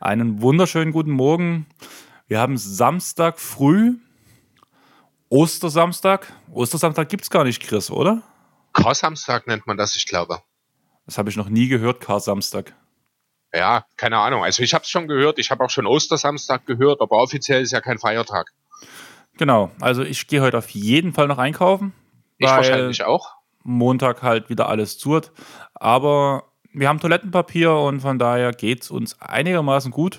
Einen wunderschönen guten Morgen. Wir haben Samstag früh, Ostersamstag. Ostersamstag gibt's gar nicht, Chris, oder? Kar-Samstag nennt man das, ich glaube. Das habe ich noch nie gehört, Kar-Samstag. Ja, keine Ahnung. Also ich habe es schon gehört, ich habe auch schon Ostersamstag gehört, aber offiziell ist ja kein Feiertag. Genau, also ich gehe heute auf jeden Fall noch einkaufen, Ich weil wahrscheinlich auch. Montag halt wieder alles zu hat. Aber wir haben Toilettenpapier und von daher geht's uns einigermaßen gut.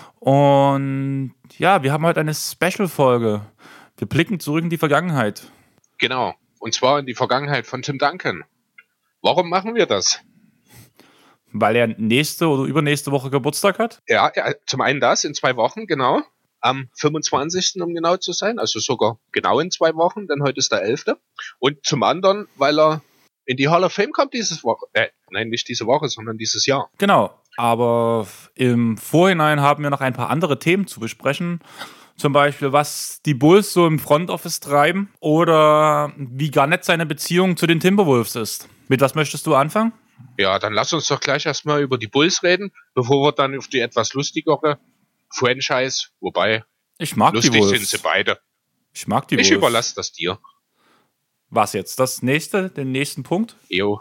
Und ja, wir haben heute eine Special-Folge. Wir blicken zurück in die Vergangenheit. Genau. Und zwar in die Vergangenheit von Tim Duncan. Warum machen wir das? Weil er nächste oder übernächste Woche Geburtstag hat? Ja, zum einen das, in 2 Wochen, genau. Am 25. um genau zu sein, also sogar genau in 2 Wochen, denn heute ist der 11. Und zum anderen, weil er in die Hall of Fame kommt dieses Woche. Nein, nicht diese Woche, sondern dieses Jahr. Genau, aber im Vorhinein haben wir noch ein paar andere Themen zu besprechen. Zum Beispiel, was die Bulls so im Front Office treiben oder wie Garnett seine Beziehung zu den Timberwolves ist. Mit was möchtest du anfangen? Ja, dann lass uns doch gleich erstmal über die Bulls reden, bevor wir dann auf die etwas lustigere Franchise, wobei Ich mag die lustig sind Wolves. sie beide. Ich mag die Ich Wolves. überlasse das dir. Was jetzt? Den nächsten Punkt? Jo.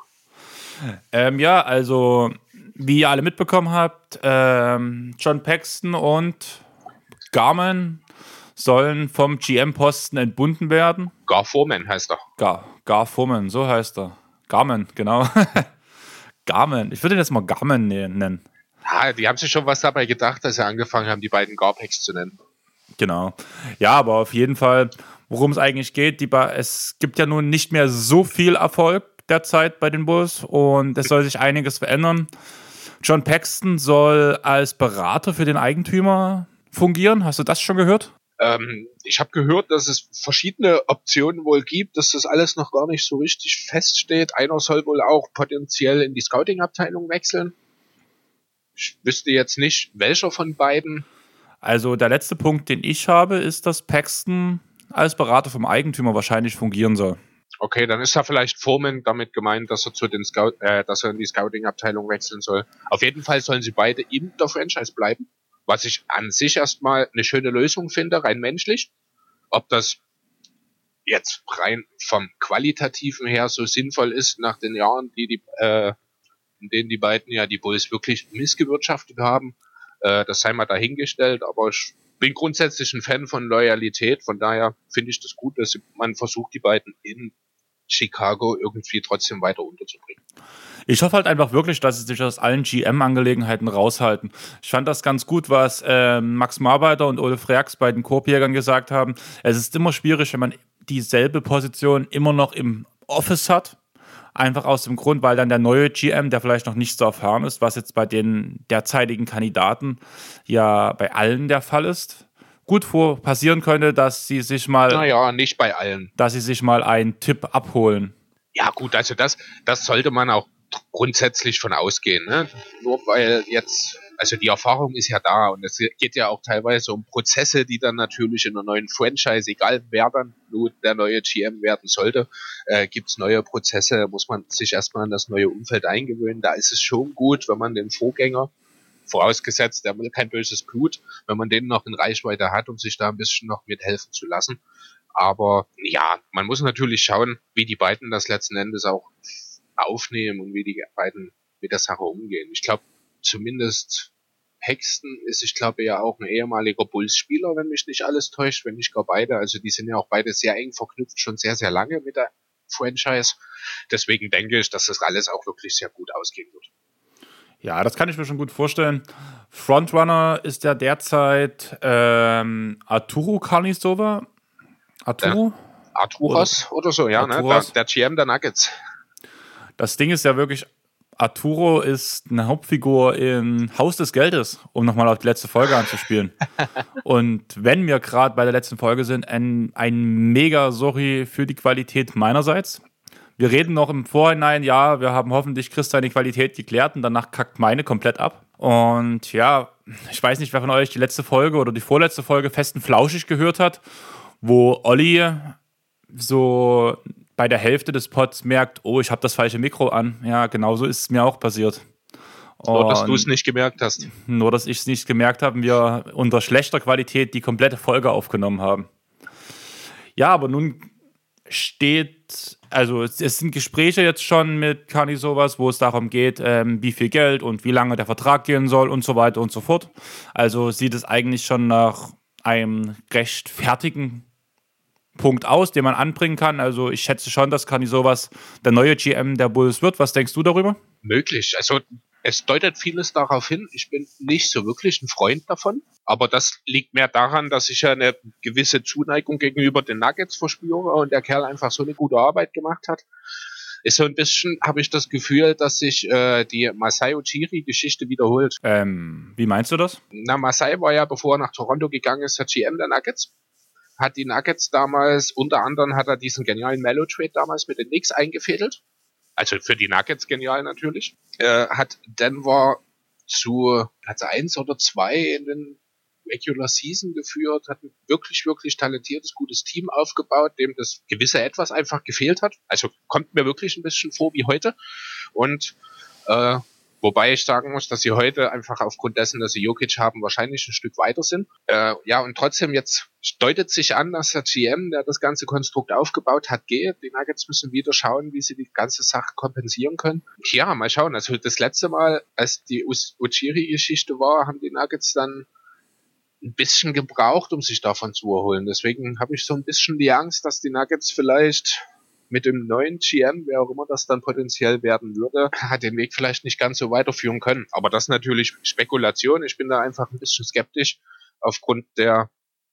Ja, also, wie ihr alle mitbekommen habt, John Paxson und Garman sollen vom GM-Posten entbunden werden. Gar Foreman heißt er. Gar Foreman, so heißt er. Garman, genau. Garman. Ich würde ihn jetzt mal Garman nennen. Ja, die haben sich schon was dabei gedacht, dass sie angefangen haben, die beiden Garpacks zu nennen. Genau. Ja, aber auf jeden Fall, worum es eigentlich geht, es gibt ja nun nicht mehr so viel Erfolg derzeit bei den Bulls und es soll sich einiges verändern. John Paxson soll als Berater für den Eigentümer fungieren. Hast du das schon gehört? Ich habe gehört, dass es verschiedene Optionen wohl gibt, dass das alles noch gar nicht so richtig feststeht. Einer soll wohl auch potenziell in die Scouting-Abteilung wechseln. Ich wüsste jetzt nicht, welcher von beiden. Also der letzte Punkt, den ich habe, ist, dass Paxton als Berater vom Eigentümer wahrscheinlich fungieren soll. Okay, dann ist ja vielleicht Foreman damit gemeint, dass er dass er in die Scouting-Abteilung wechseln soll. Auf jeden Fall sollen sie beide in der Franchise bleiben, was ich an sich erstmal eine schöne Lösung finde, rein menschlich. Ob das jetzt rein vom Qualitativen her so sinnvoll ist nach den Jahren, in denen die beiden ja die Bulls wirklich missgewirtschaftet haben, das sei mal dahingestellt, aber ich bin grundsätzlich ein Fan von Loyalität, von daher finde ich das gut, dass man versucht, die beiden in Chicago irgendwie trotzdem weiter unterzubringen. Ich hoffe halt einfach wirklich, dass sie sich aus allen GM-Angelegenheiten raushalten. Ich fand das ganz gut, was Max Marbeiter und Ole Freaks bei den Korbjägern gesagt haben. Es ist immer schwierig, wenn man dieselbe Position immer noch im Office hat. Einfach aus dem Grund, weil dann der neue GM, der vielleicht noch nicht so erfahren ist, was jetzt bei den derzeitigen Kandidaten ja bei allen der Fall ist, gut passieren könnte, dass sie sich mal, Naja, nicht bei allen. dass sie sich mal einen Tipp abholen. Ja gut, also das sollte man auch grundsätzlich von ausgehen. Ne? Nur weil jetzt, also die Erfahrung ist ja da und es geht ja auch teilweise um Prozesse, die dann natürlich in einer neuen Franchise, egal wer dann nun der neue GM werden sollte, gibt es neue Prozesse, muss man sich erstmal an das neue Umfeld eingewöhnen. Da ist es schon gut, wenn man den Vorgänger, vorausgesetzt, der will kein böses Blut, wenn man den noch in Reichweite hat, um sich da ein bisschen noch mithelfen zu lassen. Aber ja, man muss natürlich schauen, wie die beiden das letzten Endes auch aufnehmen und wie die beiden mit der Sache umgehen. Ich glaube, zumindest Paxton ist, ich glaube, ja auch ein ehemaliger Bulls-Spieler, wenn mich nicht alles täuscht, wenn nicht gar beide. Also die sind ja auch beide sehr eng verknüpft, schon sehr, sehr lange mit der Franchise. Deswegen denke ich, dass das alles auch wirklich sehr gut ausgehen wird. Ja, das kann ich mir schon gut vorstellen. Frontrunner ist ja derzeit Arturo Carnizova. Arturos oder so, ja, Arturos. ne? Der GM der Nuggets. Das Ding ist ja wirklich, Arturo ist eine Hauptfigur in Haus des Geldes, um nochmal auf die letzte Folge anzuspielen. Und wenn wir gerade bei der letzten Folge sind, ein mega Sorry für die Qualität meinerseits. Wir reden noch im Vorhinein, ja, wir haben hoffentlich Chris seine Qualität geklärt und danach kackt meine komplett ab. Und ja, ich weiß nicht, wer von euch die letzte Folge oder die vorletzte Folge Fest und Flauschig gehört hat, wo Olli so bei der Hälfte des Pods merkt, oh, ich habe das falsche Mikro an. Ja, genauso ist es mir auch passiert. Nur, dass du es nicht gemerkt hast. Nur, dass ich es nicht gemerkt habe, wir unter schlechter Qualität die komplette Folge aufgenommen haben. Ja, aber nun es sind Gespräche jetzt schon mit Kani sowas, wo es darum geht, wie viel Geld und wie lange der Vertrag gehen soll und so weiter und so fort. Also sieht es eigentlich schon nach einem recht fertigen Punkt aus, den man anbringen kann. Also ich schätze schon, dass Kani sowas der neue GM der Bulls wird. Was denkst du darüber? Möglich. Also es deutet vieles darauf hin. Ich bin nicht so wirklich ein Freund davon. Aber das liegt mehr daran, dass ich ja eine gewisse Zuneigung gegenüber den Nuggets verspüre und der Kerl einfach so eine gute Arbeit gemacht hat. Ist so ein bisschen, habe ich das Gefühl, dass sich die Masai Ujiri-Geschichte wiederholt. Wie meinst du das? Masai war ja, bevor er nach Toronto gegangen ist, der GM der Nuggets. Hat die Nuggets damals, unter anderem hat er diesen genialen Melo-Trade damals mit den Knicks eingefädelt. Also für die Nuggets genial natürlich. Hat Denver zu Platz 1 oder 2 in den Regular Season geführt, hat ein wirklich, wirklich talentiertes, gutes Team aufgebaut, dem das gewisse Etwas einfach gefehlt hat. Also kommt mir wirklich ein bisschen vor wie heute. Und wobei ich sagen muss, dass sie heute einfach aufgrund dessen, dass sie Jokic haben, wahrscheinlich ein Stück weiter sind. Ja, und trotzdem jetzt deutet sich an, dass der GM, der das ganze Konstrukt aufgebaut hat, geht. Die Nuggets müssen wieder schauen, wie sie die ganze Sache kompensieren können. Ja, mal schauen. Also das letzte Mal, als die Ujiri-Geschichte war, haben die Nuggets dann ein bisschen gebraucht, um sich davon zu erholen. Deswegen habe ich so ein bisschen die Angst, dass die Nuggets vielleicht mit dem neuen GM, wer auch immer das dann potenziell werden würde, den Weg vielleicht nicht ganz so weiterführen können. Aber das ist natürlich Spekulation. Ich bin da einfach ein bisschen skeptisch aufgrund der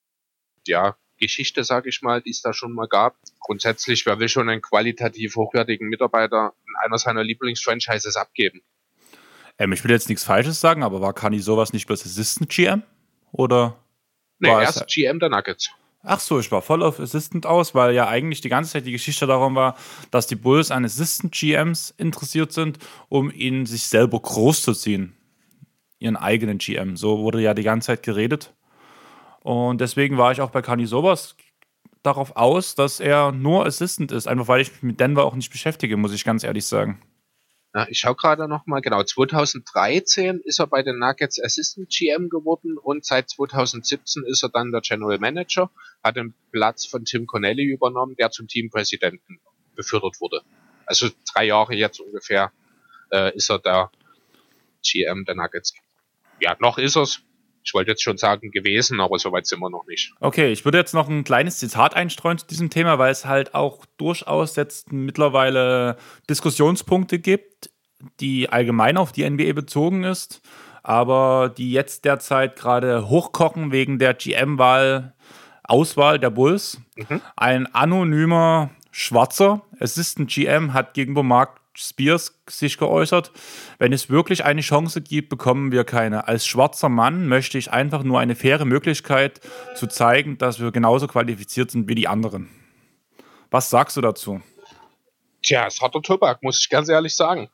Geschichte, sage ich mal, die es da schon mal gab. Grundsätzlich, wer will schon einen qualitativ hochwertigen Mitarbeiter in einer seiner Lieblingsfranchises abgeben? Ich will jetzt nichts Falsches sagen, aber war Kani sowas nicht bloß Assistant GM? Oder? Nee, er ist GM der Nuggets. Ach so, ich war voll auf Assistant aus, weil ja eigentlich die ganze Zeit die Geschichte darum war, dass die Bulls an Assistant GMs interessiert sind, um ihn sich selber groß zu ziehen. Ihren eigenen GM. So wurde ja die ganze Zeit geredet. Und deswegen war ich auch bei Kani sowas darauf aus, dass er nur Assistant ist. Einfach weil ich mich mit Denver auch nicht beschäftige, muss ich ganz ehrlich sagen. Ja, ich schaue gerade nochmal, genau, 2013 ist er bei den Nuggets Assistant GM geworden und seit 2017 ist er dann der General Manager, hat den Platz von Tim Connelly übernommen, der zum Teampräsidenten befördert wurde. Also 3 Jahre jetzt ungefähr ist er der GM der Nuggets. Ja, noch ist er's. Ich wollte jetzt schon sagen gewesen, aber soweit sind wir noch nicht. Okay, ich würde jetzt noch ein kleines Zitat einstreuen zu diesem Thema, weil es halt auch durchaus jetzt mittlerweile Diskussionspunkte gibt, die allgemein auf die NBA bezogen ist, aber die jetzt derzeit gerade hochkochen wegen der GM-Auswahl der Bulls. Ein anonymer Schwarzer Assistant GM hat gegenüber Mark Spears sich geäußert: Wenn es wirklich eine Chance gibt, bekommen wir keine. Als schwarzer Mann möchte ich einfach nur eine faire Möglichkeit zu zeigen, dass wir genauso qualifiziert sind wie die anderen. Was sagst du dazu? Tja, es ist harter Tobak, muss ich ganz ehrlich sagen.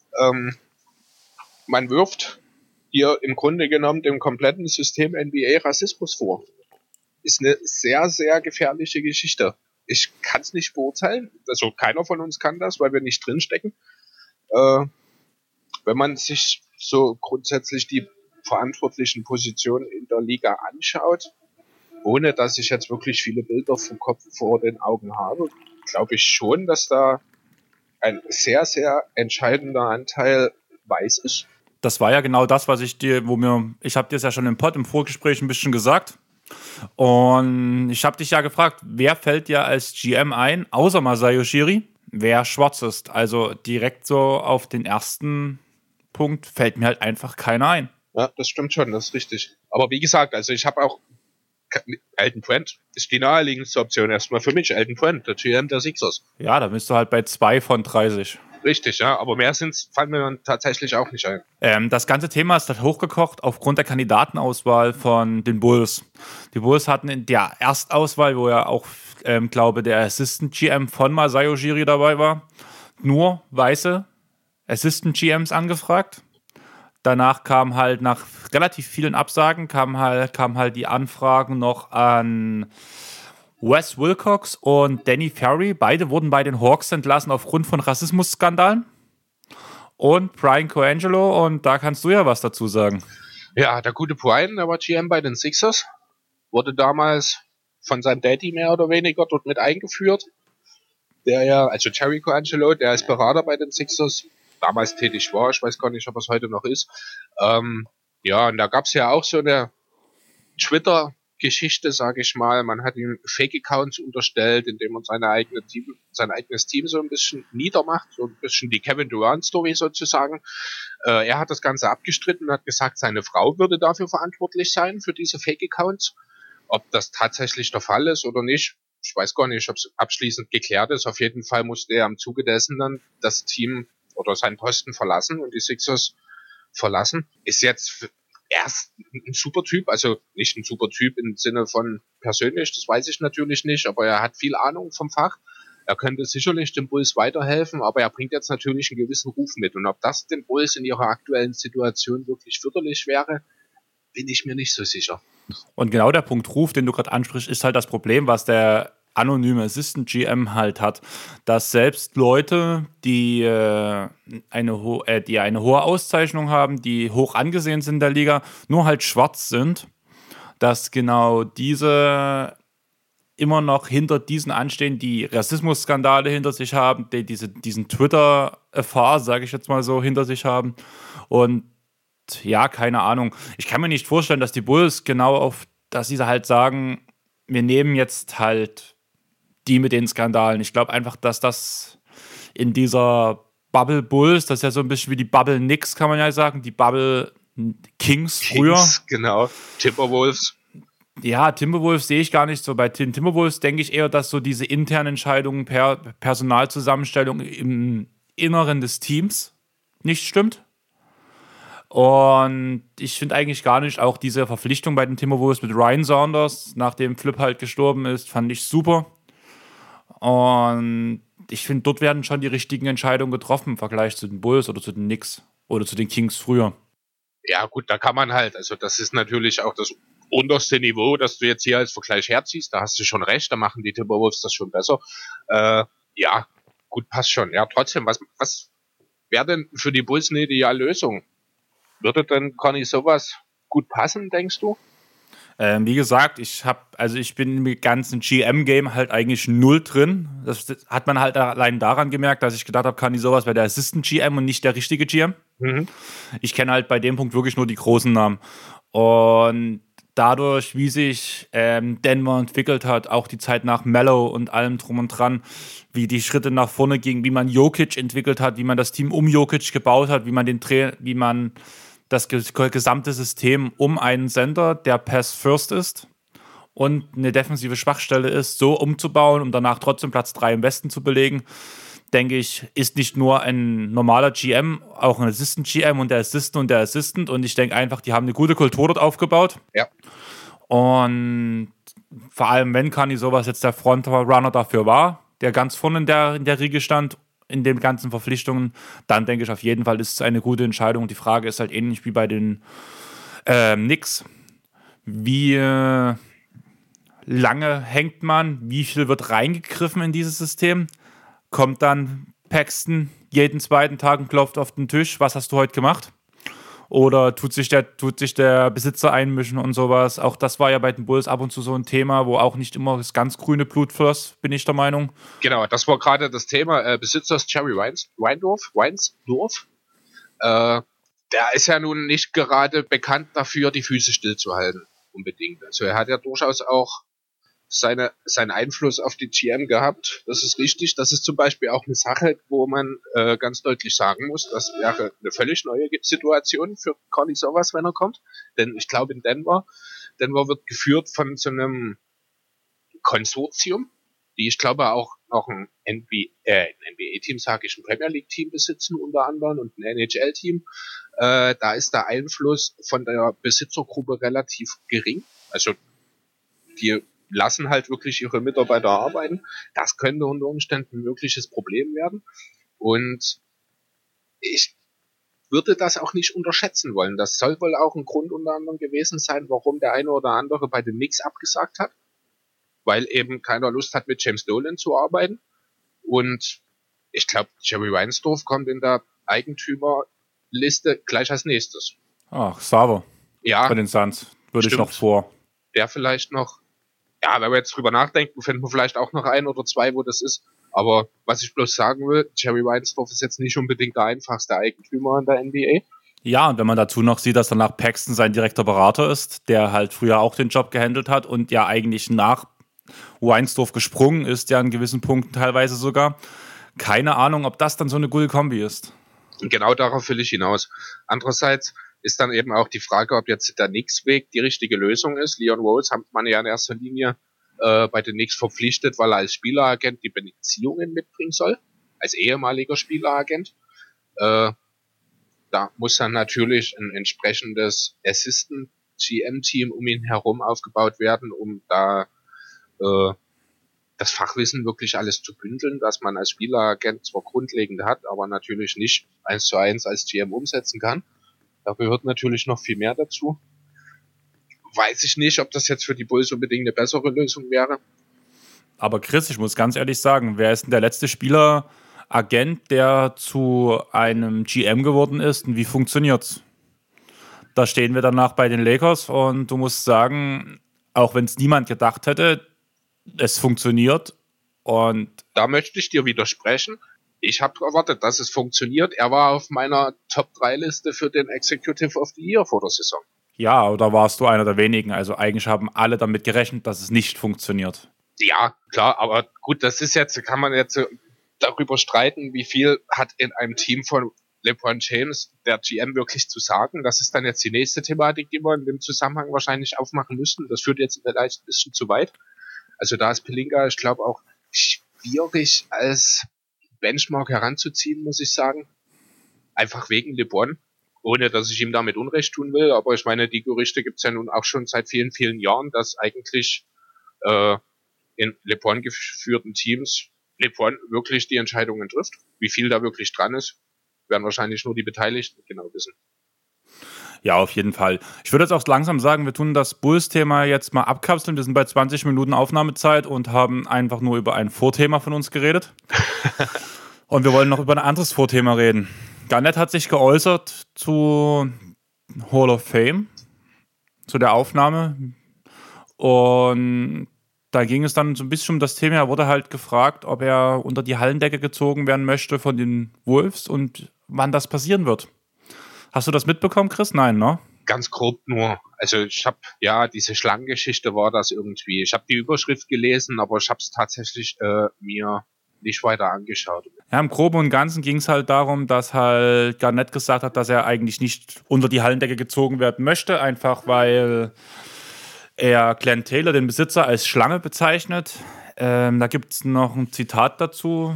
Man wirft hier im Grunde genommen dem kompletten System NBA Rassismus vor. Ist eine sehr, sehr gefährliche Geschichte. Ich kann es nicht beurteilen, also keiner von uns kann das, weil wir nicht drinstecken. Wenn man sich so grundsätzlich die verantwortlichen Positionen in der Liga anschaut, ohne dass ich jetzt wirklich viele Bilder vom Kopf vor den Augen habe, glaube ich schon, dass da ein sehr, sehr entscheidender Anteil weiß ist. Das war ja genau das, was ich habe dir es ja schon im Vorgespräch ein bisschen gesagt. Und ich habe dich ja gefragt, wer fällt dir als GM ein, außer Masai Ujiri, wer schwarz ist? Also direkt so auf den ersten Punkt fällt mir halt einfach keiner ein. Ja, das stimmt schon, das ist richtig. Aber wie gesagt, also ich habe auch Elton Brand ist die naheliegendste Option erstmal für mich. Elton Brand, der GM der Sixers. Ja, da bist du halt bei 2 von 30. Richtig, ja, aber mehr fallen mir dann tatsächlich auch nicht ein. Das ganze Thema ist halt hochgekocht aufgrund der Kandidatenauswahl von den Bulls. Die Bulls hatten in der Erstauswahl, wo ja auch, glaube der Assistant GM von Masai Ujiri dabei war, nur weiße Assistant GMs angefragt. Danach kam halt nach relativ vielen Absagen, kamen halt die Anfragen noch an Wes Wilcox und Danny Ferry. Beide wurden bei den Hawks entlassen aufgrund von Rassismusskandalen. und Brian Colangelo, und da kannst du ja was dazu sagen. Ja, der gute Brian, der war GM bei den Sixers, wurde damals von seinem Daddy mehr oder weniger dort mit eingeführt. Also Jerry Colangelo, der als Berater bei den Sixers damals tätig war, ich weiß gar nicht, ob es heute noch ist. Ja, und da gab es ja auch so eine Twitter-Geschichte, sage ich mal. Man hat ihm Fake-Accounts unterstellt, indem man sein eigenes Team so ein bisschen niedermacht, so ein bisschen die Kevin Durant-Story sozusagen. Er hat das Ganze abgestritten und hat gesagt, seine Frau würde dafür verantwortlich sein, für diese Fake-Accounts. Ob das tatsächlich der Fall ist oder nicht, ich weiß gar nicht, ob es abschließend geklärt ist. Auf jeden Fall musste er im Zuge dessen dann das Team oder seinen Posten verlassen und die Sixers verlassen. Ist jetzt erst ein super Typ, also nicht ein super Typ im Sinne von persönlich, das weiß ich natürlich nicht, aber er hat viel Ahnung vom Fach. Er könnte sicherlich den Bulls weiterhelfen, aber er bringt jetzt natürlich einen gewissen Ruf mit. Und ob das den Bulls in ihrer aktuellen Situation wirklich förderlich wäre, bin ich mir nicht so sicher. Und genau der Punkt Ruf, den du gerade ansprichst, ist halt das Problem, was der anonyme Assistant GM halt hat, dass selbst Leute, die eine hohe Auszeichnung haben, die hoch angesehen sind in der Liga, nur halt schwarz sind, dass genau diese immer noch hinter diesen anstehen, die Rassismusskandale hinter sich haben, die diesen Twitter-Erfahr, sage ich jetzt mal so, hinter sich haben. Und ja, keine Ahnung. Ich kann mir nicht vorstellen, dass die Bulls dass sie halt sagen, wir nehmen jetzt halt die mit den Skandalen. Ich glaube einfach, dass das in dieser Bubble Bulls, das ist ja so ein bisschen wie die Bubble Knicks, kann man ja sagen, die Bubble Kings früher. Genau, Timberwolves. Ja, Timberwolves sehe ich gar nicht so. Bei den Timberwolves denke ich eher, dass so diese internen Entscheidungen per Personalzusammenstellung im Inneren des Teams nicht stimmt. Und ich finde eigentlich gar nicht, auch diese Verpflichtung bei den Timberwolves mit Ryan Saunders, nachdem Flip halt gestorben ist, fand ich super. Und ich finde, dort werden schon die richtigen Entscheidungen getroffen im Vergleich zu den Bulls oder zu den Knicks oder zu den Kings früher. Ja gut, da kann man halt, also das ist natürlich auch das unterste Niveau, das du jetzt hier als Vergleich herziehst, da hast du schon recht, da machen die Timberwolves das schon besser. Ja, gut, passt schon. Ja, trotzdem, was wäre denn für die Bulls eine ideale Lösung? Würde denn Conny sowas gut passen, denkst du? Wie gesagt, ich bin im ganzen GM-Game halt eigentlich null drin. Das hat man halt allein daran gemerkt, dass ich gedacht habe, Conny sowas wäre der Assistant GM und nicht der richtige GM. Mhm. Ich kenne halt bei dem Punkt wirklich nur die großen Namen. Und dadurch, wie sich Denver entwickelt hat, auch die Zeit nach Mello und allem drum und dran, wie die Schritte nach vorne gingen, wie man Jokic entwickelt hat, wie man das Team um Jokic gebaut hat, wie man das gesamte System um einen Center, der Pass First ist und eine defensive Schwachstelle ist, so umzubauen, um danach trotzdem Platz 3 im Westen zu belegen, denke ich, ist nicht nur ein normaler GM, auch ein Assistant GM und der Assistant. Und ich denke einfach, die haben eine gute Kultur dort aufgebaut. Ja. Und vor allem, wenn Kani sowas jetzt der Frontrunner dafür war, der ganz vorne in der Riege stand, in den ganzen Verpflichtungen, dann denke ich auf jeden Fall, ist es eine gute Entscheidung. Die Frage ist halt ähnlich wie bei den Knicks. Wie lange hängt man? Wie viel wird reingegriffen in dieses System? Kommt dann Paxton jeden zweiten Tag und klopft auf den Tisch, was hast du heute gemacht? Oder tut sich der Besitzer einmischen und sowas? Auch das war ja bei den Bulls ab und zu so ein Thema, wo auch nicht immer das ganz grüne Blut floss, bin ich der Meinung. Genau, das war gerade das Thema Besitzers Jerry Weinsdorf. Der ist ja nun nicht gerade bekannt dafür, die Füße stillzuhalten, unbedingt. Also er hat ja durchaus auch seinen Einfluss auf die GM gehabt. Das ist richtig. Das ist zum Beispiel auch eine Sache, wo man ganz deutlich sagen muss, das wäre eine völlig neue Situation für Conny sowas, wenn er kommt. Denn ich glaube in Denver wird geführt von so einem Konsortium, die ich glaube auch noch ein NBA-Team, sage ich, ein Premier League-Team besitzen unter anderem und ein NHL-Team. Da ist der Einfluss von der Besitzergruppe relativ gering. Also die lassen halt wirklich ihre Mitarbeiter arbeiten. Das könnte unter Umständen ein mögliches Problem werden. Und ich würde das auch nicht unterschätzen wollen. Das soll wohl auch ein Grund unter anderem gewesen sein, warum der eine oder andere bei den Knicks abgesagt hat. Weil eben keiner Lust hat, mit James Dolan zu arbeiten. Und ich glaube, Jerry Reinsdorf kommt in der Eigentümerliste gleich als nächstes. Ach, Xaver. Ja. Bei den Suns würde ich Stimmt. noch vor. Der vielleicht noch, ja, wenn wir jetzt drüber nachdenken, finden wir vielleicht auch noch ein oder zwei, wo das ist. Aber was ich bloß sagen will, Jerry Reinsdorf ist jetzt nicht unbedingt der einfachste Eigentümer in der NBA. Ja, und wenn man dazu noch sieht, dass danach Paxton sein direkter Berater ist, der halt früher auch den Job gehandelt hat und ja eigentlich nach Reinsdorf gesprungen ist, ja an gewissen Punkten teilweise sogar. Keine Ahnung, ob das dann so eine gute Kombi ist. Und genau darauf will ich hinaus. Andererseits ist dann eben auch die Frage, ob jetzt der Knicks-Weg die richtige Lösung ist. Leon Rose hat man ja in erster Linie bei den Knicks verpflichtet, weil er als Spieleragent die Beziehungen mitbringen soll, als ehemaliger Spieleragent. Da muss dann natürlich ein entsprechendes Assistant-GM-Team um ihn herum aufgebaut werden, um da das Fachwissen wirklich alles zu bündeln, dass man als Spieleragent zwar grundlegend hat, aber natürlich nicht 1:1 als GM umsetzen kann. Da gehört natürlich noch viel mehr dazu. Weiß ich nicht, ob das jetzt für die Bulls unbedingt eine bessere Lösung wäre. Aber Chris, ich muss ganz ehrlich sagen, wer ist denn der letzte Spieleragent, der zu einem GM geworden ist und wie funktioniert's? Da stehen wir danach bei den Lakers und du musst sagen, auch wenn es niemand gedacht hätte, es funktioniert. Und da möchte ich dir widersprechen. Ich habe erwartet, dass es funktioniert. Er war auf meiner Top-3-Liste für den Executive of the Year vor der Saison. Ja, oder warst du einer der wenigen? Also eigentlich haben alle damit gerechnet, dass es nicht funktioniert. Ja, klar, aber gut, das ist jetzt, kann man jetzt darüber streiten, wie viel hat in einem Team von LeBron James der GM wirklich zu sagen. Das ist dann jetzt die nächste Thematik, die wir in dem Zusammenhang wahrscheinlich aufmachen müssten. Das führt jetzt vielleicht ein bisschen zu weit. Also da ist Pelinka, ich glaube, auch schwierig als Benchmark heranzuziehen, muss ich sagen. Einfach wegen LeBron. Ohne, dass ich ihm damit Unrecht tun will. Aber ich meine, die Gerüchte gibt es ja nun auch schon seit vielen, vielen Jahren, dass eigentlich in LeBron geführten Teams LeBron wirklich die Entscheidungen trifft. Wie viel da wirklich dran ist, werden wahrscheinlich nur die Beteiligten genau wissen. Ja, auf jeden Fall. Ich würde jetzt auch langsam sagen, wir tun das Bulls-Thema jetzt mal abkapseln. Wir sind bei 20 Minuten Aufnahmezeit und haben einfach nur über ein Vorthema von uns geredet. Und wir wollen noch über ein anderes Vorthema reden. Garnett hat sich geäußert zu Hall of Fame, zu der Aufnahme. Und da ging es dann so ein bisschen um das Thema. Er wurde halt gefragt, ob er unter die Hallendecke gezogen werden möchte von den Wolves und wann das passieren wird. Hast du das mitbekommen, Chris? Nein, ne? Ganz grob nur. Also ich habe, ja, diese Schlangengeschichte war das irgendwie. Ich habe die Überschrift gelesen, aber ich habe es tatsächlich mir nicht weiter angeschaut. Ja, im Groben und Ganzen ging es halt darum, dass halt Garnett gesagt hat, dass er eigentlich nicht unter die Hallendecke gezogen werden möchte, einfach weil er Glenn Taylor, den Besitzer, als Schlange bezeichnet. Da gibt es noch ein Zitat dazu.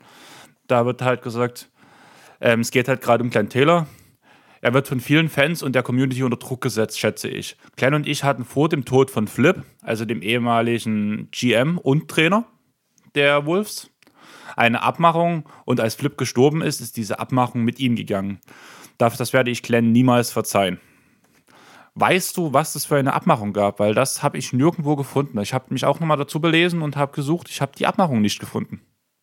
Da wird halt gesagt, es geht halt gerade um Glenn Taylor. Er wird von vielen Fans und der Community unter Druck gesetzt, schätze ich. Glenn und ich hatten vor dem Tod von Flip, also dem ehemaligen GM und Trainer der Wolves, eine Abmachung und als Flip gestorben ist, ist diese Abmachung mit ihm gegangen. Das werde ich Glenn niemals verzeihen. Weißt du, was das für eine Abmachung gab? Weil das habe ich nirgendwo gefunden. Ich habe mich auch nochmal dazu belesen und habe gesucht. Ich habe die Abmachung nicht gefunden.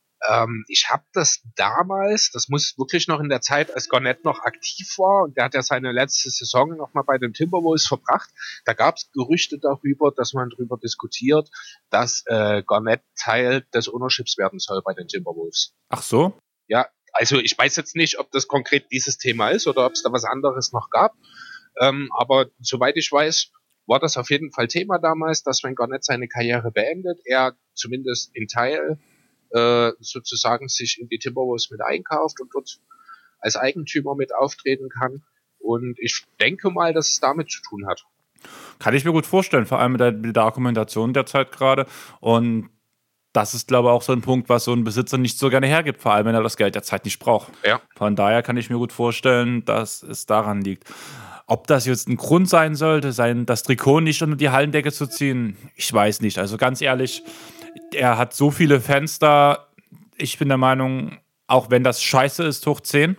Ich habe das damals, das muss wirklich noch in der Zeit, als Garnett noch aktiv war und der hat ja seine letzte Saison nochmal bei den Timberwolves verbracht, da gab es Gerüchte darüber, dass man darüber diskutiert, dass Garnett Teil des Ownerships werden soll bei den Timberwolves. Ach so? Ja, also ich weiß jetzt nicht, ob das konkret dieses Thema ist oder ob es da was anderes noch gab, aber soweit ich weiß, war das auf jeden Fall Thema damals, dass wenn Garnett seine Karriere beendet, er zumindest in Teil sozusagen sich in die Timberwolves mit einkauft und dort als Eigentümer mit auftreten kann. Und ich denke mal, dass es damit zu tun hat. Kann ich mir gut vorstellen, vor allem mit der Argumentation derzeit gerade. Und das ist, glaube ich, auch so ein Punkt, was so ein Besitzer nicht so gerne hergibt, vor allem wenn er das Geld derzeit nicht braucht. Ja. Von daher kann ich mir gut vorstellen, dass es daran liegt. Ob das jetzt ein Grund sein sollte, das Trikot nicht unter die Hallendecke zu ziehen, ich weiß nicht. Also ganz ehrlich, er hat so viele Fans da. Ich bin der Meinung, auch wenn das scheiße ist, hoch 10.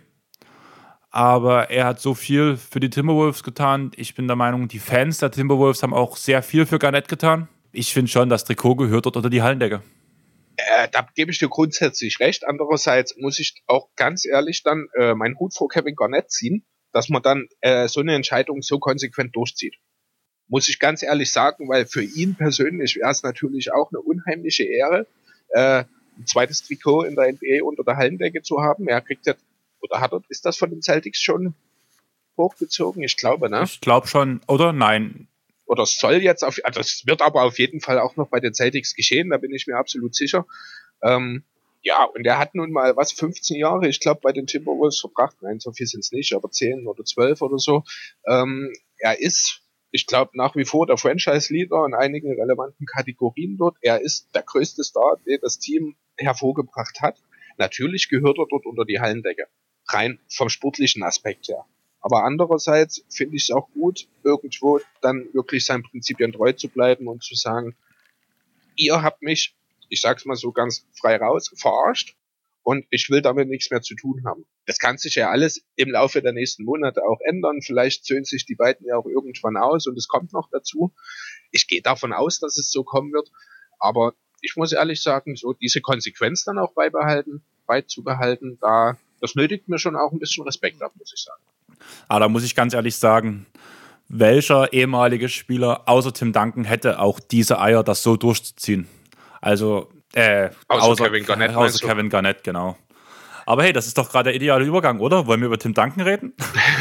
Aber er hat so viel für die Timberwolves getan. Ich bin der Meinung, die Fans der Timberwolves haben auch sehr viel für Garnett getan. Ich finde schon, das Trikot gehört dort unter die Hallendecke. Da gebe ich dir grundsätzlich recht. Andererseits muss ich auch ganz ehrlich dann meinen Hut vor Kevin Garnett ziehen, dass man dann so eine Entscheidung so konsequent durchzieht. Muss ich ganz ehrlich sagen, weil für ihn persönlich wäre es natürlich auch eine unheimliche Ehre, ein zweites Trikot in der NBA unter der Hallendecke zu haben. Er kriegt ja, oder hat er, ist das von den Celtics schon hochgezogen? Ich glaube, ne? Ich glaube schon, oder? Nein. Oder soll jetzt also es wird aber auf jeden Fall auch noch bei den Celtics geschehen, da bin ich mir absolut sicher. Ja, und er hat nun mal 15 Jahre, ich glaube, bei den Timberwolves verbracht. Nein, so viel sind es nicht, aber 10 oder 12 oder so. Er ist, ich glaube, nach wie vor der Franchise-Leader in einigen relevanten Kategorien dort. Er ist der größte Star, den das Team hervorgebracht hat. Natürlich gehört er dort unter die Hallendecke. Rein vom sportlichen Aspekt her. Aber andererseits finde ich es auch gut, irgendwo dann wirklich seinen Prinzipien treu zu bleiben und zu sagen, ihr habt mich, ich sag's mal so ganz frei raus, verarscht und ich will damit nichts mehr zu tun haben. Das kann sich ja alles im Laufe der nächsten Monate auch ändern. Vielleicht söhnen sich die beiden ja auch irgendwann aus und es kommt noch dazu. Ich gehe davon aus, dass es so kommen wird. Aber ich muss ehrlich sagen, so diese Konsequenz dann auch beizubehalten, das nötigt mir schon auch ein bisschen Respekt ab, muss ich sagen. Aber da muss ich ganz ehrlich sagen, welcher ehemalige Spieler außer Tim Duncan hätte auch diese Eier, das so durchzuziehen? Also, außer Kevin Garnett. Außer Kevin Garnett, genau. Aber hey, das ist doch gerade der ideale Übergang, oder? Wollen wir über Tim Duncan reden?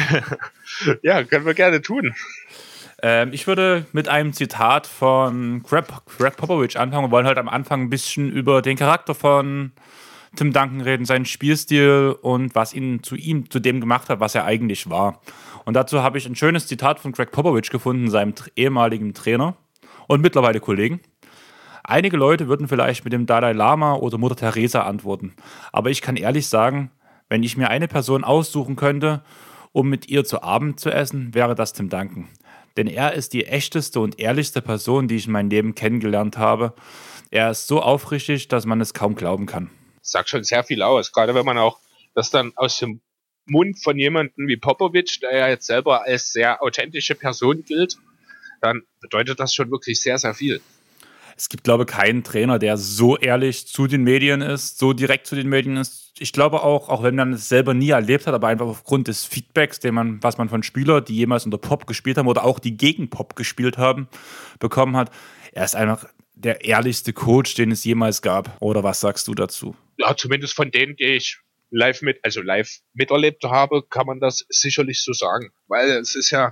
Ja, können wir gerne tun. Ich würde mit einem Zitat von Greg Popovich anfangen. Wir wollen heute am Anfang ein bisschen über den Charakter von Tim Duncan reden, seinen Spielstil und was ihn zu dem gemacht hat, was er eigentlich war. Und dazu habe ich ein schönes Zitat von Greg Popovich gefunden, seinem ehemaligen Trainer und mittlerweile Kollegen. Einige Leute würden vielleicht mit dem Dalai Lama oder Mutter Teresa antworten. Aber ich kann ehrlich sagen, wenn ich mir eine Person aussuchen könnte, um mit ihr zu Abend zu essen, wäre das Tim Duncan. Denn er ist die echteste und ehrlichste Person, die ich in meinem Leben kennengelernt habe. Er ist so aufrichtig, dass man es kaum glauben kann. Sagt schon sehr viel aus, gerade wenn man auch das dann aus dem Mund von jemandem wie Popovich, der ja jetzt selber als sehr authentische Person gilt, dann bedeutet das schon wirklich sehr, sehr viel. Es gibt, glaube ich, keinen Trainer, der so ehrlich zu den Medien ist, so direkt zu den Medien ist. Ich glaube auch wenn man es selber nie erlebt hat, aber einfach aufgrund des Feedbacks, was man von Spielern, die jemals unter Pop gespielt haben oder auch die gegen Pop gespielt haben, bekommen hat. Er ist einfach der ehrlichste Coach, den es jemals gab. Oder was sagst du dazu? Ja, zumindest von denen, die ich live miterlebt habe, kann man das sicherlich so sagen. Weil es ist ja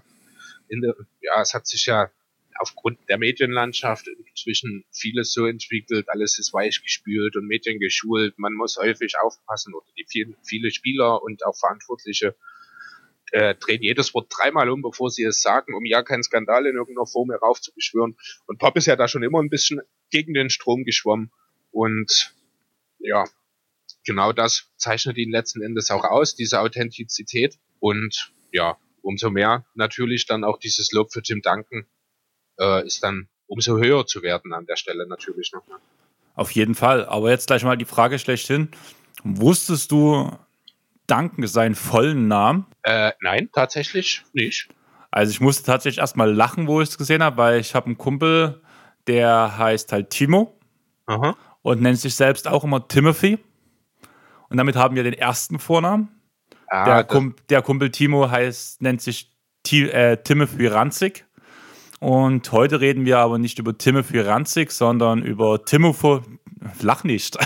es hat sich ja aufgrund der Medienlandschaft inzwischen vieles so entwickelt, alles ist weichgespült und mediengeschult, man muss häufig aufpassen oder viele Spieler und auch Verantwortliche drehen jedes Wort dreimal um, bevor sie es sagen, um ja keinen Skandal in irgendeiner Form heraufzubeschwören. Und Pop ist ja da schon immer ein bisschen gegen den Strom geschwommen und ja, genau das zeichnet ihn letzten Endes auch aus, diese Authentizität und ja, umso mehr natürlich dann auch dieses Lob für Tim Duncan ist dann umso höher zu werden an der Stelle natürlich nochmal. Auf jeden Fall. Aber jetzt gleich mal die Frage schlechthin. Wusstest du Duncan seinen vollen Namen? Nein, tatsächlich nicht. Also ich musste tatsächlich erstmal lachen, wo ich es gesehen habe, weil ich habe einen Kumpel, der heißt halt Timo. Aha. Und nennt sich selbst auch immer Timothy. Und damit haben wir den ersten Vornamen. Der Kumpel Timo nennt sich Timothy Ranzig. Und heute reden wir aber nicht über Timothy Ranzig, sondern über lach nicht,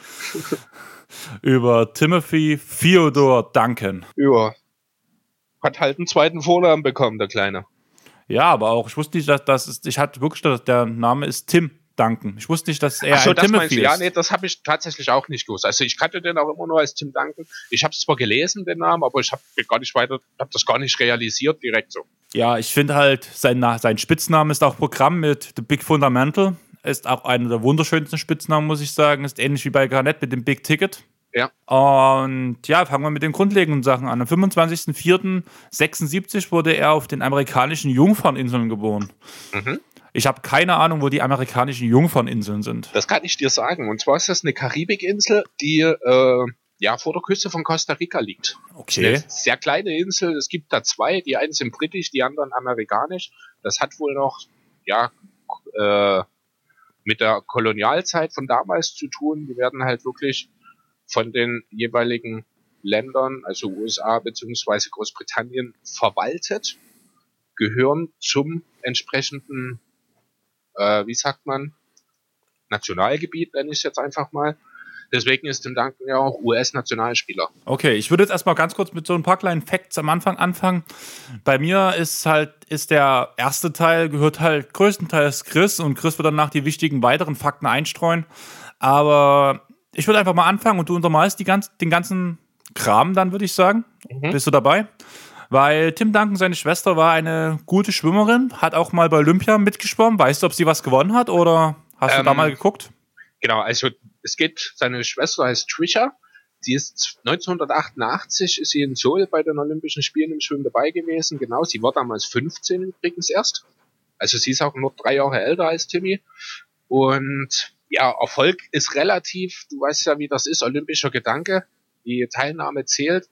über Timothy Theodore Duncan. Ja, hat halt einen zweiten Vornamen bekommen, der Kleine. Ja, aber auch, ich wusste nicht, ich hatte wirklich, dass der Name ist Tim Duncan. Ich wusste nicht, dass er ein Timothy ist. Ja, nee, das habe ich tatsächlich auch nicht gewusst. Also ich kannte den auch immer nur als Tim Duncan. Ich habe es zwar gelesen, den Namen, aber ich habe das gar nicht realisiert direkt so. Ja, ich finde halt, sein Spitzname ist auch Programm mit The Big Fundamental. Ist auch einer der wunderschönsten Spitznamen, muss ich sagen. Ist ähnlich wie bei Garnett mit dem Big Ticket. Ja. Und ja, fangen wir mit den grundlegenden Sachen an. Am 25.04.76 wurde er auf den amerikanischen Jungferninseln geboren. Mhm. Ich habe keine Ahnung, wo die amerikanischen Jungferninseln sind. Das kann ich dir sagen. Und zwar ist das eine Karibikinsel, die vor der Küste von Costa Rica liegt. Okay. Eine sehr kleine Insel. Es gibt da zwei. Die einen sind britisch, die anderen amerikanisch. Das hat wohl noch, mit der Kolonialzeit von damals zu tun. Die werden halt wirklich von den jeweiligen Ländern, also USA bzw. Großbritannien, verwaltet, gehören zum entsprechenden, Nationalgebiet, nenne ich es jetzt einfach mal. Deswegen ist Tim Duncan ja auch US-Nationalspieler. Okay, ich würde jetzt erstmal ganz kurz mit so ein paar kleinen Facts am Anfang anfangen. Bei mir ist der erste Teil, gehört halt größtenteils Chris, und Chris wird danach die wichtigen weiteren Fakten einstreuen. Aber ich würde einfach mal anfangen und du untermalst den ganzen Kram dann, würde ich sagen. Bist du dabei? Weil Tim Duncan, seine Schwester, war eine gute Schwimmerin, hat auch mal bei Olympia mitgeschwommen. Weißt du, ob sie was gewonnen hat, oder hast du da mal geguckt? Genau, also seine Schwester heißt Trisha. Sie ist 1988 ist sie in Seoul bei den Olympischen Spielen im Schwimmen dabei gewesen. Genau, sie war damals 15 übrigens erst. Also sie ist auch nur 3 Jahre älter als Timmy. Und ja, Erfolg ist relativ, du weißt ja, wie das ist, olympischer Gedanke. Die Teilnahme zählt.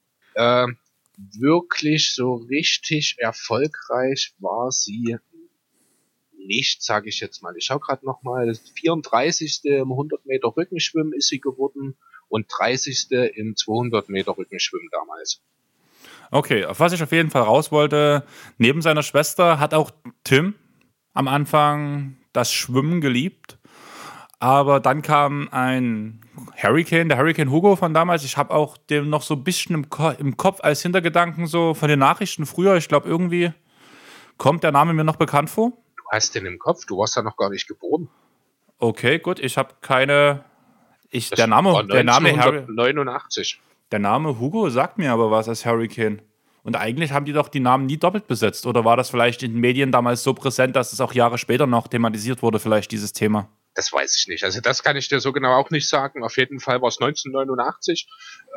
Wirklich so richtig erfolgreich war sie nicht, sage ich jetzt mal. Ich schaue gerade nochmal, 34. im 100 Meter Rückenschwimmen ist sie geworden und 30. im 200 Meter Rückenschwimmen damals. Okay, auf was ich auf jeden Fall raus wollte, neben seiner Schwester hat auch Tim am Anfang das Schwimmen geliebt. Aber dann kam ein Hurricane, der Hurricane Hugo von damals. Ich habe auch den noch so ein bisschen im Kopf als Hintergedanken so von den Nachrichten früher. Ich glaube, irgendwie kommt der Name mir noch bekannt vor. Du hast den im Kopf, du warst ja noch gar nicht geboren. Okay, gut, ich habe keine. Der Name 1989. Der Name Hugo sagt mir aber was als Hurricane. Und eigentlich haben die doch die Namen nie doppelt besetzt. Oder war das vielleicht in den Medien damals so präsent, dass es auch Jahre später noch thematisiert wurde, vielleicht dieses Thema? Das weiß ich nicht. Also das kann ich dir so genau auch nicht sagen. Auf jeden Fall war es 1989.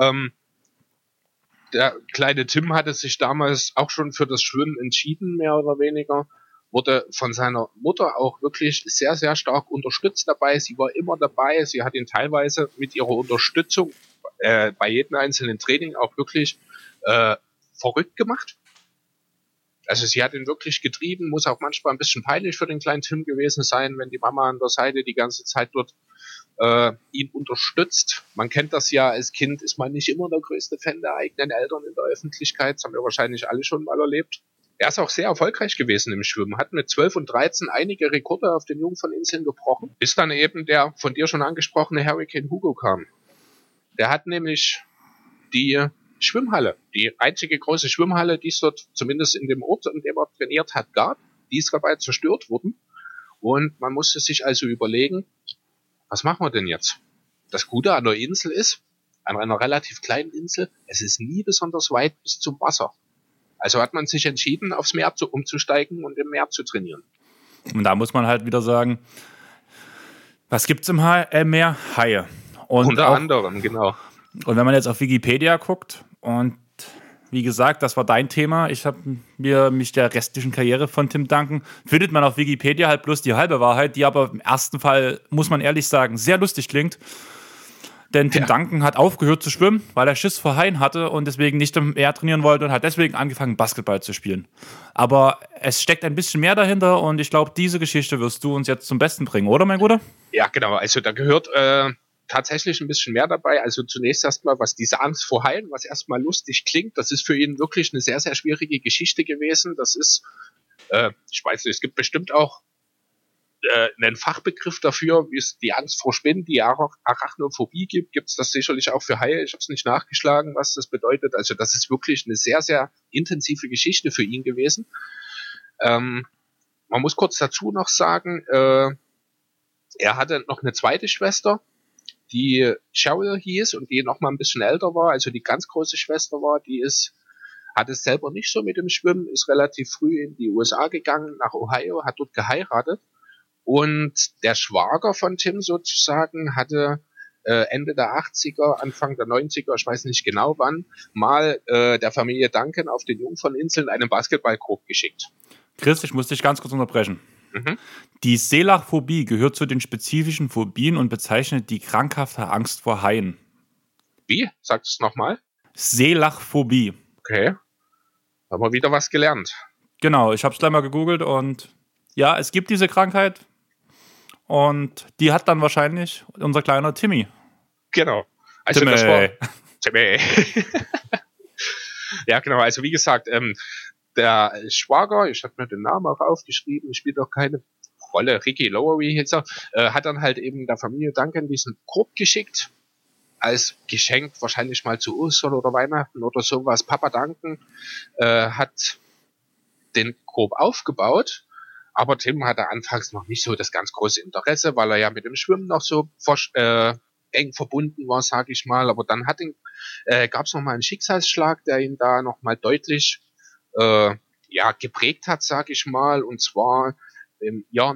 Der kleine Tim hatte sich damals auch schon für das Schwimmen entschieden, mehr oder weniger. Wurde von seiner Mutter auch wirklich sehr, sehr stark unterstützt dabei. Sie war immer dabei. Sie hat ihn teilweise mit ihrer Unterstützung bei jedem einzelnen Training auch wirklich verrückt gemacht. Also sie hat ihn wirklich getrieben, muss auch manchmal ein bisschen peinlich für den kleinen Tim gewesen sein, wenn die Mama an der Seite die ganze Zeit dort ihn unterstützt. Man kennt das ja, als Kind ist man nicht immer der größte Fan der eigenen Eltern in der Öffentlichkeit. Das haben wir wahrscheinlich alle schon mal erlebt. Er ist auch sehr erfolgreich gewesen im Schwimmen, hat mit 12 und 13 einige Rekorde auf den Jungferninseln gebrochen, bis dann eben der von dir schon angesprochene Hurricane Hugo kam. Der hat nämlich die Schwimmhalle, die einzige große Schwimmhalle, die es dort zumindest in dem Ort, in dem er trainiert hat, gab, die ist dabei zerstört worden. Und man musste sich also überlegen, was machen wir denn jetzt? Das Gute an der Insel ist, an einer relativ kleinen Insel, es ist nie besonders weit bis zum Wasser. Also hat man sich entschieden, aufs Meer umzusteigen und im Meer zu trainieren. Und da muss man halt wieder sagen, was gibt's im Meer? Haie. Und unter anderem, genau. Und wenn man jetzt auf Wikipedia guckt, und wie gesagt, das war dein Thema, ich habe mich der restlichen Karriere von Tim Duncan, findet man auf Wikipedia halt bloß die halbe Wahrheit, die aber im ersten Fall, muss man ehrlich sagen, sehr lustig klingt. Denn Tim Duncan hat aufgehört zu schwimmen, weil er Schiss vor Haien hatte und deswegen nicht im Meer trainieren wollte und hat deswegen angefangen, Basketball zu spielen. Aber es steckt ein bisschen mehr dahinter und ich glaube, diese Geschichte wirst du uns jetzt zum Besten bringen, oder, mein Guter? Ja, genau. Also da gehört tatsächlich ein bisschen mehr dabei. Also zunächst erstmal, was diese Angst vor Haien, was erstmal lustig klingt, das ist für ihn wirklich eine sehr, sehr schwierige Geschichte gewesen. Das ist, ich weiß nicht, es gibt bestimmt auch einen Fachbegriff dafür, wie es die Angst vor Spinnen, die Arachnophobie gibt es das sicherlich auch für Haie. Ich habe es nicht nachgeschlagen, was das bedeutet. Also das ist wirklich eine sehr, sehr intensive Geschichte für ihn gewesen. Man muss kurz dazu noch sagen, er hatte noch eine zweite Schwester, die Cheryl hieß und die noch mal ein bisschen älter war, also die ganz große Schwester war, hat es selber nicht so mit dem Schwimmen, ist relativ früh in die USA gegangen, nach Ohio, hat dort geheiratet. Und der Schwager von Tim sozusagen hatte Ende der 80er, Anfang der 90er, ich weiß nicht genau wann, mal der Familie Duncan auf den Jungferninseln einen Basketballkorb geschickt. Chris, ich muss dich ganz kurz unterbrechen. Die Seelachphobie gehört zu den spezifischen Phobien und bezeichnet die krankhafte Angst vor Haien. Wie? Sag es nochmal. Seelachphobie. Okay. Haben wir wieder was gelernt. Genau, ich habe es gleich mal gegoogelt und ja, es gibt diese Krankheit Und die hat dann wahrscheinlich unser kleiner Timmy. Genau. Also Timmy. das war Timmy. Ja, genau. Also wie gesagt, der Schwager, ich habe mir den Namen auch aufgeschrieben, spielt auch keine Rolle, Ricky Lowery hieß er, hat dann halt eben der Familie Duncan diesen Korb geschickt, als Geschenk wahrscheinlich mal zu Ostern oder Weihnachten oder sowas. Papa Duncan hat den Korb aufgebaut, aber Tim hatte anfangs noch nicht so das ganz große Interesse, weil er ja mit dem Schwimmen noch so eng verbunden war, sage ich mal. Aber dann gab es nochmal einen Schicksalsschlag, der ihn da nochmal deutlich geprägt hat, sage ich mal. Und zwar im Jahr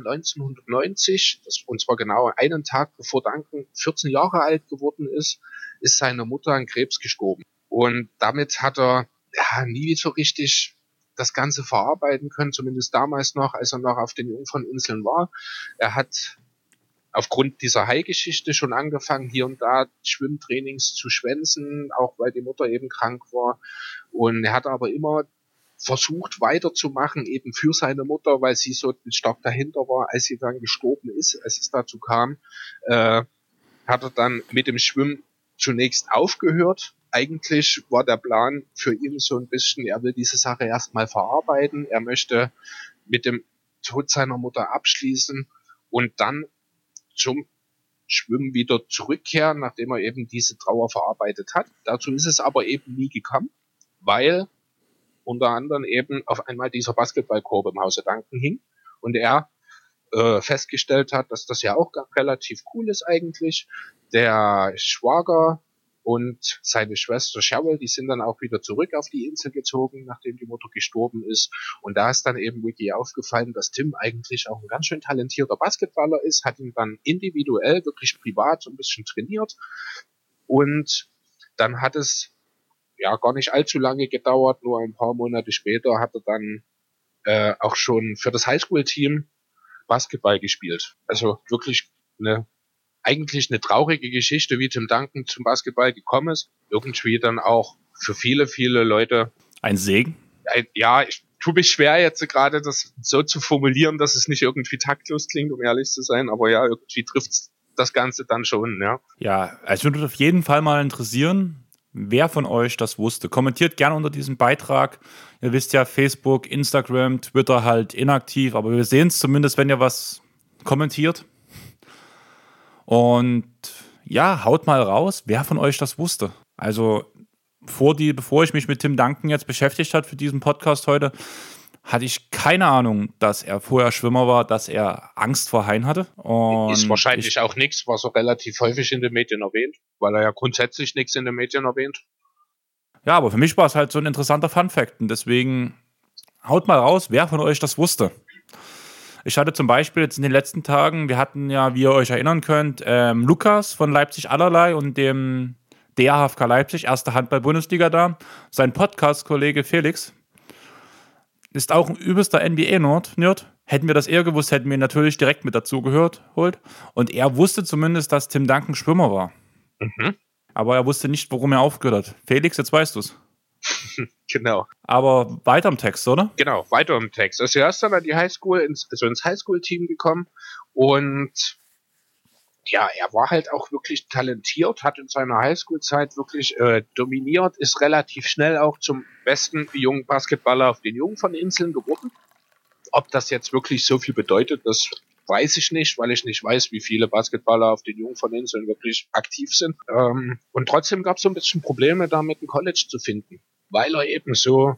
1990, und zwar genau einen Tag bevor Duncan 14 Jahre alt geworden ist seine Mutter an Krebs gestorben. Und damit hat er nie so richtig das Ganze verarbeiten können, zumindest damals noch, als er noch auf den Jungferninseln war. Er hat aufgrund dieser Hai-Geschichte schon angefangen, hier und da Schwimmtrainings zu schwänzen, auch weil die Mutter eben krank war. Und er hat aber immer versucht weiterzumachen, eben für seine Mutter, weil sie so stark dahinter war, als sie dann gestorben ist, als es dazu kam, hat er dann mit dem Schwimmen zunächst aufgehört. Eigentlich war der Plan für ihn so ein bisschen, er will diese Sache erstmal verarbeiten, er möchte mit dem Tod seiner Mutter abschließen und dann zum Schwimmen wieder zurückkehren, nachdem er eben diese Trauer verarbeitet hat. Dazu ist es aber eben nie gekommen, weil unter anderem eben auf einmal dieser Basketballkorb im Hause Duncan hing und er festgestellt hat, dass das ja auch relativ cool ist eigentlich. Der Schwager und seine Schwester Cheryl, die sind dann auch wieder zurück auf die Insel gezogen, nachdem die Mutter gestorben ist. Und da ist dann eben Ricky aufgefallen, dass Tim eigentlich auch ein ganz schön talentierter Basketballer ist, hat ihn dann individuell, wirklich privat so ein bisschen trainiert. Und dann hat es gar nicht allzu lange gedauert, nur ein paar Monate später hat er dann auch schon für das Highschool-Team Basketball gespielt. Also wirklich eigentlich eine traurige Geschichte, wie Tim Duncan zum Basketball gekommen ist. Irgendwie dann auch für viele, viele Leute ein Segen? Ich tue mich schwer jetzt gerade das so zu formulieren, dass es nicht irgendwie taktlos klingt, um ehrlich zu sein, aber ja, irgendwie trifft das Ganze dann schon, ja. Ja, es würde auf jeden Fall mal interessieren, wer von euch das wusste. Kommentiert gerne unter diesem Beitrag. Ihr wisst ja, Facebook, Instagram, Twitter halt inaktiv, aber wir sehen es zumindest, wenn ihr was kommentiert. Und ja, haut mal raus, wer von euch das wusste. Also bevor ich mich mit Tim Duncan jetzt beschäftigt habe für diesen Podcast heute, hatte ich keine Ahnung, dass er vorher Schwimmer war, dass er Angst vor Haien hatte. Und ist wahrscheinlich auch nichts, was er relativ häufig in den Medien erwähnt, weil er ja grundsätzlich nichts in den Medien erwähnt. Ja, aber für mich war es halt so ein interessanter Funfact und deswegen haut mal raus, wer von euch das wusste. Ich hatte zum Beispiel jetzt in den letzten Tagen, wir hatten ja, wie ihr euch erinnern könnt, Lukas von Leipzig Allerlei und dem DHFK Leipzig, erste Handball-Bundesliga da. Sein Podcast-Kollege Felix ist auch ein übelster NBA-Nerd. Hätten wir das eher gewusst, hätten wir ihn natürlich direkt mit dazu holt. Und er wusste zumindest, dass Tim Duncan Schwimmer war. Mhm. Aber er wusste nicht, warum er aufgehört hat. Felix, jetzt weißt du's. Genau. Aber weiter im Text, oder? Genau, weiter im Text. Also er ist dann an die Highschool, ins Highschool-Team gekommen und ja, er war halt auch wirklich talentiert, hat in seiner Highschool-Zeit wirklich dominiert, ist relativ schnell auch zum besten jungen Basketballer auf den Jungferninseln geworden. Ob das jetzt wirklich so viel bedeutet, das weiß ich nicht, weil ich nicht weiß, wie viele Basketballer auf den Jungferninseln wirklich aktiv sind. Und trotzdem gab es so ein bisschen Probleme, da mit dem College zu finden, weil er eben so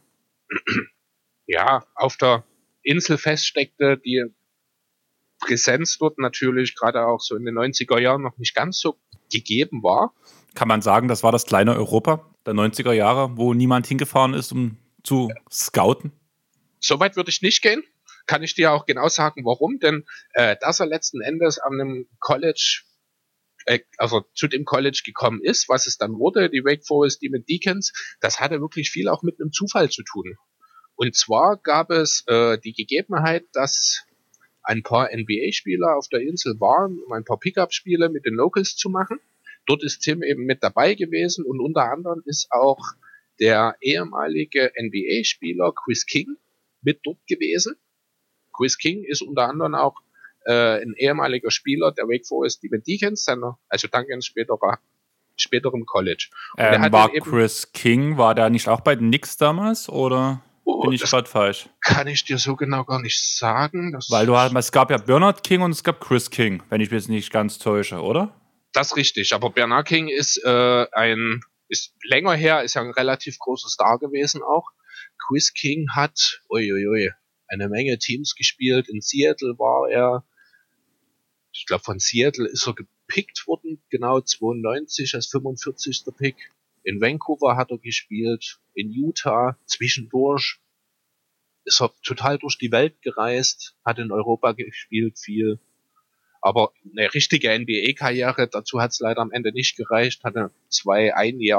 auf der Insel feststeckte, die Präsenz dort natürlich gerade auch so in den 90er Jahren noch nicht ganz so gegeben war. Kann man sagen, das war das kleine Europa der 90er Jahre, wo niemand hingefahren ist, um zu scouten? Soweit würde ich nicht gehen. Kann ich dir auch genau sagen, warum. Denn dass er letzten Endes an einem College, also zu dem College gekommen ist, was es dann wurde, die Wake Forest Demon Deacons, das hatte wirklich viel auch mit einem Zufall zu tun. Und zwar gab es die Gegebenheit, dass ein paar NBA-Spieler auf der Insel waren, um ein paar Pickup-Spiele mit den Locals zu machen. Dort ist Tim eben mit dabei gewesen und unter anderem ist auch der ehemalige NBA-Spieler Chris King mit dort gewesen. Chris King ist unter anderem auch ein ehemaliger Spieler der Wake Forest Demon Deacons, also Duncans späterem College. Und der hat war Chris King, war der nicht auch bei den Knicks damals, oder bin ich gerade falsch? Kann ich dir so genau gar nicht sagen. Weil es gab ja Bernard King und es gab Chris King, wenn ich mich jetzt nicht ganz täusche, oder? Das ist richtig, aber Bernard King ist länger her, ist ja ein relativ großer Star gewesen auch. Chris King hat eine Menge Teams gespielt. In Seattle war er, ich glaube von Seattle ist er gepickt worden, genau 92 als 45. Pick. In Vancouver hat er gespielt, in Utah zwischendurch ist er total durch die Welt gereist, hat in Europa gespielt viel. Aber eine richtige NBA-Karriere, dazu hat es leider am Ende nicht gereicht, hatte 3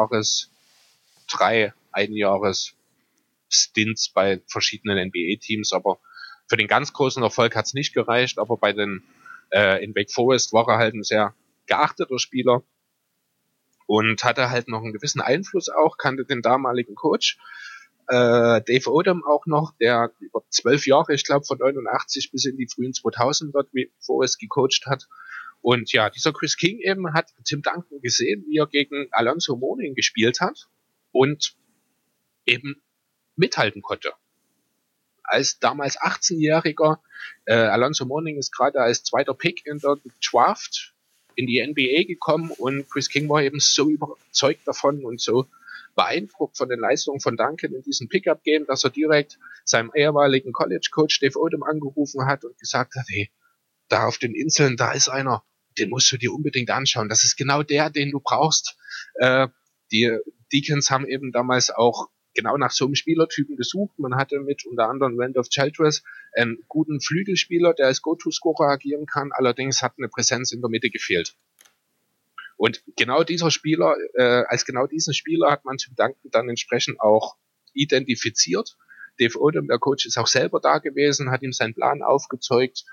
Einjahres-Stints bei verschiedenen NBA-Teams, aber für den ganz großen Erfolg hat es nicht gereicht, aber bei den in Wake Forest war er halt ein sehr geachteter Spieler und hatte halt noch einen gewissen Einfluss auch, kannte den damaligen Coach, Dave Odom auch noch, der über 12 Jahre, ich glaube von 89 bis in die frühen 2000 dort Wake Forest gecoacht hat. Und ja, dieser Chris King eben hat Tim Duncan gesehen, wie er gegen Alonzo Mourning gespielt hat und eben mithalten konnte. Als damals 18-Jähriger, Alonzo Mourning ist gerade als zweiter Pick in der Draft in die NBA gekommen und Chris King war eben so überzeugt davon und so beeindruckt von den Leistungen von Duncan in diesem Pickup-Game, dass er direkt seinem ehemaligen College-Coach Dave Odom angerufen hat und gesagt hat, hey, da auf den Inseln, da ist einer, den musst du dir unbedingt anschauen. Das ist genau der, den du brauchst. Die Deacons haben eben damals auch genau nach so einem Spielertypen gesucht. Man hatte mit unter anderem Randolph Childress einen guten Flügelspieler, der als Go-To-Scorer agieren kann. Allerdings hat eine Präsenz in der Mitte gefehlt. Und genau dieser Spieler, als genau diesen Spieler hat man Tim Duncan dann entsprechend auch identifiziert. Dave Odom, der Coach, ist auch selber da gewesen, hat ihm seinen Plan aufgezeigt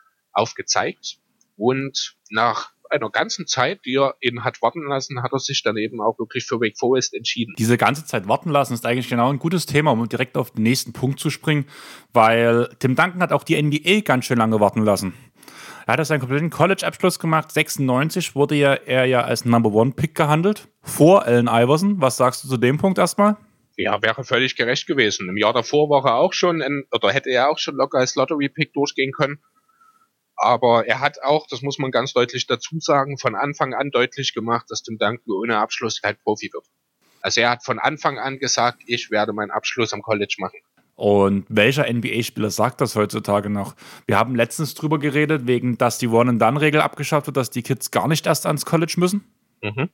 und nach einer ganzen Zeit, die er eben hat warten lassen, hat er sich dann eben auch wirklich für Wake Forest entschieden. Diese ganze Zeit warten lassen ist eigentlich genau ein gutes Thema, um direkt auf den nächsten Punkt zu springen, weil Tim Duncan hat auch die NBA ganz schön lange warten lassen. Er hat seinen kompletten College-Abschluss gemacht. 96 wurde er ja als Number-One-Pick gehandelt, vor Allen Iverson. Was sagst du zu dem Punkt erstmal? Ja, wäre völlig gerecht gewesen. Im Jahr davor war er auch schon, hätte er auch schon locker als Lottery-Pick durchgehen können. Aber er hat auch, das muss man ganz deutlich dazu sagen, von Anfang an deutlich gemacht, dass Tim Duncan ohne Abschluss kein Profi wird. Also er hat von Anfang an gesagt, ich werde meinen Abschluss am College machen. Und welcher NBA-Spieler sagt das heutzutage noch? Wir haben letztens drüber geredet, dass die One-and-Done-Regel abgeschafft wird, dass die Kids gar nicht erst ans College müssen. Mhm.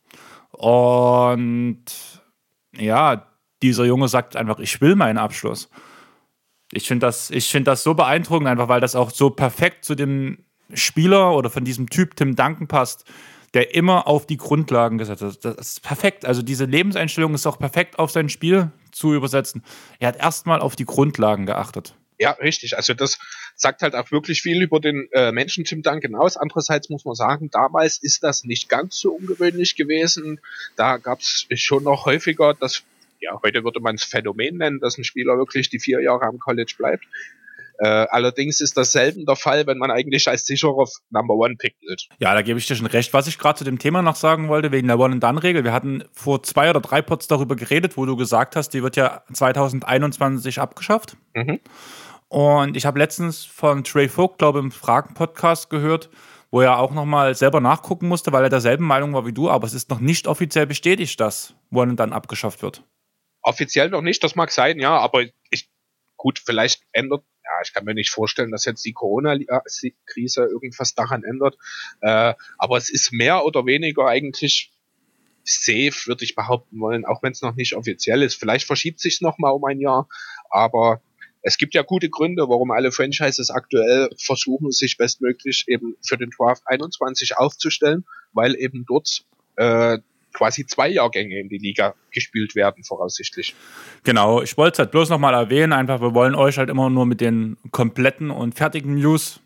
Und ja, dieser Junge sagt einfach, ich will meinen Abschluss. Ich finde das so beeindruckend, einfach weil das auch so perfekt zu dem Spieler oder von diesem Typ Tim Duncan passt, der immer auf die Grundlagen gesetzt hat. Das ist perfekt. Also diese Lebenseinstellung ist auch perfekt auf sein Spiel zu übersetzen. Er hat erstmal auf die Grundlagen geachtet. Ja, richtig. Also das sagt halt auch wirklich viel über den Menschen Tim Duncan aus. Andererseits muss man sagen, damals ist das nicht ganz so ungewöhnlich gewesen. Da gab es schon noch häufiger, heute würde man es Phänomen nennen, dass ein Spieler wirklich die 4 Jahre am College bleibt. Allerdings ist das selten der Fall, wenn man eigentlich als sicherer Number-One-Pick gilt. Ja, da gebe ich dir schon recht. Was ich gerade zu dem Thema noch sagen wollte, wegen der One-and-Done-Regel, wir hatten vor 2 oder 3 Pods darüber geredet, wo du gesagt hast, die wird ja 2021 abgeschafft. Mhm. Und ich habe letztens von Trey Vogt, glaube ich, im Fragen-Podcast gehört, wo er auch nochmal selber nachgucken musste, weil er derselben Meinung war wie du, aber es ist noch nicht offiziell bestätigt, dass One-and-Done abgeschafft wird. Offiziell noch nicht, das mag sein, ja, aber vielleicht ändert. Ja, ich kann mir nicht vorstellen, dass jetzt die Corona-Krise irgendwas daran ändert. Aber es ist mehr oder weniger eigentlich safe, würde ich behaupten wollen, auch wenn es noch nicht offiziell ist. Vielleicht verschiebt sich es nochmal um ein Jahr, aber es gibt ja gute Gründe, warum alle Franchises aktuell versuchen, sich bestmöglich eben für den Draft 21 aufzustellen, weil eben dort quasi 2 Jahrgänge in die Liga gespielt werden, voraussichtlich. Genau, ich wollte es halt bloß nochmal erwähnen, einfach, wir wollen euch halt immer nur mit den kompletten und fertigen News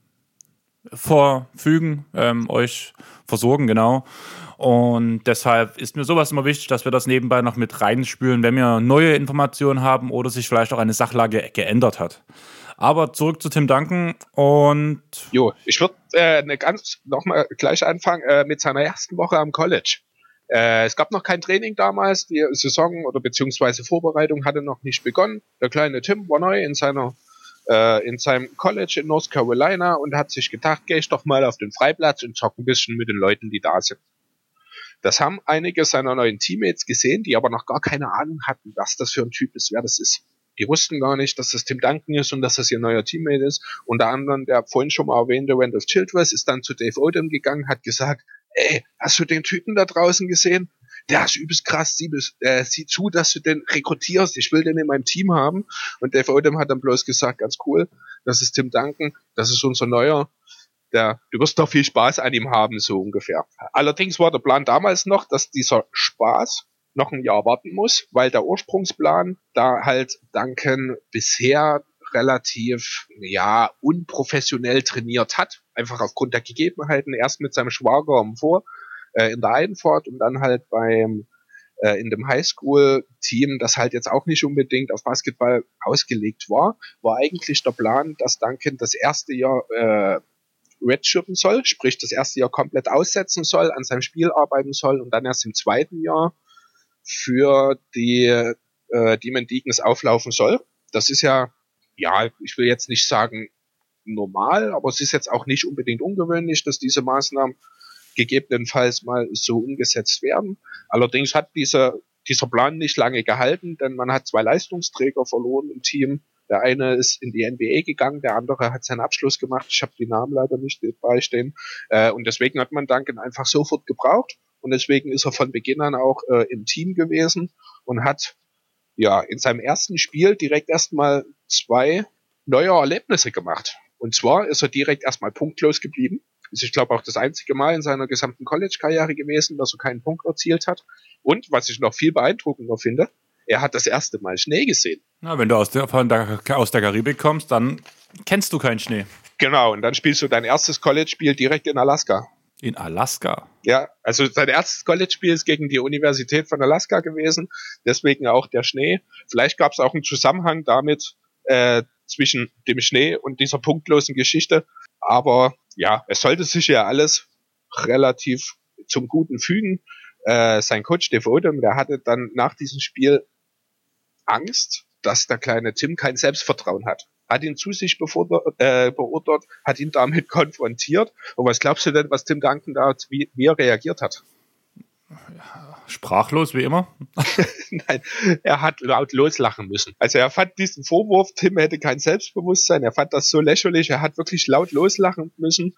verfügen, euch versorgen, genau. Und deshalb ist mir sowas immer wichtig, dass wir das nebenbei noch mit reinspülen, wenn wir neue Informationen haben oder sich vielleicht auch eine Sachlage geändert hat. Aber zurück zu Tim Duncan und... Jo, ich würde nochmal gleich anfangen mit seiner ersten Woche am College. Es gab noch kein Training damals, die Saison oder beziehungsweise Vorbereitung hatte noch nicht begonnen. Der kleine Tim war neu in seinem College in North Carolina und hat sich gedacht, gehe ich doch mal auf den Freiplatz und zocke ein bisschen mit den Leuten, die da sind. Das haben einige seiner neuen Teammates gesehen, die aber noch gar keine Ahnung hatten, was das für ein Typ ist, wer das ist. Die wussten gar nicht, dass das Tim Duncan ist und dass das ihr neuer Teammate ist. Unter anderem der vorhin schon mal erwähnte Randolph Childress ist dann zu Dave Odom gegangen, hat gesagt, ey, hast du den Typen da draußen gesehen? Der ist übelst krass, sieh zu, dass du den rekrutierst, ich will den in meinem Team haben. Und Dave Odom hat dann bloß gesagt, ganz cool, das ist Tim Duncan, das ist unser neuer, du wirst doch viel Spaß an ihm haben, so ungefähr. Allerdings war der Plan damals noch, dass dieser Spaß noch ein Jahr warten muss, weil der Ursprungsplan da halt Duncan bisher relativ, unprofessionell trainiert hat. Einfach aufgrund der Gegebenheiten. Erst mit seinem Schwager in der Einfahrt und dann halt in dem Highschool-Team, das halt jetzt auch nicht unbedingt auf Basketball ausgelegt war eigentlich der Plan, dass Duncan das erste Jahr redshirten soll, sprich das erste Jahr komplett aussetzen soll, an seinem Spiel arbeiten soll und dann erst im zweiten Jahr für die Demon Deacons auflaufen soll. Das ist ja, ich will jetzt nicht sagen normal, aber es ist jetzt auch nicht unbedingt ungewöhnlich, dass diese Maßnahmen gegebenenfalls mal so umgesetzt werden. Allerdings hat dieser Plan nicht lange gehalten, denn man hat 2 Leistungsträger verloren im Team. Der eine ist in die NBA gegangen, der andere hat seinen Abschluss gemacht. Ich habe die Namen leider nicht beistehen. Und deswegen hat man Duncan einfach sofort gebraucht. Und deswegen ist er von Beginn an auch im Team gewesen und hat in seinem ersten Spiel direkt erstmal 2 neue Erlebnisse gemacht. Und zwar ist er direkt erstmal punktlos geblieben. Ist, ich glaube, auch das einzige Mal in seiner gesamten College-Karriere gewesen, dass er keinen Punkt erzielt hat. Und was ich noch viel beeindruckender finde, er hat das erste Mal Schnee gesehen. Na, wenn du aus der Karibik kommst, dann kennst du keinen Schnee. Genau, und dann spielst du dein erstes College-Spiel direkt in Alaska. In Alaska? Ja, also sein erstes College-Spiel ist gegen die Universität von Alaska gewesen, deswegen auch der Schnee. Vielleicht gab es auch einen Zusammenhang damit zwischen dem Schnee und dieser punktlosen Geschichte, aber es sollte sich ja alles relativ zum Guten fügen. Sein Coach Dave Odom, der hatte dann nach diesem Spiel Angst, dass der kleine Tim kein Selbstvertrauen hat ihn zu sich beordert, hat ihn damit konfrontiert. Und was glaubst du denn, was Tim Duncan da, wie er reagiert hat? Sprachlos, wie immer? Nein, er hat laut loslachen müssen. Also er fand diesen Vorwurf, Tim hätte kein Selbstbewusstsein, er fand das so lächerlich, er hat wirklich laut loslachen müssen.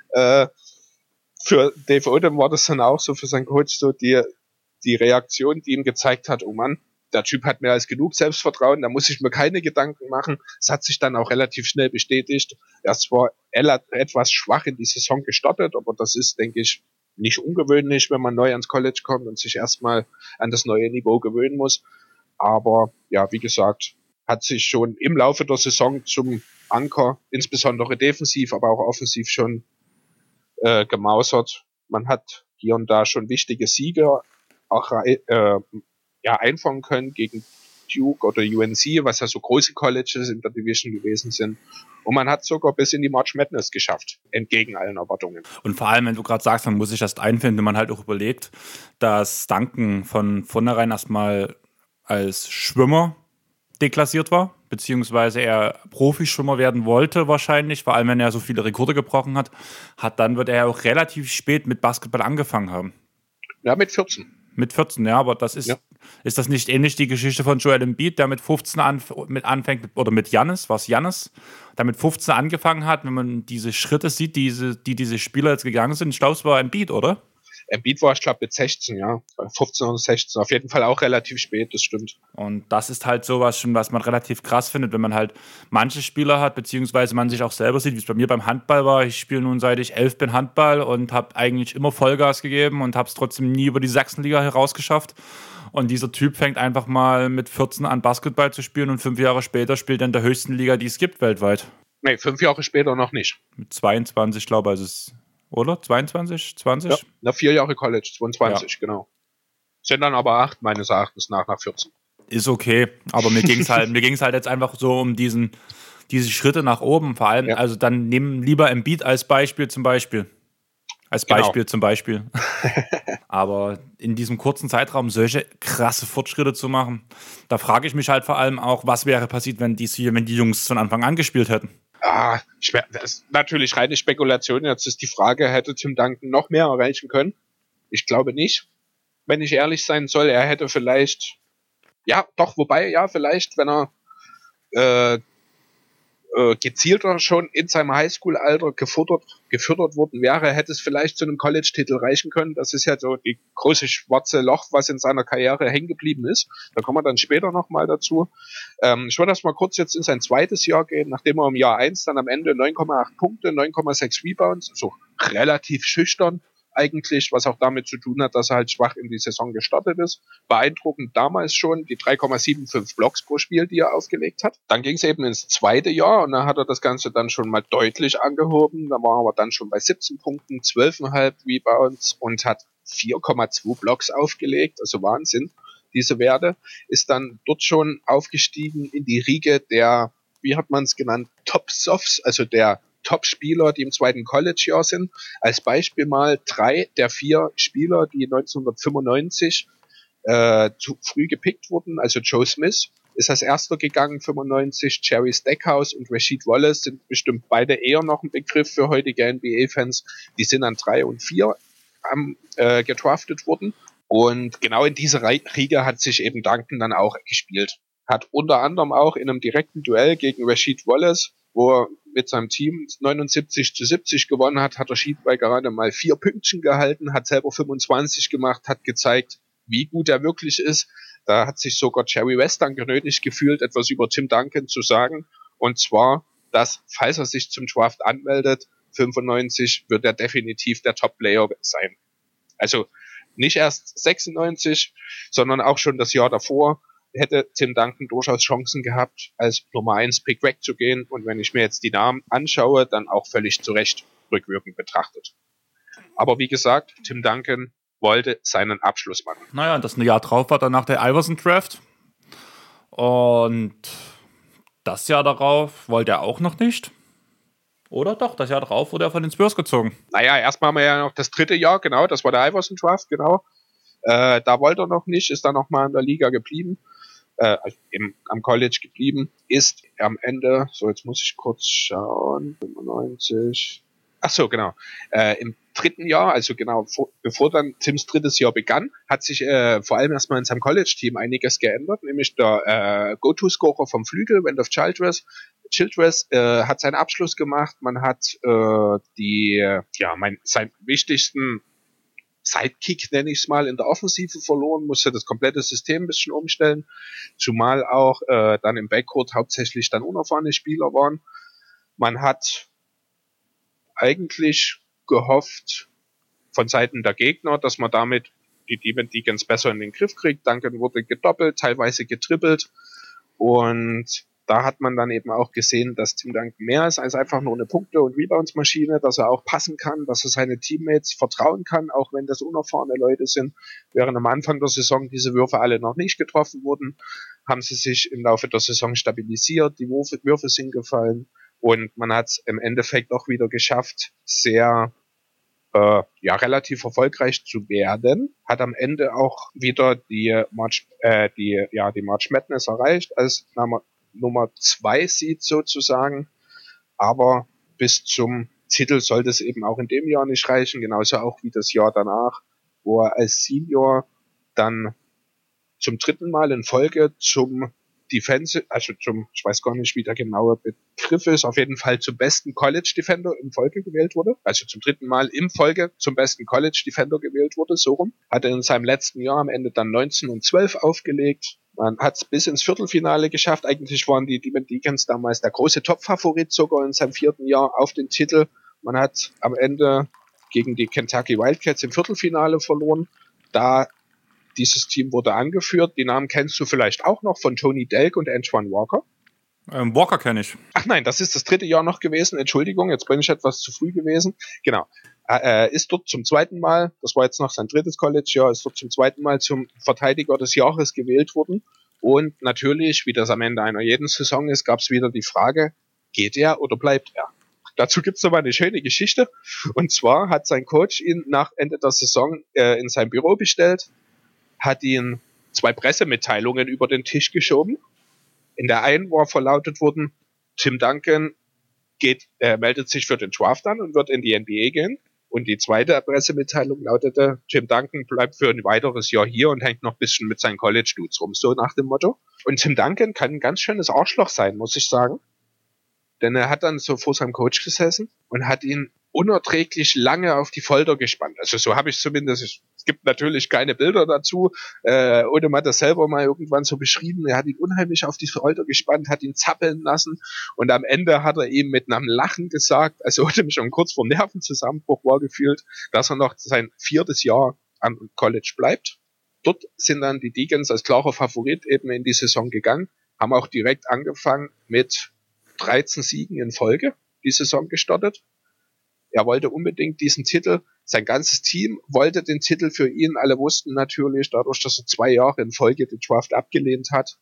Für Dave Odom war das dann auch so, für seinen Coach so die Reaktion, die ihm gezeigt hat, oh Mann, der Typ hat mehr als genug Selbstvertrauen, da muss ich mir keine Gedanken machen. Es hat sich dann auch relativ schnell bestätigt. Er ist zwar etwas schwach in die Saison gestartet, aber das ist, denke ich, nicht ungewöhnlich, wenn man neu ans College kommt und sich erstmal an das neue Niveau gewöhnen muss. Aber wie gesagt, hat sich schon im Laufe der Saison zum Anker, insbesondere defensiv, aber auch offensiv schon gemausert. Man hat hier und da schon wichtige Siege auch einfangen können gegen Duke oder UNC, was ja so große Colleges in der Division gewesen sind. Und man hat sogar bis in die March Madness geschafft, entgegen allen Erwartungen. Und vor allem, wenn du gerade sagst, man muss sich das einfinden, wenn man halt auch überlegt, dass Duncan von vornherein erstmal als Schwimmer deklassiert war, beziehungsweise er Profischwimmer werden wollte wahrscheinlich, vor allem wenn er so viele Rekorde gebrochen hat, dann wird er auch relativ spät mit Basketball angefangen haben. Ja, mit 14. Mit 14, ja, aber das ist das nicht ähnlich die Geschichte von Joel Embiid, der mit 15 anfängt, oder mit Giannis, der mit 15 angefangen hat, wenn man diese Schritte sieht, diese Spieler jetzt gegangen sind. Ich glaube, es war Embiid, oder? Embiid war, ich glaube, mit 16, 15 oder 16, auf jeden Fall auch relativ spät, das stimmt. Und das ist halt sowas schon, was man relativ krass findet, wenn man halt manche Spieler hat, beziehungsweise man sich auch selber sieht, wie es bei mir beim Handball war. Ich spiele nun, seit ich 11 bin, Handball und habe eigentlich immer Vollgas gegeben und habe es trotzdem nie über die Sachsenliga herausgeschafft. Und dieser Typ fängt einfach mal mit 14 an, Basketball zu spielen und 5 Jahre später spielt er in der höchsten Liga, die es gibt weltweit. Nee, 5 Jahre später noch nicht. Mit 22, glaube ich, also es oder? 22? 20? Ja, 4 Jahre College, 22, genau. Sind dann aber 8, meines Erachtens nach 14. Ist okay, aber mir ging's halt jetzt einfach so um diesen diese Schritte nach oben, vor allem, also dann nehmen lieber Embiid als Beispiel zum Beispiel. Aber in diesem kurzen Zeitraum solche krasse Fortschritte zu machen, da frage ich mich halt vor allem auch, was wäre passiert, wenn die Jungs von Anfang an gespielt hätten. Das ist natürlich reine Spekulation. Jetzt ist die Frage, hätte Tim Duncan noch mehr erreichen können? Ich glaube nicht, wenn ich ehrlich sein soll. Er hätte vielleicht, vielleicht, wenn er gezielter schon in seinem Highschool-Alter gefördert worden wäre, hätte es vielleicht zu einem College-Titel reichen können. Das ist ja so die große schwarze Loch, was in seiner Karriere hängen geblieben ist. Da kommen wir dann später nochmal dazu. Ich würde erst mal kurz jetzt in sein zweites Jahr gehen, nachdem er im Jahr 1 dann am Ende 9,8 Punkte, 9,6 Rebounds, so relativ schüchtern eigentlich, was auch damit zu tun hat, dass er halt schwach in die Saison gestartet ist. Beeindruckend damals schon die 3,75 Blocks pro Spiel, die er aufgelegt hat. Dann ging es eben ins zweite Jahr und da hat er das Ganze dann schon mal deutlich angehoben. Da war er aber dann schon bei 17 Punkten, 12,5 Rebounds und hat 4,2 Blocks aufgelegt. Also Wahnsinn, diese Werte. Ist dann dort schon aufgestiegen in die Riege der, wie hat man es genannt, Top-Softs, also der Top-Spieler, die im zweiten College-Jahr sind. Als Beispiel mal 3 der 4 Spieler, die 1995 zu früh gepickt wurden. Also Joe Smith ist als erster gegangen, 95. Jerry Stackhouse und Rasheed Wallace sind bestimmt beide eher noch ein Begriff für heutige NBA-Fans. Die sind an 3 und 4 gedraftet worden. Und genau in dieser Riege hat sich eben Duncan dann auch gespielt. Hat unter anderem auch in einem direkten Duell gegen Rasheed Wallace, wo er mit seinem Team 79-70 gewonnen hat, hat Rasheed bei gerade mal 4 Pünktchen gehalten, hat selber 25 gemacht, hat gezeigt, wie gut er wirklich ist. Da hat sich sogar Jerry West dann genötigt gefühlt, etwas über Tim Duncan zu sagen. Und zwar, dass, falls er sich zum Draft anmeldet, 95 wird er definitiv der Top-Player sein. Also nicht erst 96, sondern auch schon das Jahr davor hätte Tim Duncan durchaus Chancen gehabt, als Nummer 1 Pick wegzugehen. Und wenn ich mir jetzt die Namen anschaue, dann auch völlig zu Recht rückwirkend betrachtet. Aber wie gesagt, Tim Duncan wollte seinen Abschluss machen. Naja, das Jahr drauf war danach der Iverson-Draft. Und das Jahr darauf wollte er auch noch nicht. Oder doch, das Jahr darauf wurde er von den Spurs gezogen. Naja, erstmal haben wir ja noch das dritte Jahr, genau, das war der Iverson-Draft, genau. Da wollte er noch nicht, ist dann nochmal in der Liga geblieben. Am College geblieben, ist am Ende, so jetzt muss ich kurz schauen, 95, genau, im dritten Jahr, also genau, bevor dann Tims drittes Jahr begann, hat sich vor allem erstmal in seinem College-Team einiges geändert, nämlich der Go-To-Scorer vom Flügel, Wendell Childress, hat seinen Abschluss gemacht, man hat seinen wichtigsten Sidekick, nenne ich es mal, in der Offensive verloren, musste das komplette System ein bisschen umstellen, zumal auch dann im Backcourt hauptsächlich dann unerfahrene Spieler waren. Man hat eigentlich gehofft von Seiten der Gegner, dass man damit die Demon Deacons besser in den Griff kriegt. Duncan wurde gedoppelt, teilweise getrippelt und da hat man dann eben auch gesehen, dass Tim Duncan mehr ist als einfach nur eine Punkte- und Rebounds-Maschine, dass er auch passen kann, dass er seine Teammates vertrauen kann, auch wenn das unerfahrene Leute sind. Während am Anfang der Saison diese Würfe alle noch nicht getroffen wurden, haben sie sich im Laufe der Saison stabilisiert, die Würfe sind gefallen und man hat es im Endeffekt auch wieder geschafft, sehr relativ erfolgreich zu werden, hat am Ende auch wieder die March Madness erreicht als Nummer 2 Seed sozusagen, aber bis zum Titel sollte es eben auch in dem Jahr nicht reichen, genauso auch wie das Jahr danach, wo er als Senior dann zum dritten Mal in Folge zum Defensive, ich weiß gar nicht, wie der genaue Begriff ist, auf jeden Fall zum besten College Defender in Folge gewählt wurde, also zum dritten Mal in Folge zum besten College Defender gewählt wurde, so rum. Hatte in seinem letzten Jahr am Ende dann 19 und 12 aufgelegt. Man hat es bis ins Viertelfinale geschafft. Eigentlich waren die Demon Deacons damals der große Top-Favorit sogar in seinem 4. Jahr auf den Titel. Man hat am Ende gegen die Kentucky Wildcats im Viertelfinale verloren. Dieses Team wurde angeführt. Die Namen kennst du vielleicht auch noch von Tony Delk und Antoine Walker. Walker kenne ich. Ach nein, das ist das 3. Jahr noch gewesen. Entschuldigung, jetzt bin ich etwas zu früh gewesen. Genau. Ist dort zum 2. Mal, das war jetzt noch sein 3. College-Jahr, ist dort zum 2. Mal zum Verteidiger des Jahres gewählt worden. Und natürlich, wie das am Ende einer jeden Saison ist, gab es wieder die Frage, geht er oder bleibt er? Dazu gibt es nochmal eine schöne Geschichte. Und zwar hat sein Coach ihn nach Ende der Saison in sein Büro bestellt, hat ihn 2 Pressemitteilungen über den Tisch geschoben. In der einen war verlautet worden, Tim Duncan meldet sich für den Draft an und wird in die NBA gehen. Und die zweite Pressemitteilung lautete, Tim Duncan bleibt für ein weiteres Jahr hier und hängt noch ein bisschen mit seinen College-Dudes rum, so nach dem Motto. Und Tim Duncan kann ein ganz schönes Arschloch sein, muss ich sagen. Denn er hat dann so vor seinem Coach gesessen und hat ihn unerträglich lange auf die Folter gespannt. Also so habe ich zumindest, es gibt natürlich keine Bilder dazu, Odom hat das selber mal irgendwann so beschrieben, er hat ihn unheimlich auf die Folter gespannt, hat ihn zappeln lassen und am Ende hat er ihm mit einem Lachen gesagt, also Odom schon kurz vor Nervenzusammenbruch war gefühlt, dass er noch sein 4. Jahr am College bleibt. Dort sind dann die Deacons als klarer Favorit eben in die Saison gegangen, haben auch direkt angefangen mit 13 Siegen in Folge die Saison gestartet. Er wollte unbedingt diesen Titel. Sein ganzes Team wollte den Titel für ihn. Alle wussten natürlich, dadurch, dass er 2 Jahre in Folge den Draft abgelehnt hat,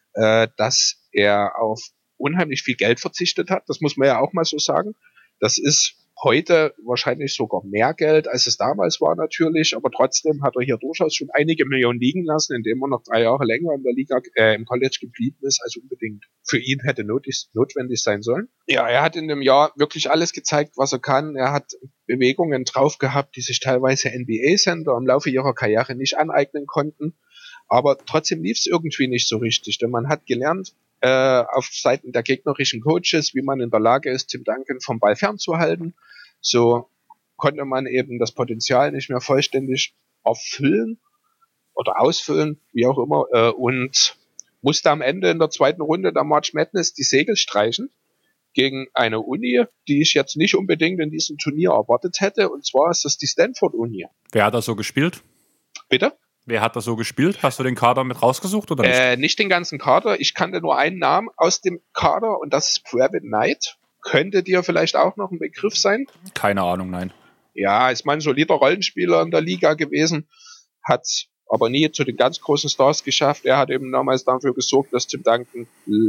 dass er auf unheimlich viel Geld verzichtet hat. Das muss man ja auch mal so sagen. Das ist heute wahrscheinlich sogar mehr Geld, als es damals war natürlich, aber trotzdem hat er hier durchaus schon einige Millionen liegen lassen, indem er noch 3 Jahre länger in der Liga, im College geblieben ist, als unbedingt für ihn hätte notwendig sein sollen. Ja, er hat in dem Jahr wirklich alles gezeigt, was er kann. Er hat Bewegungen drauf gehabt, die sich teilweise NBA-Sender im Laufe ihrer Karriere nicht aneignen konnten, aber trotzdem lief es irgendwie nicht so richtig, denn man hat gelernt, auf Seiten der gegnerischen Coaches, wie man in der Lage ist, Tim Duncan vom Ball fernzuhalten. So konnte man eben das Potenzial nicht mehr vollständig erfüllen oder ausfüllen, wie auch immer, und musste am Ende in der 2. Runde der March Madness die Segel streichen gegen eine Uni, die ich jetzt nicht unbedingt in diesem Turnier erwartet hätte, und zwar ist das die Stanford-Uni. Wer hat da so gespielt? Bitte? Wer hat das so gespielt? Hast du den Kader mit rausgesucht oder nicht? Nicht den ganzen Kader. Ich kannte nur einen Namen aus dem Kader und das ist Brevin Knight. Könnte dir vielleicht auch noch ein Begriff sein? Keine Ahnung, nein. Ja, ist mal ein solider Rollenspieler in der Liga gewesen, hat aber nie zu den ganz großen Stars geschafft. Er hat eben damals dafür gesorgt, dass Tim Duncan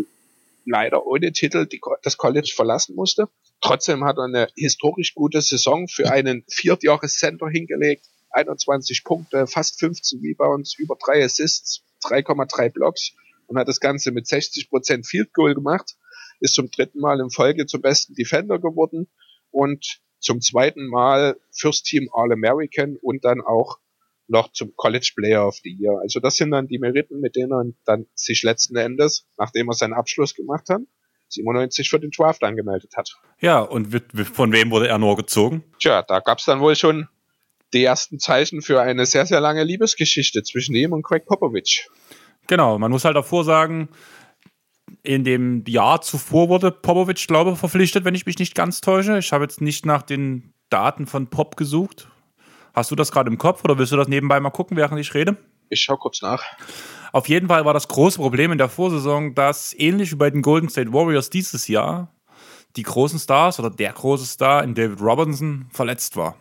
leider ohne Titel das College verlassen musste. Trotzdem hat er eine historisch gute Saison für einen 4-Jahres-Center hingelegt. 21 Punkte, fast 15 Rebounds, über 3 Assists, 3,3 Blocks und hat das Ganze mit 60% Field Goal gemacht, ist zum 3. Mal in Folge zum besten Defender geworden und zum 2. Mal First Team All-American und dann auch noch zum College Player of the Year. Also das sind dann die Meriten, mit denen er dann sich letzten Endes, nachdem er seinen Abschluss gemacht hat, 97 für den Draft angemeldet hat. Ja, und von wem wurde er nur gezogen? Tja, da gab es dann wohl schon die ersten Zeichen für eine sehr, sehr lange Liebesgeschichte zwischen ihm und Greg Popovich. Genau, man muss halt davor sagen, in dem Jahr zuvor wurde Popovich, glaube ich, verpflichtet, wenn ich mich nicht ganz täusche. Ich habe jetzt nicht nach den Daten von Pop gesucht. Hast du das gerade im Kopf oder willst du das nebenbei mal gucken, während ich rede? Ich schaue kurz nach. Auf jeden Fall war das große Problem in der Vorsaison, dass ähnlich wie bei den Golden State Warriors dieses Jahr die großen Stars oder der große Star in David Robinson verletzt war.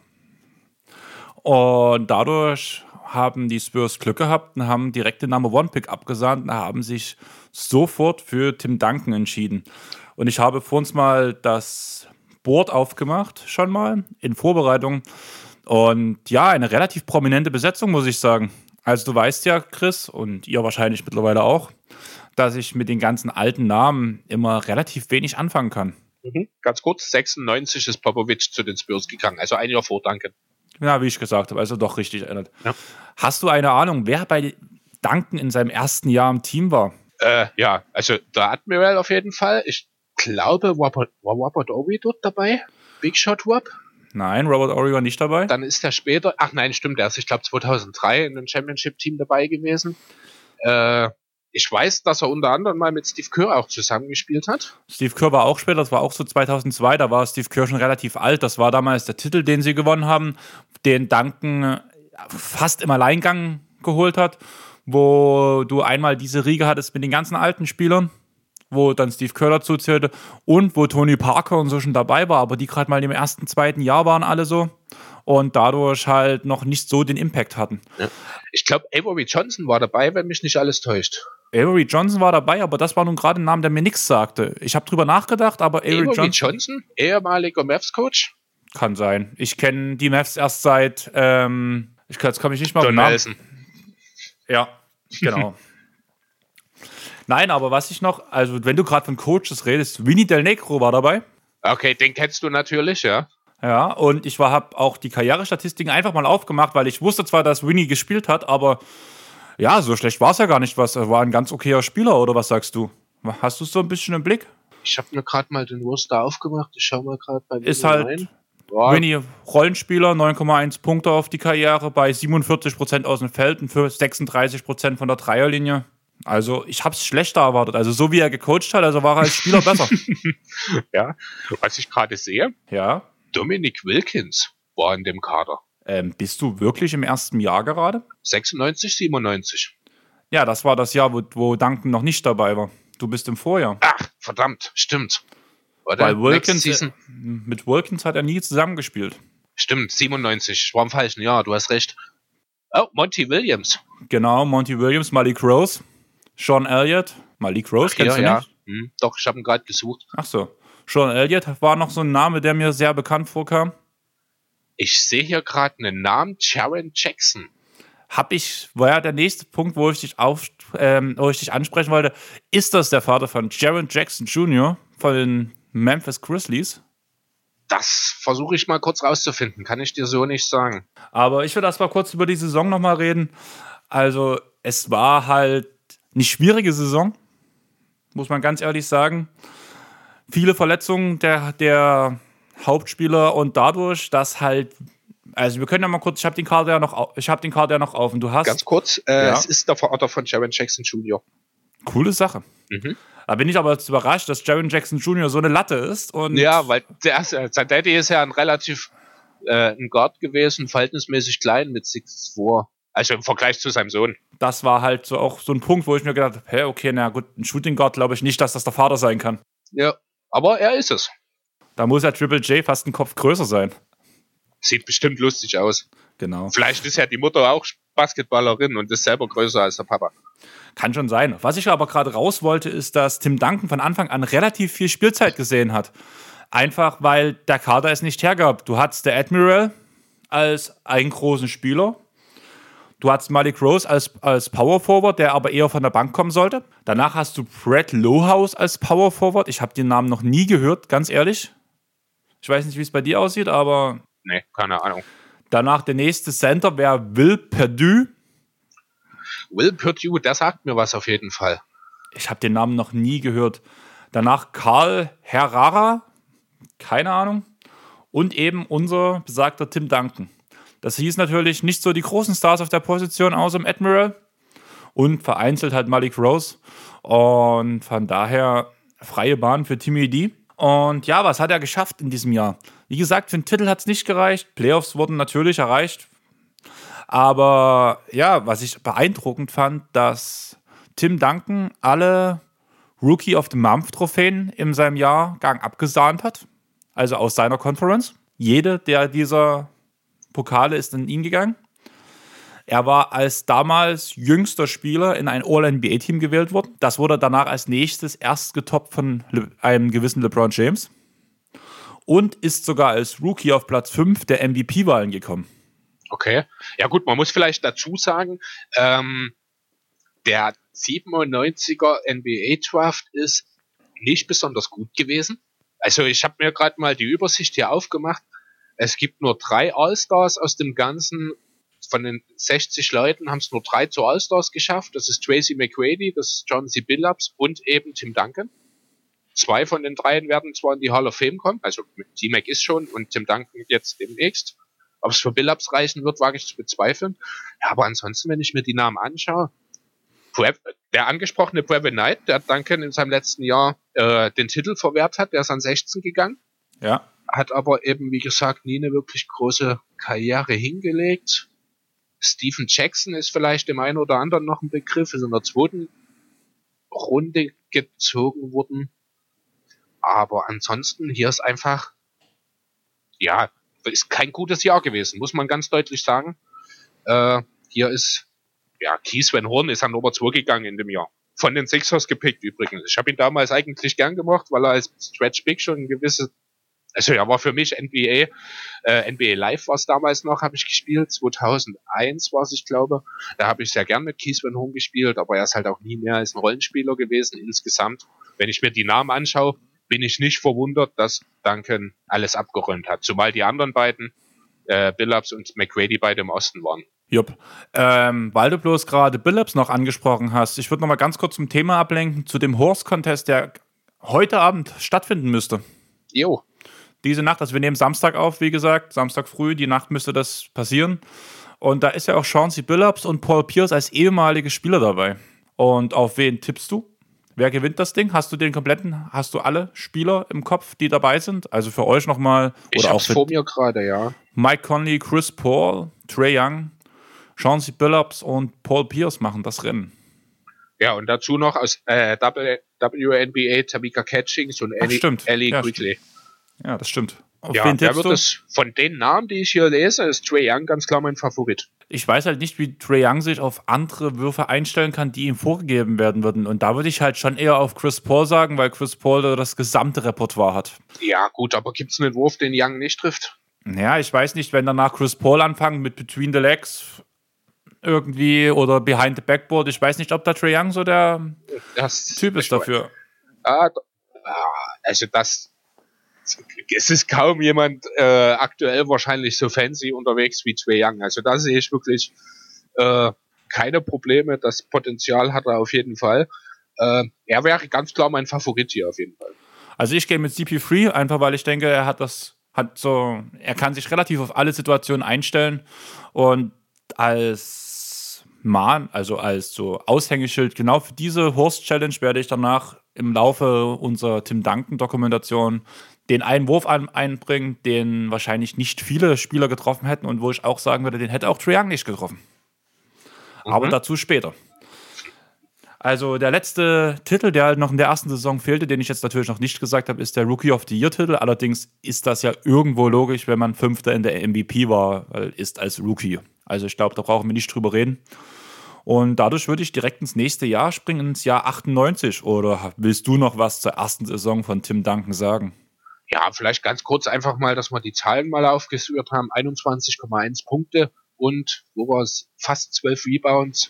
Und dadurch haben die Spurs Glück gehabt und haben direkt den Number-One-Pick abgesahnt und haben sich sofort für Tim Duncan entschieden. Und ich habe vor uns mal das Board aufgemacht, schon mal, in Vorbereitung. Und ja, eine relativ prominente Besetzung, muss ich sagen. Also du weißt ja, Chris, und ihr wahrscheinlich mittlerweile auch, dass ich mit den ganzen alten Namen immer relativ wenig anfangen kann. Ganz kurz, 96 ist Popovich zu den Spurs gegangen, also ein Jahr vor Duncan. Ja, wie ich gesagt habe, also doch richtig erinnert. Ja. Hast du eine Ahnung, wer bei Duncan in seinem ersten Jahr im Team war? Ja, also der Admiral auf jeden Fall. Ich glaube, war Robert Ory dort dabei? Big Shot Rob? Nein, Robert Ory war nicht dabei. Dann ist er später, ach nein, stimmt, er ist, ich glaube, 2003 in einem Championship-Team dabei gewesen. Ich weiß, dass er unter anderem mal mit Steve Kerr auch zusammengespielt hat. Steve Kerr war auch später, das war auch so 2002, da war Steve Kerr schon relativ alt. Das war damals der Titel, den sie gewonnen haben, den Duncan fast im Alleingang geholt hat, wo du einmal diese Riege hattest mit den ganzen alten Spielern, wo dann Steve Kerr dazu zählte und wo Tony Parker und so schon dabei war, aber die gerade mal im ersten, 2. Jahr waren alle so und dadurch halt noch nicht so den Impact hatten. Ja. Ich glaube, Avery Johnson war dabei, wenn mich nicht alles täuscht. Avery Johnson war dabei, aber das war nun gerade ein Name, der mir nichts sagte. Ich habe drüber nachgedacht, aber Avery Johnson, ehemaliger Mavs-Coach? Kann sein. Ich kenne die Mavs erst seit, jetzt komme ich nicht mal auf den Don Namen. Nelson. Ja, genau. Nein, aber was ich noch, also wenn du gerade von Coaches redest, Vinny Del Negro war dabei. Okay, den kennst du natürlich, ja. Ja, und ich habe auch die Karrierestatistiken einfach mal aufgemacht, weil ich wusste zwar, dass Vinny gespielt hat, aber ja, so schlecht war es ja gar nicht. Er war ein ganz okayer Spieler, oder was sagst du? Hast du es so ein bisschen im Blick? Ich habe mir gerade mal den Roster aufgemacht. Ich schau mal gerade bei Ist halt rein. Vinny Rollenspieler, 9,1 Punkte auf die Karriere, bei 47% aus dem Feld und für 36% von der Dreierlinie. Also, ich habe es schlechter erwartet. Also, so wie er gecoacht hat, also war er als Spieler besser. Ja, was ich gerade sehe, Ja. Dominic Wilkins war in dem Kader. Bist du wirklich im ersten Jahr gerade? 96, 97. Ja, das war das Jahr, wo Duncan noch nicht dabei war. Du bist im Vorjahr. Ach, verdammt, stimmt. Weil mit Wilkins hat er nie zusammengespielt. Stimmt, 97. War im falschen Jahr, du hast recht. Oh, Monty Williams. Genau, Monty Williams, Malik Rose, Sean Elliott. Malik Rose, kennst du nicht? Doch, ich habe ihn gerade gesucht. Ach so. Sean Elliott war noch so ein Name, der mir sehr bekannt vorkam. Ich sehe hier gerade einen Namen, Jaren Jackson. War ja der nächste Punkt, wo ich dich ansprechen wollte. Ist das der Vater von Jaren Jackson Jr. von den Memphis Grizzlies? Das versuche ich mal kurz rauszufinden, kann ich dir so nicht sagen. Aber ich will erst mal kurz über die Saison nochmal reden. Also, es war halt eine schwierige Saison, muss man ganz ehrlich sagen. Viele Verletzungen der Hauptspieler und dadurch, dass halt, also wir können ja mal kurz, ich habe den Kader ja noch auf und du hast... Ganz kurz, es ist der Vater von Jaren Jackson Jr. Coole Sache. Mhm. Da bin ich aber jetzt überrascht, dass Jaren Jackson Jr. so eine Latte ist. Und ja, weil sein Daddy ist ja ein relativ ein Guard gewesen, verhältnismäßig klein mit 6'2". Also im Vergleich zu seinem Sohn. Das war halt so auch so ein Punkt, wo ich mir gedacht habe, okay, na gut, ein Shooting Guard glaube ich nicht, dass das der Vater sein kann. Ja, aber er ist es. Da muss ja Triple J fast einen Kopf größer sein. Sieht bestimmt lustig aus. Genau. Vielleicht ist ja die Mutter auch Basketballerin und ist selber größer als der Papa. Kann schon sein. Was ich aber gerade raus wollte, ist, dass Tim Duncan von Anfang an relativ viel Spielzeit gesehen hat. Einfach, weil der Kader es nicht hergab. Du hattest der Admiral als einen großen Spieler. Du hattest Malik Rose als Power Forward, der aber eher von der Bank kommen sollte. Danach hast du Brett Lohaus als Power Forward. Ich habe den Namen noch nie gehört, ganz ehrlich. Ich weiß nicht, wie es bei dir aussieht, aber... Nee, keine Ahnung. Danach der nächste Center wäre Will Perdue. Will Perdue, der sagt mir was auf jeden Fall. Ich habe den Namen noch nie gehört. Danach Carl Herrera. Keine Ahnung. Und eben unser besagter Tim Duncan. Das hieß natürlich nicht so die großen Stars auf der Position außer dem Admiral. Und vereinzelt halt Malik Rose. Und von daher freie Bahn für Timmy D. Und ja, was hat er geschafft in diesem Jahr? Wie gesagt, für den Titel hat es nicht gereicht. Playoffs wurden natürlich erreicht. Aber ja, was ich beeindruckend fand, dass Tim Duncan alle Rookie of the Month Trophäen in seinem Jahrgang abgesahnt hat. Also aus seiner Conference. Jede dieser Pokale ist an ihn gegangen. Er war als damals jüngster Spieler in ein All-NBA-Team gewählt worden. Das wurde danach als nächstes erst getoppt von einem gewissen LeBron James. Und ist sogar als Rookie auf Platz 5 der MVP-Wahlen gekommen. Okay. Ja gut, man muss vielleicht dazu sagen, der 97er NBA-Draft ist nicht besonders gut gewesen. Also ich habe mir gerade mal die Übersicht hier aufgemacht. Es gibt nur 3 All-Stars aus dem Ganzen. Von den 60 Leuten haben es nur 3 zu All-Stars geschafft. Das ist Tracy McGrady, das ist John C. Billups und eben Tim Duncan. 2 von den 3 werden zwar in die Hall of Fame kommen, also T-Mac ist schon und Tim Duncan jetzt demnächst. Ob es für Billups reichen wird, wage ich zu bezweifeln. Ja, aber ansonsten, wenn ich mir die Namen anschaue, der angesprochene Brevin Knight, der Duncan in seinem letzten Jahr den Titel verwehrt hat, der ist an 16 gegangen. Ja. Hat aber eben, wie gesagt, nie eine wirklich große Karriere hingelegt. Stephen Jackson ist vielleicht dem einen oder anderen noch ein Begriff, ist in der 2. Runde gezogen worden. Aber ansonsten, hier ist einfach, ja, ist kein gutes Jahr gewesen, muss man ganz deutlich sagen. Hier ist, ja, Keith Van Horn ist an Nummer 2 gegangen in dem Jahr. von den Sixers gepickt übrigens. Ich habe ihn damals eigentlich gern gemacht, weil er als Stretch Big schon ein gewisses, also er war für mich NBA Live war es damals noch, habe ich gespielt, 2001 war es, ich glaube. Da habe ich sehr gern mit Keith Van Horn gespielt, aber er ist halt auch nie mehr als ein Rollenspieler gewesen insgesamt. Wenn ich mir die Namen anschaue, bin ich nicht verwundert, dass Duncan alles abgeräumt hat. Zumal die anderen beiden, Billups und McGrady, beide im Osten waren. Jupp. Weil du bloß gerade Billups noch angesprochen hast, ich würde noch mal ganz kurz zum Thema ablenken, zu dem Horse-Contest, der heute Abend stattfinden müsste. Jo. Diese Nacht, also wir nehmen Samstag auf, wie gesagt, Samstag früh, die Nacht müsste das passieren. Und da ist ja auch Chauncey Billups und Paul Pierce als ehemalige Spieler dabei. Und auf wen tippst du? Wer gewinnt das Ding? Hast du alle Spieler im Kopf, die dabei sind? Also für euch nochmal. Ich hab's vor mir gerade, ja. Mike Conley, Chris Paul, Trae Young, Chauncey Billups und Paul Pierce machen das Rennen. Ja, und dazu noch aus WNBA Tamika Catchings und Ellie Quigley. Ja, das stimmt. Auf wen tippst du? Von den Namen, die ich hier lese, ist Trae Young ganz klar mein Favorit. Ich weiß halt nicht, wie Trae Young sich auf andere Würfe einstellen kann, die ihm vorgegeben werden würden. Und da würde ich halt schon eher auf Chris Paul sagen, weil Chris Paul das gesamte Repertoire hat. Ja, gut, aber gibt es einen Wurf, den Young nicht trifft? Ja, ich weiß nicht, wenn danach Chris Paul anfangen mit Between the Legs irgendwie oder Behind the Backboard. Ich weiß nicht, ob da Trae Young so der Typ ist dafür. Also es ist kaum jemand aktuell wahrscheinlich so fancy unterwegs wie Trae Young. Also da sehe ich wirklich keine Probleme. Das Potenzial hat er auf jeden Fall. Er wäre ganz klar mein Favorit hier auf jeden Fall. Also ich gehe mit CP3, einfach weil ich denke, er kann sich relativ auf alle Situationen einstellen und als Mann, also als so Aushängeschild, genau für diese Horst-Challenge werde ich danach im Laufe unserer Tim Duncan-Dokumentation den einen Wurf einbringen, den wahrscheinlich nicht viele Spieler getroffen hätten und wo ich auch sagen würde, den hätte auch Trae Young nicht getroffen. Aber dazu später. Also der letzte Titel, der halt noch in der ersten Saison fehlte, den ich jetzt natürlich noch nicht gesagt habe, ist der Rookie of the Year-Titel. Allerdings ist das ja irgendwo logisch, wenn man Fünfter in der MVP war, ist als Rookie. Also ich glaube, da brauchen wir nicht drüber reden. Und dadurch würde ich direkt ins nächste Jahr springen, ins Jahr 98. Oder willst du noch was zur ersten Saison von Tim Duncan sagen? Ja, vielleicht ganz kurz einfach mal, dass wir die Zahlen mal aufgeführt haben. 21,1 Punkte und wo war es? Fast 12 Rebounds,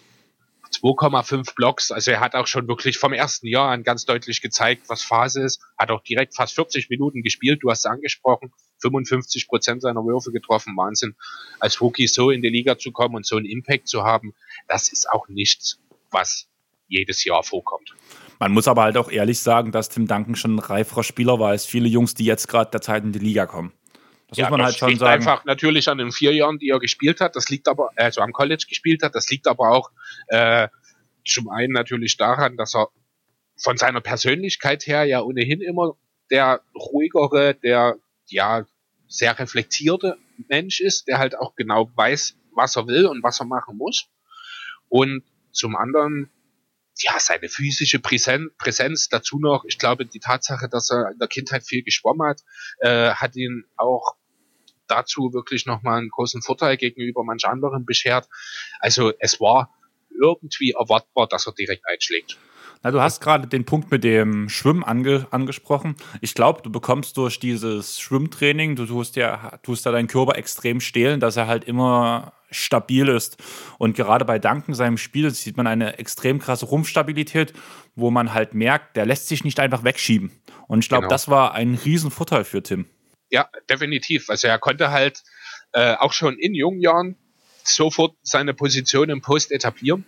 2,5 Blocks. Also er hat auch schon wirklich vom ersten Jahr an ganz deutlich gezeigt, was Phase ist. Hat auch direkt fast 40 Minuten gespielt. Du hast es angesprochen. 55% seiner Würfe getroffen. Wahnsinn. Als Rookie so in die Liga zu kommen und so einen Impact zu haben, das ist auch nichts, was jedes Jahr vorkommt. Man muss aber halt auch ehrlich sagen, dass Tim Duncan schon ein reiferer Spieler war als viele Jungs, die jetzt gerade derzeit in die Liga kommen. Das muss man halt schon sagen. Das liegt einfach natürlich an den 4 Jahren, die er gespielt hat. Das liegt aber, also am College gespielt hat. Das liegt aber auch zum einen natürlich daran, dass er von seiner Persönlichkeit her ja ohnehin immer der ruhigere, der ja sehr reflektierte Mensch ist, der halt auch genau weiß, was er will und was er machen muss. Und zum anderen ja, seine physische Präsenz, dazu noch, ich glaube, die Tatsache, dass er in der Kindheit viel geschwommen hat ihn auch dazu wirklich nochmal einen großen Vorteil gegenüber manch anderen beschert. Also es war irgendwie erwartbar, dass er direkt einschlägt. Na, du hast gerade den Punkt mit dem Schwimmen angesprochen. Ich glaube, du bekommst durch dieses Schwimmtraining, du tust ja deinen Körper extrem stehlen, dass er halt immer stabil ist. Und gerade bei Duncan, seinem Spiel, sieht man eine extrem krasse Rumpfstabilität, wo man halt merkt, der lässt sich nicht einfach wegschieben. Und ich glaube, Das war ein Riesenvorteil für Tim. Ja, definitiv. Also er konnte halt auch schon in jungen Jahren sofort seine Position im Post etablieren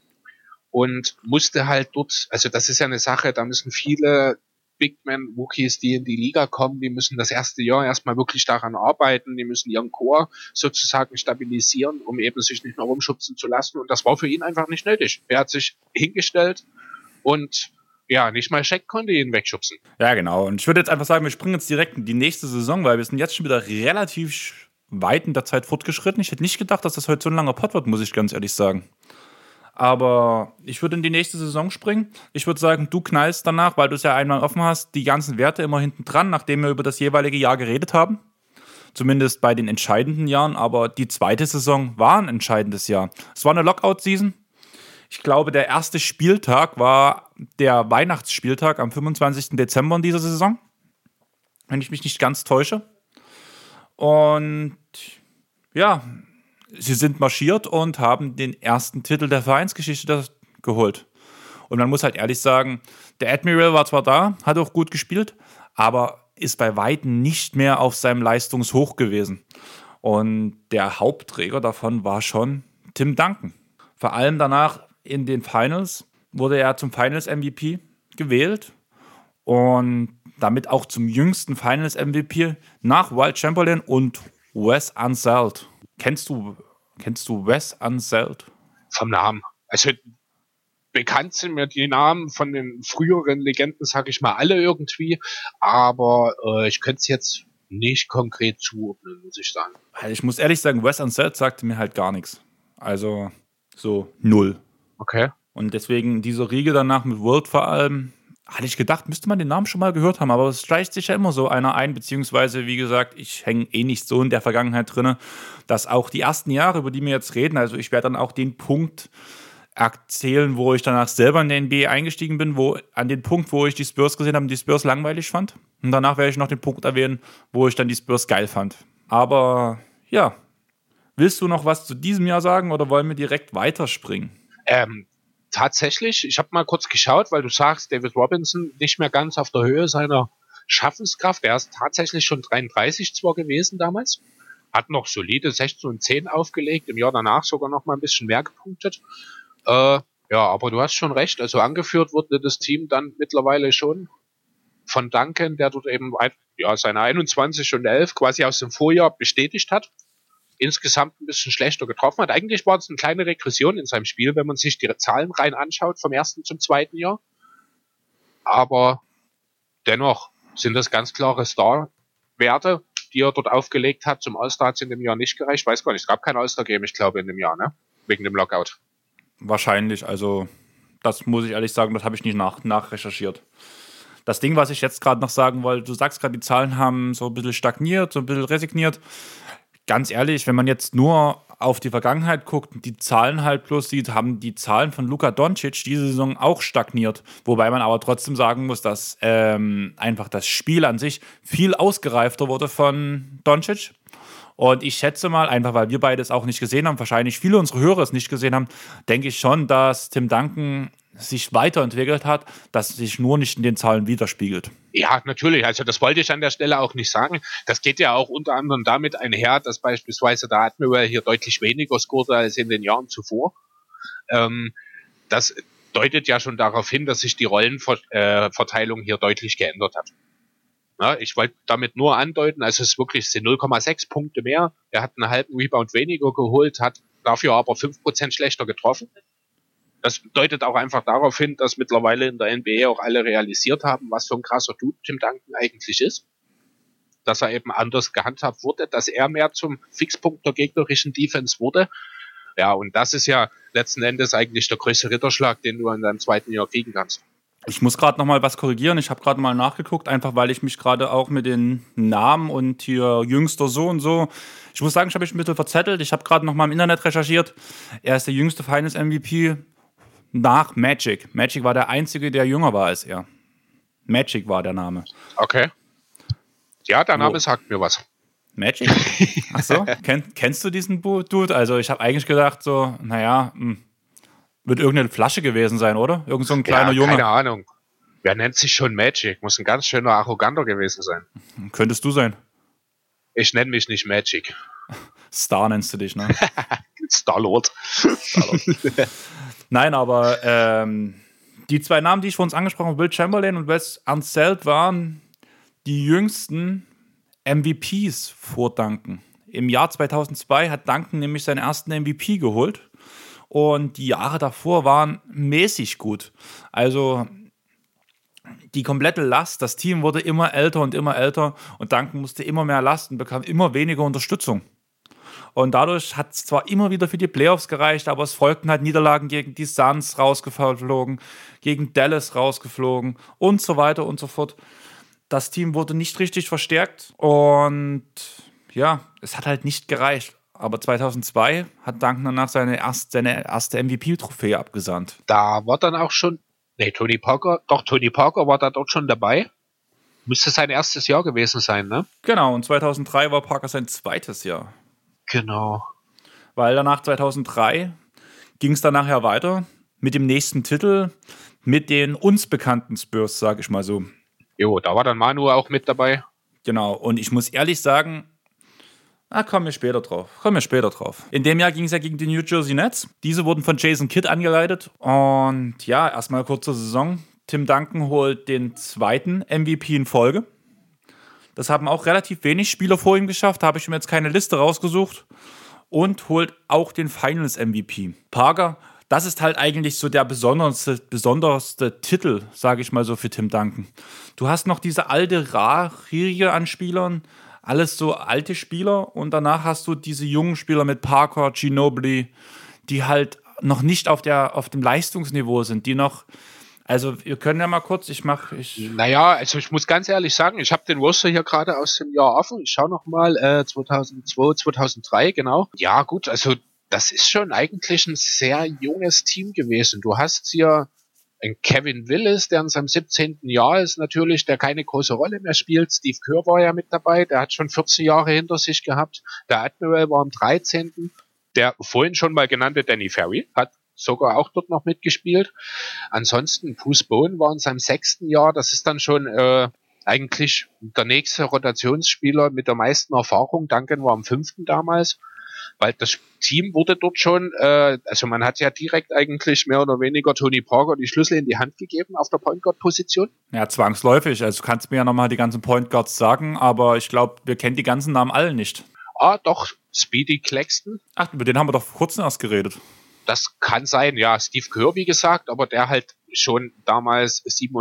und musste halt dort, also das ist ja eine Sache, da müssen viele Big-Man-Rookies, die in die Liga kommen, die müssen das erste Jahr erstmal wirklich daran arbeiten, die müssen ihren Core sozusagen stabilisieren, um eben sich nicht mehr rumschubsen zu lassen, und das war für ihn einfach nicht nötig. Er hat sich hingestellt und ja, nicht mal Shaq konnte ihn wegschubsen. Ja, genau. Und ich würde jetzt einfach sagen, wir springen jetzt direkt in die nächste Saison, weil wir sind jetzt schon wieder relativ weit in der Zeit fortgeschritten. Ich hätte nicht gedacht, dass das heute so ein langer Pod wird, muss ich ganz ehrlich sagen. Aber ich würde in die nächste Saison springen. Ich würde sagen, du knallst danach, weil du es ja einmal offen hast, die ganzen Werte immer hinten dran, nachdem wir über das jeweilige Jahr geredet haben. Zumindest bei den entscheidenden Jahren. Aber die zweite Saison war ein entscheidendes Jahr. Es war eine Lockout-Season. Ich glaube, der erste Spieltag war der Weihnachtsspieltag am 25. Dezember in dieser Saison, wenn ich mich nicht ganz täusche. Und ja, sie sind marschiert und haben den ersten Titel der Vereinsgeschichte geholt. Und man muss halt ehrlich sagen, der Admiral war zwar da, hat auch gut gespielt, aber ist bei Weitem nicht mehr auf seinem Leistungshoch gewesen. Und der Hauptträger davon war schon Tim Duncan. Vor allem danach in den Finals wurde er zum Finals-MVP gewählt und damit auch zum jüngsten Finals-MVP nach Wilt Chamberlain und Wes Unseld. Kennst du Wes Unseld? Vom Namen. Also bekannt sind mir die Namen von den früheren Legenden, sag ich mal, alle irgendwie, aber ich könnte es jetzt nicht konkret zuordnen, muss ich sagen. Ich muss ehrlich sagen, Wes Unseld sagte mir halt gar nichts. Also so null. Okay. Und deswegen diese Riege danach mit World vor allem, hatte ich gedacht, müsste man den Namen schon mal gehört haben, aber es schleicht sich ja immer so einer ein, beziehungsweise, wie gesagt, ich hänge nicht so in der Vergangenheit drin, dass auch die ersten Jahre, über die wir jetzt reden, also ich werde dann auch den Punkt erzählen, wo ich danach selber in der NBA eingestiegen bin, an den Punkt, wo ich die Spurs gesehen habe und die Spurs langweilig fand. Und danach werde ich noch den Punkt erwähnen, wo ich dann die Spurs geil fand. Aber ja, willst du noch was zu diesem Jahr sagen oder wollen wir direkt weiterspringen? Tatsächlich, ich habe mal kurz geschaut, weil du sagst, David Robinson nicht mehr ganz auf der Höhe seiner Schaffenskraft. Er ist tatsächlich schon 33 zwar gewesen damals, hat noch solide 16 und 10 aufgelegt, im Jahr danach sogar noch mal ein bisschen mehr gepunktet. Ja, aber du hast schon recht, also angeführt wurde das Team dann mittlerweile schon von Duncan, der dort eben seine 21 und 11 quasi aus dem Vorjahr bestätigt hat. Insgesamt ein bisschen schlechter getroffen hat. Eigentlich war es eine kleine Regression in seinem Spiel, wenn man sich die Zahlen rein anschaut, vom ersten zum zweiten Jahr. Aber dennoch sind das ganz klare Star-Werte, die er dort aufgelegt hat. Zum All-Star hat es in dem Jahr nicht gereicht. Ich weiß gar nicht, es gab kein All-Star-Game, ich glaube, in dem Jahr, ne? Wegen dem Lockout. Wahrscheinlich, also das muss ich ehrlich sagen, das habe ich nicht nachrecherchiert. Das Ding, was ich jetzt gerade noch sagen wollte, du sagst gerade, die Zahlen haben so ein bisschen stagniert, so ein bisschen resigniert. Ganz ehrlich, wenn man jetzt nur auf die Vergangenheit guckt, die Zahlen halt bloß sieht, haben die Zahlen von Luka Doncic diese Saison auch stagniert. Wobei man aber trotzdem sagen muss, dass einfach das Spiel an sich viel ausgereifter wurde von Doncic. Und ich schätze mal, einfach weil wir beide es auch nicht gesehen haben, wahrscheinlich viele unserer Hörer es nicht gesehen haben, denke ich schon, dass Tim Duncan sich weiterentwickelt hat, dass sich nur nicht in den Zahlen widerspiegelt. Ja, natürlich. Also das wollte ich an der Stelle auch nicht sagen. Das geht ja auch unter anderem damit einher, dass beispielsweise der Admiral hier deutlich weniger scorte als in den Jahren zuvor. Das deutet ja schon darauf hin, dass sich die Rollenverteilung hier deutlich geändert hat. Ja, ich wollte damit nur andeuten, also es wirklich sind 0,6 Punkte mehr. Er hat einen halben Rebound weniger geholt, hat dafür aber 5% schlechter getroffen. Das deutet auch einfach darauf hin, dass mittlerweile in der NBA auch alle realisiert haben, was für ein krasser Dude Tim Duncan eigentlich ist. Dass er eben anders gehandhabt wurde, dass er mehr zum Fixpunkt der gegnerischen Defense wurde. Ja, und das ist ja letzten Endes eigentlich der größte Ritterschlag, den du in deinem zweiten Jahr kriegen kannst. Ich muss gerade noch mal was korrigieren. Ich habe gerade mal nachgeguckt, einfach weil ich mich gerade auch mit den Namen und hier jüngster so und so. Ich muss sagen, ich habe mich ein bisschen verzettelt. Ich habe gerade noch mal im Internet recherchiert. Er ist der jüngste Finals-MVP nach Magic. Magic war der Einzige, der jünger war als er. Magic war der Name. Okay. Ja, der Name sagt mir was. Magic? Ach so, kennst du diesen Dude? Also ich habe eigentlich gedacht so, naja, wird irgendeine Flasche gewesen sein, oder? Irgend so ein kleiner Junge. Keine Ahnung. Wer nennt sich schon Magic? Muss ein ganz schöner Arroganter gewesen sein. Könntest du sein. Ich nenne mich nicht Magic. Star nennst du dich, ne? Star-Lord. Nein, aber die zwei Namen, die ich vor uns angesprochen habe, Wilt Chamberlain und Wes Unseld, waren die jüngsten MVPs vor Duncan. Im Jahr 2002 hat Duncan nämlich seinen ersten MVP geholt und die Jahre davor waren mäßig gut. Also die komplette Last, das Team wurde immer älter und Duncan musste immer mehr Last und bekam immer weniger Unterstützung. Und dadurch hat es zwar immer wieder für die Playoffs gereicht, aber es folgten halt Niederlagen gegen die Suns rausgeflogen, gegen Dallas rausgeflogen und so weiter und so fort. Das Team wurde nicht richtig verstärkt und ja, es hat halt nicht gereicht. aber 2002 hat Duncan danach seine erste MVP-Trophäe abgesandt. Da war dann auch schon, Tony Parker war da dort schon dabei. Müsste sein erstes Jahr gewesen sein, ne? Genau, und 2003 war Parker sein zweites Jahr. Genau. Weil danach 2003 ging es dann nachher weiter mit dem nächsten Titel, mit den uns bekannten Spurs, sag ich mal so. Jo, da war dann Manu auch mit dabei. Genau, und ich muss ehrlich sagen, kommen wir später drauf. In dem Jahr ging es ja gegen die New Jersey Nets. Diese wurden von Jason Kidd angeleitet. Und ja, erstmal kurz zur Saison. Tim Duncan holt den zweiten MVP in Folge. Das haben auch relativ wenig Spieler vor ihm geschafft. Da habe ich mir jetzt keine Liste rausgesucht. Und holt auch den Finals-MVP. Parker, das ist halt eigentlich so der besonderste Titel, sage ich mal so, für Tim Duncan. Du hast noch diese alte Riege an Spielern, alles so alte Spieler. Und danach hast du diese jungen Spieler mit Parker, Ginobili, die halt noch nicht auf dem Leistungsniveau sind, die noch. Also, wir können ja mal kurz, Naja, also ich muss ganz ehrlich sagen, ich habe den Roster hier gerade aus dem Jahr offen. Ich schaue nochmal, 2002, 2003, genau. Ja, gut, also das ist schon eigentlich ein sehr junges Team gewesen. Du hast hier einen Kevin Willis, der in seinem 17. Jahr ist natürlich, der keine große Rolle mehr spielt. Steve Kerr war ja mit dabei, der hat schon 14 Jahre hinter sich gehabt. Der Admiral war am 13. Der vorhin schon mal genannte Danny Ferry hat sogar auch dort noch mitgespielt. Ansonsten Bruce Bowen war in seinem 6. Jahr. Das ist dann schon eigentlich der nächste Rotationsspieler mit der meisten Erfahrung. Duncan war am 5. damals, weil das Team wurde dort schon, also man hat ja direkt eigentlich mehr oder weniger Tony Parker die Schlüssel in die Hand gegeben auf der Point Guard Position. Ja, zwangsläufig. Also du kannst mir ja nochmal die ganzen Point Guards sagen, aber ich glaube, wir kennen die ganzen Namen alle nicht. Doch, Speedy Claxton. Ach, über den haben wir doch vor kurzem erst geredet. Das kann sein, ja. Steve Kerr, wie gesagt, aber der halt schon damals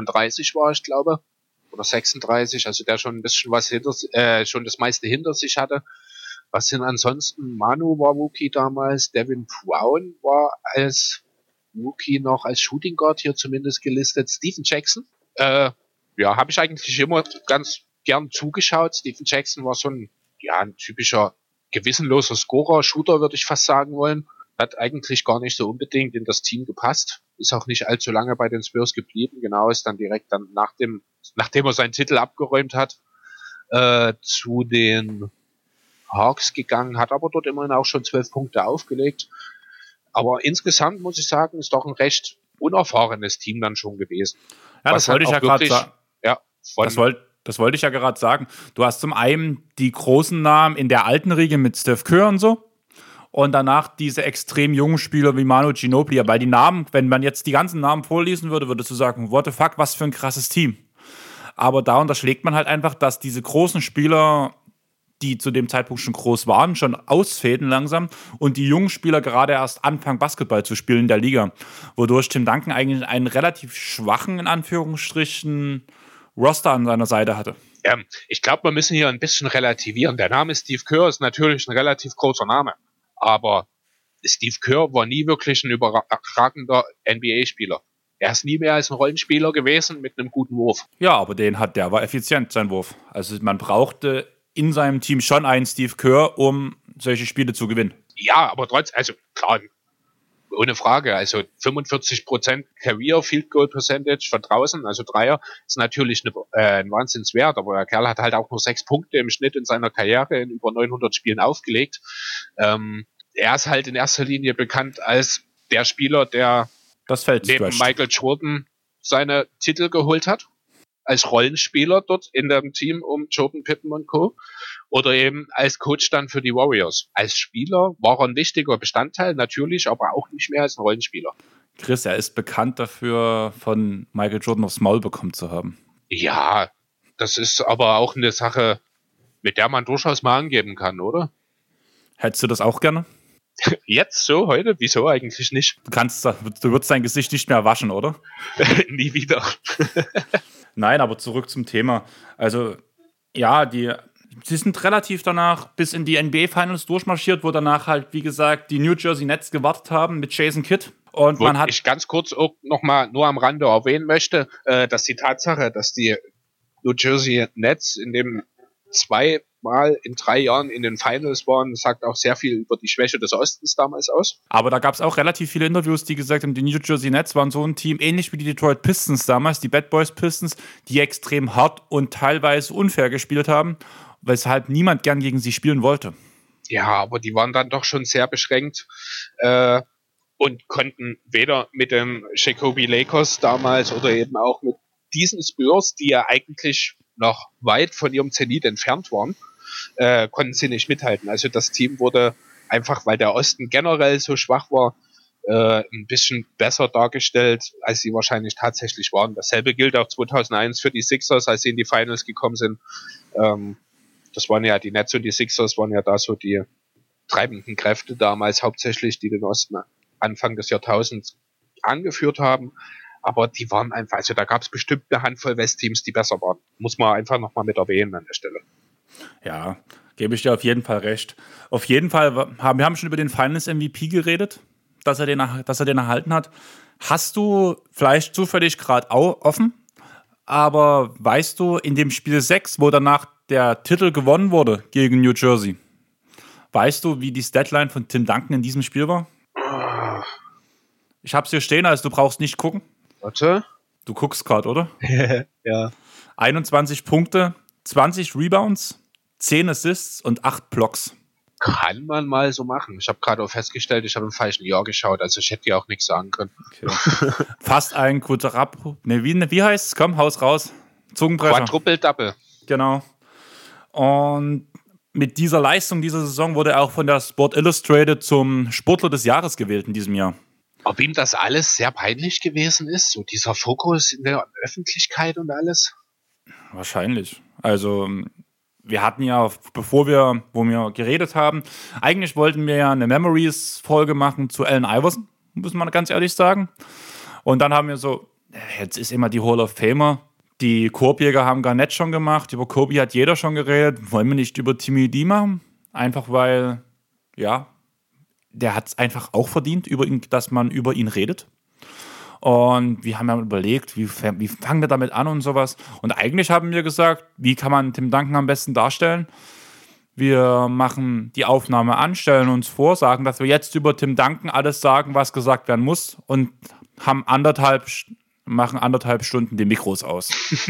37 war, ich glaube. Oder 36, also der schon ein bisschen schon das meiste hinter sich hatte. Was sind ansonsten? Manu war Rookie damals, Devin Brown war als Rookie noch als Shooting Guard hier zumindest gelistet. Stephen Jackson, habe ich eigentlich immer ganz gern zugeschaut. Stephen Jackson war so ein typischer gewissenloser Scorer, Shooter, würde ich fast sagen wollen. Hat eigentlich gar nicht so unbedingt in das Team gepasst. Ist auch nicht allzu lange bei den Spurs geblieben. Genau, ist dann direkt dann nachdem er seinen Titel abgeräumt hat, zu den Hawks gegangen, hat aber dort immerhin auch schon 12 Punkte aufgelegt. Aber insgesamt muss ich sagen, ist doch ein recht unerfahrenes Team dann schon gewesen. Ja, das wollte ich ja gerade sagen. Ja, das wollte ich ja gerade sagen. Du hast zum einen die großen Namen in der alten Riege mit Steph Curry und so. Und danach diese extrem jungen Spieler wie Manu Ginobili. Weil die Namen, wenn man jetzt die ganzen Namen vorlesen würde, würdest du sagen, what the fuck, was für ein krasses Team. Aber da unterschlägt man halt einfach, dass diese großen Spieler, die zu dem Zeitpunkt schon groß waren, schon ausfäden langsam und die jungen Spieler gerade erst anfangen, Basketball zu spielen in der Liga. Wodurch Tim Duncan eigentlich einen relativ schwachen, in Anführungsstrichen, Roster an seiner Seite hatte. Ja, ich glaube, wir müssen hier ein bisschen relativieren. Der Name Steve Kerr ist natürlich ein relativ großer Name. Aber Steve Kerr war nie wirklich ein überragender NBA-Spieler. Er ist nie mehr als ein Rollenspieler gewesen mit einem guten Wurf. Ja, aber der war effizient, sein Wurf. Also man brauchte in seinem Team schon einen Steve Kerr, um solche Spiele zu gewinnen. Ja, aber trotzdem, also klar, ohne Frage. Also 45% Career Field Goal Percentage von draußen, also Dreier, ist natürlich ein Wahnsinnswert. Aber der Kerl hat halt auch nur 6 Punkte im Schnitt in seiner Karriere in über 900 Spielen aufgelegt. Er ist halt in erster Linie bekannt als der Spieler, der neben Michael Jordan seine Titel geholt hat. Als Rollenspieler dort in dem Team um Jordan, Pippen und Co. Oder eben als Coach dann für die Warriors. Als Spieler war er ein wichtiger Bestandteil, natürlich, aber auch nicht mehr als ein Rollenspieler. Chris, er ist bekannt dafür, von Michael Jordan aufs Maul bekommen zu haben. Ja, das ist aber auch eine Sache, mit der man durchaus mal angeben kann, oder? Hättest du das auch gerne? Jetzt so, heute? Wieso eigentlich nicht? Du würdest dein Gesicht nicht mehr waschen, oder? Nie wieder. Nein, aber zurück zum Thema. Also, ja, sie sind relativ danach bis in die NBA-Finals durchmarschiert, wo danach halt, wie gesagt, die New Jersey Nets gewartet haben mit Jason Kidd. Und ich ganz kurz auch nochmal nur am Rande erwähnen möchte, dass die Tatsache, dass die New Jersey Nets in dem zweimal in 3 Jahren in den Finals waren, sagt auch sehr viel über die Schwäche des Ostens damals aus. Aber da gab es auch relativ viele Interviews, die gesagt haben, die New Jersey Nets waren so ein Team, ähnlich wie die Detroit Pistons damals, die Bad Boys Pistons, die extrem hart und teilweise unfair gespielt haben, weshalb niemand gern gegen sie spielen wollte. Ja, aber die waren dann doch schon sehr beschränkt und konnten weder mit den Jacoby Lakers damals oder eben auch mit diesen Spurs, die ja eigentlich noch weit von ihrem Zenit entfernt waren, konnten sie nicht mithalten. Also das Team wurde einfach, weil der Osten generell so schwach war, ein bisschen besser dargestellt, als sie wahrscheinlich tatsächlich waren. Dasselbe gilt auch 2001 für die Sixers, als sie in die Finals gekommen sind. Das waren ja die Nets und die Sixers waren ja da so die treibenden Kräfte damals hauptsächlich, die den Osten Anfang des Jahrtausends angeführt haben. Aber die waren einfach, also da gab es bestimmt eine Handvoll Westteams, die besser waren. Muss man einfach nochmal mit erwähnen an der Stelle. Ja, gebe ich dir auf jeden Fall recht. Auf jeden Fall, wir haben schon über den Finals-MVP geredet, dass er den erhalten hat. Hast du vielleicht zufällig gerade offen, aber weißt du, in dem Spiel 6, wo danach der Titel gewonnen wurde gegen New Jersey, weißt du, wie die Statline von Tim Duncan in diesem Spiel war? Ich hab's hier stehen, also du brauchst nicht gucken. Warte. Du guckst gerade, oder? Ja. 21 Punkte, 20 Rebounds, 10 Assists und 8 Blocks. Kann man mal so machen. Ich habe gerade auch festgestellt, ich habe im falschen Jahr geschaut, also ich hätte dir auch nichts sagen können. Okay. Fast ein Quadruple. Ne, wie heißt's? Komm, haus raus. Zungenbrecher. Quadruple-Double. Genau. Und mit dieser Leistung dieser Saison wurde er auch von der Sport Illustrated zum Sportler des Jahres gewählt in diesem Jahr. Ob ihm das alles sehr peinlich gewesen ist, so dieser Fokus in der Öffentlichkeit und alles? Wahrscheinlich. Also, wir hatten ja, wo wir geredet haben, eigentlich wollten wir ja eine Memories-Folge machen zu Allen Iverson, muss man ganz ehrlich sagen. Und dann haben wir so, jetzt ist immer die Hall of Famer. Die Korbjäger haben Garnett schon gemacht, über Kobe hat jeder schon geredet. Wollen wir nicht über Timmy D machen? Einfach weil, ja, der hat es einfach auch verdient, dass man über ihn redet. Und wir haben ja überlegt, wie fangen wir damit an und sowas. Und eigentlich haben wir gesagt, wie kann man Tim Duncan am besten darstellen? Wir machen die Aufnahme an, stellen uns vor, sagen, dass wir jetzt über Tim Duncan alles sagen, was gesagt werden muss und machen 1,5 Stunden die Mikros aus.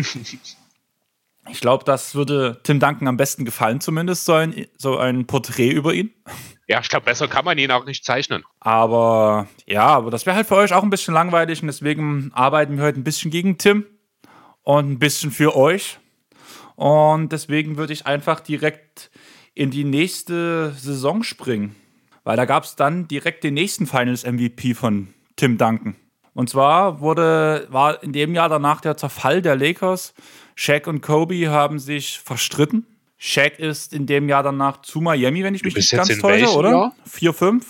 Ich glaube, das würde Tim Duncan am besten gefallen, zumindest so ein Porträt über ihn. Ja, ich glaube, besser kann man ihn auch nicht zeichnen. Aber das wäre halt für euch auch ein bisschen langweilig und deswegen arbeiten wir heute ein bisschen gegen Tim und ein bisschen für euch. Und deswegen würde ich einfach direkt in die nächste Saison springen, weil da gab es dann direkt den nächsten Finals-MVP von Tim Duncan. Und zwar war in dem Jahr danach der Zerfall der Lakers. Shaq und Kobe haben sich verstritten. Shaq ist in dem Jahr danach zu Miami, wenn ich mich nicht ganz täusche, oder? 4-5?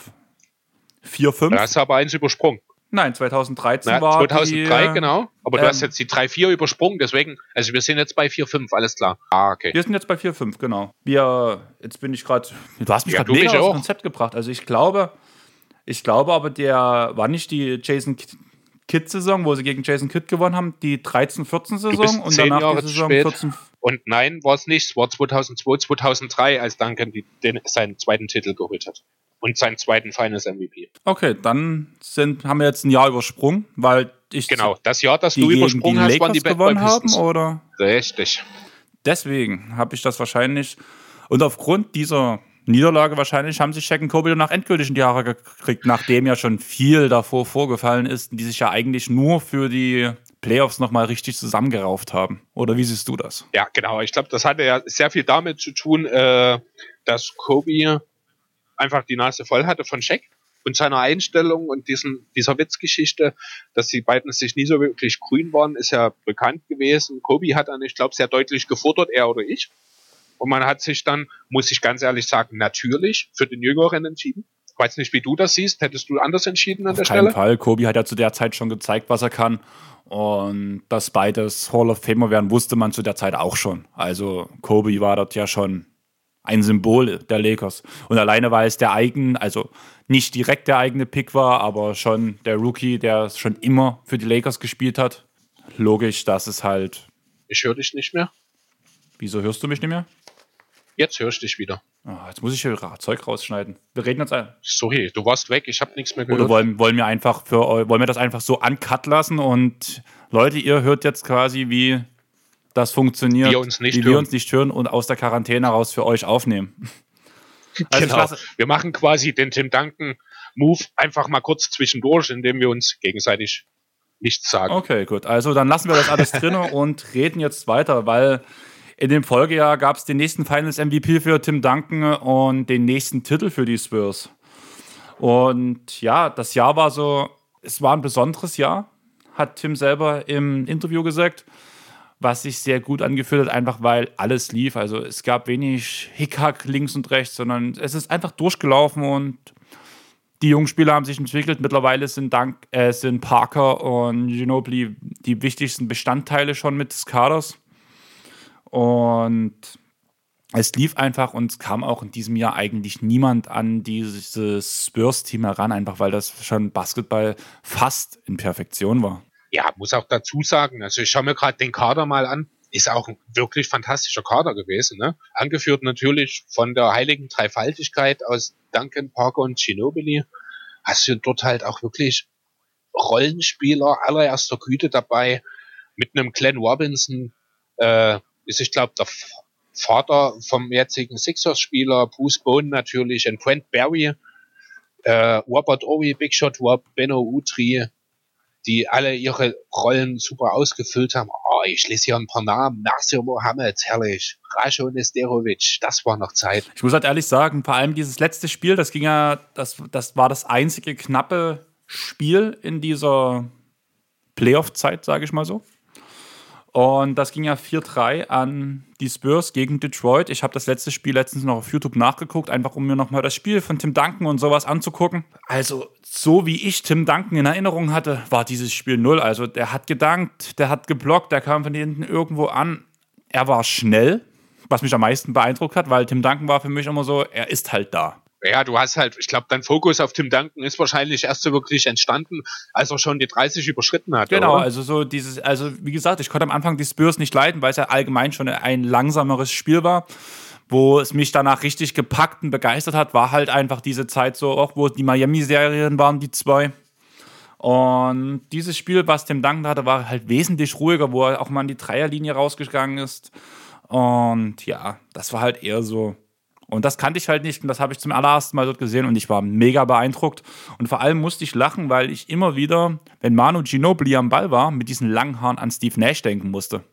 4-5? Da hast du aber eins übersprungen. Nein, 2013 war 2003, genau. Aber du hast jetzt die 3-4 übersprungen, deswegen, also wir sind jetzt bei 4-5, alles klar. Ah, okay. Wir sind jetzt bei 4-5, genau. Jetzt bin ich gerade, du hast mich gerade mega aufs Konzept gebracht. Also ich glaube aber, der war nicht die Jason Kidd-Saison, wo sie gegen Jason Kidd gewonnen haben, die 13-14-Saison und danach die Saison 14. Und nein, war es nicht. Es war 2002, 2003, als Duncan seinen zweiten Titel geholt hat. Und seinen zweiten Finals MVP. Okay, dann haben wir jetzt ein Jahr übersprungen, weil genau, das Jahr, das du übersprungen hast, waren die gewonnen haben, oder? Richtig. Deswegen habe ich das wahrscheinlich. Und aufgrund dieser Niederlage wahrscheinlich haben sich Shaq und Kobe danach endgültig in die Haare gekriegt, nachdem ja schon viel davor vorgefallen ist, die sich ja eigentlich nur für die Playoffs nochmal richtig zusammengerauft haben. Oder wie siehst du das? Ja, genau. Ich glaube, das hatte ja sehr viel damit zu tun, dass Kobe einfach die Nase voll hatte von Shaq und seiner Einstellung und dieser Witzgeschichte, dass die beiden sich nie so wirklich grün waren, ist ja bekannt gewesen. Kobe hat dann, ich glaube, sehr deutlich gefordert, er oder ich. Und man hat sich dann, muss ich ganz ehrlich sagen, natürlich für den Jüngeren entschieden. Ich weiß nicht, wie du das siehst. Hättest du anders entschieden an der Stelle? Auf keinen Fall. Kobe hat ja zu der Zeit schon gezeigt, was er kann. Und dass beides Hall of Famer werden, wusste man zu der Zeit auch schon. Also Kobe war dort ja schon ein Symbol der Lakers. Und alleine, weil es also nicht direkt der eigene Pick war, aber schon der Rookie, der schon immer für die Lakers gespielt hat. Logisch, dass es halt... Ich höre dich nicht mehr. Wieso hörst du mich nicht mehr? Jetzt höre ich dich wieder. Oh, jetzt muss ich hier Zeug rausschneiden. Wir reden jetzt ein. Sorry, du warst weg, ich habe nichts mehr Oder gehört. wollen wir das einfach so uncut lassen und Leute, ihr hört jetzt quasi, wie das funktioniert, Wir uns nicht wie wir uns nicht hören und aus der Quarantäne raus für euch aufnehmen. Also Genau. Wir machen quasi den Tim Duncan-Move einfach mal kurz zwischendurch, indem wir uns gegenseitig nichts sagen. Okay, gut. Also dann lassen wir das alles drin und reden jetzt weiter, weil in dem Folgejahr gab es den nächsten Finals-MVP für Tim Duncan und den nächsten Titel für die Spurs. Und ja, das Jahr war so, es war ein besonderes Jahr, hat Tim selber im Interview gesagt, was sich sehr gut angefühlt hat, einfach weil alles lief. Also es gab wenig Hickhack links und rechts, sondern es ist einfach durchgelaufen und die jungen Spieler haben sich entwickelt. Mittlerweile sind Parker und Ginobili die wichtigsten Bestandteile schon mit des Kaders. Und es lief einfach und es kam auch in diesem Jahr eigentlich niemand an dieses Spurs-Team heran, einfach weil das schon Basketball fast in Perfektion war. Ja, muss auch dazu sagen, also ich schaue mir gerade den Kader mal an, ist auch ein wirklich fantastischer Kader gewesen, ne? Angeführt natürlich von der heiligen Dreifaltigkeit aus Duncan, Parker und Ginobili. Hast du dort halt auch wirklich Rollenspieler allererster Güte dabei, mit einem Glenn Robinson, ist, ich glaube, der Vater vom jetzigen Sixers-Spieler, Bruce Bowen natürlich, und Brent Barry, Robert Ory, Big Shot, Benno Utri, die alle ihre Rollen super ausgefüllt haben. Oh, ich lese hier ein paar Namen. Nasir Mohammed, herrlich. Rajo Nesterovic, das war noch Zeit. Ich muss halt ehrlich sagen, vor allem dieses letzte Spiel, das war das einzige knappe Spiel in dieser Playoff-Zeit, sage ich mal so. Und das ging ja 4-3 an die Spurs gegen Detroit. Ich habe das letzte Spiel letztens noch auf YouTube nachgeguckt, einfach um mir nochmal das Spiel von Tim Duncan und sowas anzugucken. Also, so wie ich Tim Duncan in Erinnerung hatte, war dieses Spiel 0. Also, der hat gedankt, der hat geblockt, der kam von hinten irgendwo an. Er war schnell, was mich am meisten beeindruckt hat, weil Tim Duncan war für mich immer so, er ist halt da. Ja, du hast halt, ich glaube, dein Fokus auf Tim Duncan ist wahrscheinlich erst so wirklich entstanden, als er schon die 30 überschritten hat. Genau, oder? also wie gesagt, ich konnte am Anfang die Spurs nicht leiden, weil es ja allgemein schon ein langsameres Spiel war. Wo es mich danach richtig gepackt und begeistert hat, war halt einfach diese Zeit so, auch wo die Miami-Serien waren, die zwei. Und dieses Spiel, was Tim Duncan hatte, war halt wesentlich ruhiger, wo er auch mal an die Dreierlinie rausgegangen ist. Und ja, das war halt eher so. Und das kannte ich halt nicht und das habe ich zum allerersten Mal dort gesehen und ich war mega beeindruckt. Und vor allem musste ich lachen, weil ich immer wieder, wenn Manu Ginobili am Ball war, mit diesen langen Haaren an Steve Nash denken musste.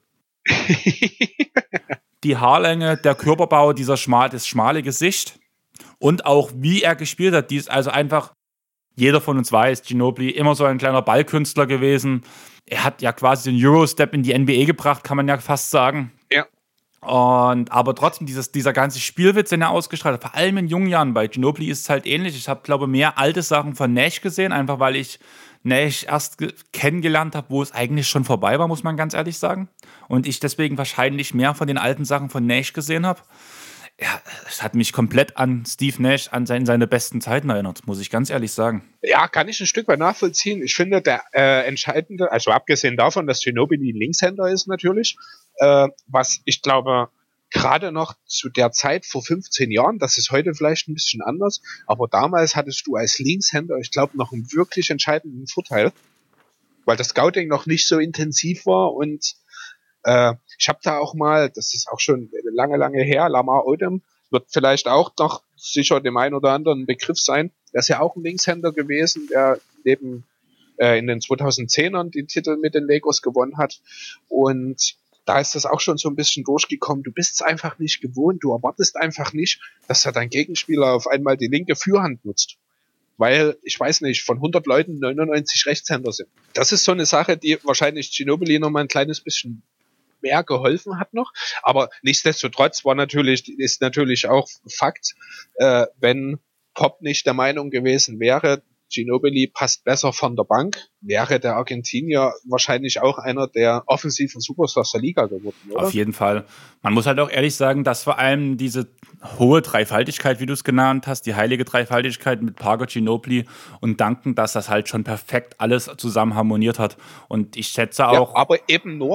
Die Haarlänge, der Körperbau, das schmale Gesicht und auch wie er gespielt hat, also einfach, jeder von uns weiß, Ginobili immer so ein kleiner Ballkünstler gewesen. Er hat ja quasi den Eurostep in die NBA gebracht, kann man ja fast sagen. Ja. Aber trotzdem, dieser ganze Spielwitz, den er ausgestrahlt hat, vor allem in jungen Jahren, bei Ginobili ist es halt ähnlich. Ich habe, glaube ich, mehr alte Sachen von Nash gesehen, einfach weil ich Nash erst kennengelernt habe, wo es eigentlich schon vorbei war, muss man ganz ehrlich sagen. Und ich deswegen wahrscheinlich mehr von den alten Sachen von Nash gesehen habe. Ja, es hat mich komplett an Steve Nash, an seine besten Zeiten erinnert, muss ich ganz ehrlich sagen. Ja, kann ich ein Stück weit nachvollziehen. Ich finde, der entscheidende, also abgesehen davon, dass Ginobili Linkshänder ist natürlich, was ich glaube, gerade noch zu der Zeit vor 15 Jahren, das ist heute vielleicht ein bisschen anders, aber damals hattest du als Linkshänder, ich glaube, noch einen wirklich entscheidenden Vorteil, weil das Scouting noch nicht so intensiv war und ich habe da auch mal, das ist auch schon lange, lange her, Lamar Odom wird vielleicht auch noch sicher dem einen oder anderen Begriff sein. Der ist ja auch ein Linkshänder gewesen, der neben in den 2010ern den Titel mit den Lakers gewonnen hat. Und da ist das auch schon so ein bisschen durchgekommen. Du bist es einfach nicht gewohnt. Du erwartest einfach nicht, dass da dein Gegenspieler auf einmal die linke Fürhand nutzt. Weil, ich weiß nicht, von 100 Leuten 99 Rechtshänder sind. Das ist so eine Sache, die wahrscheinlich Ginobili noch mal ein kleines bisschen mehr geholfen hat noch, aber nichtsdestotrotz ist natürlich auch Fakt, wenn Pop nicht der Meinung gewesen wäre, Ginobili passt besser von der Bank, wäre der Argentinier wahrscheinlich auch einer der offensiven Superstars der Liga geworden, oder? Auf jeden Fall. Man muss halt auch ehrlich sagen, dass vor allem diese hohe Dreifaltigkeit, wie du es genannt hast, die heilige Dreifaltigkeit mit Parker, Ginobili und Duncan, dass das halt schon perfekt alles zusammen harmoniert hat. Und ich schätze auch... Ja, aber eben nur,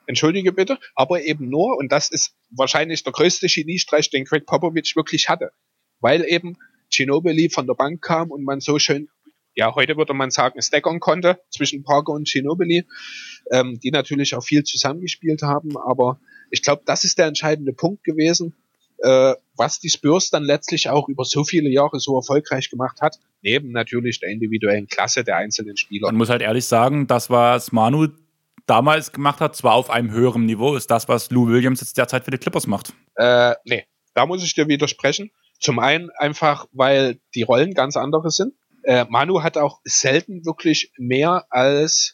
entschuldige bitte, aber eben nur, und das ist wahrscheinlich der größte Geniestreich, den Greg Popovich wirklich hatte, weil eben Ginobili von der Bank kam und man so schön, ja, heute würde man sagen, stackern konnte zwischen Parker und Ginobili, die natürlich auch viel zusammengespielt haben, aber ich glaube, das ist der entscheidende Punkt gewesen, was die Spurs dann letztlich auch über so viele Jahre so erfolgreich gemacht hat, neben natürlich der individuellen Klasse der einzelnen Spieler. Man muss halt ehrlich sagen, das, was Manu damals gemacht hat, zwar auf einem höheren Niveau, ist das, was Lou Williams jetzt derzeit für die Clippers macht. Nee, da muss ich dir widersprechen. Zum einen einfach, weil die Rollen ganz andere sind. Manu hat auch selten wirklich mehr als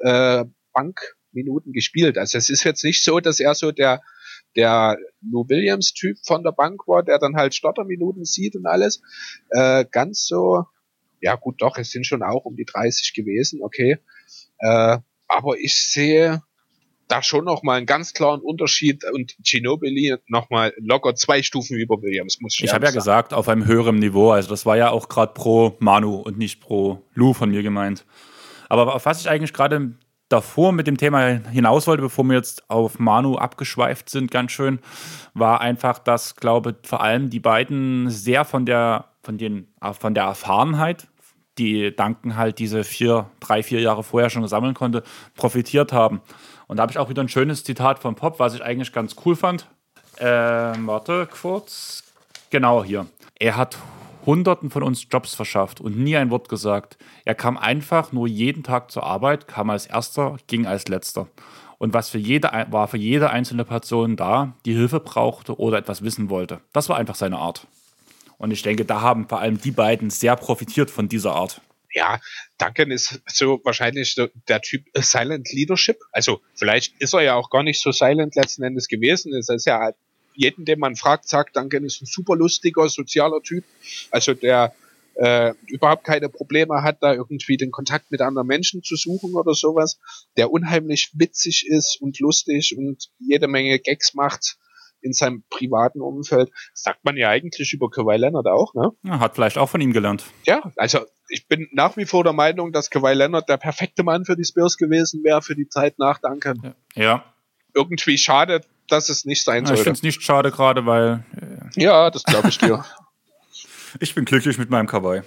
Bankminuten gespielt. Also es ist jetzt nicht so, dass er so der Lou Williams-Typ von der Bank war, der dann halt Starterminuten sieht und alles. Ganz so, ja gut, doch, es sind schon auch um die 30 gewesen, okay. Aber ich sehe da schon nochmal einen ganz klaren Unterschied und Ginobili nochmal locker 2 Stufen über Williams, muss ich habe ja gesagt, auf einem höheren Niveau. Also das war ja auch gerade pro Manu und nicht pro Lou von mir gemeint. Aber auf was ich eigentlich gerade davor mit dem Thema hinaus wollte, bevor wir jetzt auf Manu abgeschweift sind, ganz schön, war einfach, dass, glaube ich, vor allem die beiden sehr von der Erfahrenheit, die Duncan halt diese 3, 4 Jahre vorher schon sammeln konnte, profitiert haben. Und da habe ich auch wieder ein schönes Zitat von Pop, was ich eigentlich ganz cool fand. Warte kurz. Genau hier. Er hat Hunderten von uns Jobs verschafft und nie ein Wort gesagt. Er kam einfach nur jeden Tag zur Arbeit, kam als Erster, ging als Letzter. Und war für jede einzelne Person da, die Hilfe brauchte oder etwas wissen wollte. Das war einfach seine Art. Und ich denke, da haben vor allem die beiden sehr profitiert von dieser Art. Ja, Duncan ist so wahrscheinlich so der Typ Silent Leadership. Also vielleicht ist er ja auch gar nicht so silent letzten Endes gewesen. Es ist ja halt jeden, den man fragt, sagt, Duncan ist ein super lustiger, sozialer Typ. Also der überhaupt keine Probleme hat, da irgendwie den Kontakt mit anderen Menschen zu suchen oder sowas. Der unheimlich witzig ist und lustig und jede Menge Gags macht in seinem privaten Umfeld. Das sagt man ja eigentlich über Kawhi Leonard auch, ne? Ja, hat vielleicht auch von ihm gelernt. Ja, also ich bin nach wie vor der Meinung, dass Kawhi Leonard der perfekte Mann für die Spurs gewesen wäre für die Zeit nach Duncan. Ja. Irgendwie schade, dass es nicht sein sollte. Ich finde es nicht schade gerade, weil... ja, das glaube ich dir. Ich bin glücklich mit meinem Kawhi.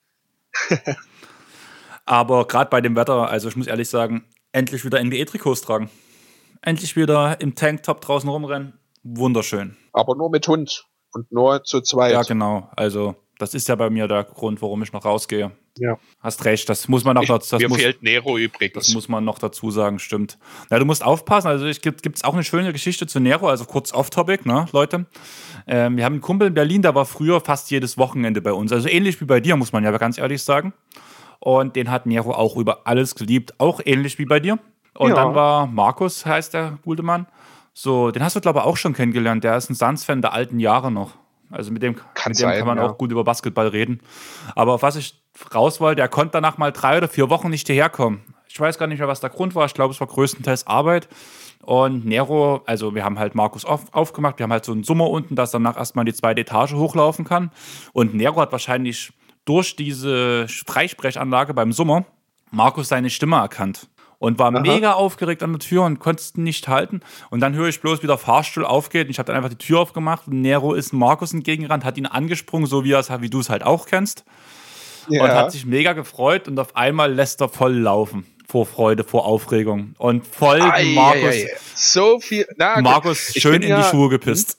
Aber gerade bei dem Wetter, also ich muss ehrlich sagen, endlich wieder NBA-Trikots tragen. Endlich wieder im Tanktop draußen rumrennen. Wunderschön. Aber nur mit Hund und nur zu zweit. Ja, genau. Also das ist ja bei mir der Grund, warum ich noch rausgehe. Ja. Hast recht, das muss man noch dazu. Mir fehlt Nero übrigens. Das muss man noch dazu sagen, stimmt. Ja, du musst aufpassen, also gibt es auch eine schöne Geschichte zu Nero, also kurz off-topic, ne, Leute. Wir haben einen Kumpel in Berlin, der war früher fast jedes Wochenende bei uns. Also ähnlich wie bei dir, muss man ja ganz ehrlich sagen. Und den hat Nero auch über alles geliebt, auch ähnlich wie bei dir. Und dann war Markus, heißt der gute Mann. So, den hast du, glaube ich, auch schon kennengelernt. Der ist ein Suns-Fan der alten Jahre noch. Also mit dem kann man auch gut über Basketball reden. Aber auf was ich raus wollte, er konnte danach mal 3 oder 4 Wochen nicht hierher kommen. Ich weiß gar nicht mehr, was der Grund war. Ich glaube, es war größtenteils Arbeit. Und Nero, also wir haben halt Markus aufgemacht. Wir haben halt so einen Summer unten, dass danach erstmal die 2. Etage hochlaufen kann. Und Nero hat wahrscheinlich durch diese Freisprechanlage beim Summer Markus seine Stimme erkannt. Und war mega aufgeregt an der Tür und konnte es nicht halten. Und dann höre ich bloß, wie der Fahrstuhl aufgeht. Und ich habe dann einfach die Tür aufgemacht. Und Nero ist Markus entgegengerannt, hat ihn angesprungen, so wie du es halt auch kennst. Ja. Und hat sich mega gefreut. Und auf einmal lässt er voll laufen. Vor Freude, vor Aufregung. Und voll Markus. So viel. Markus schön in die Schuhe gepisst.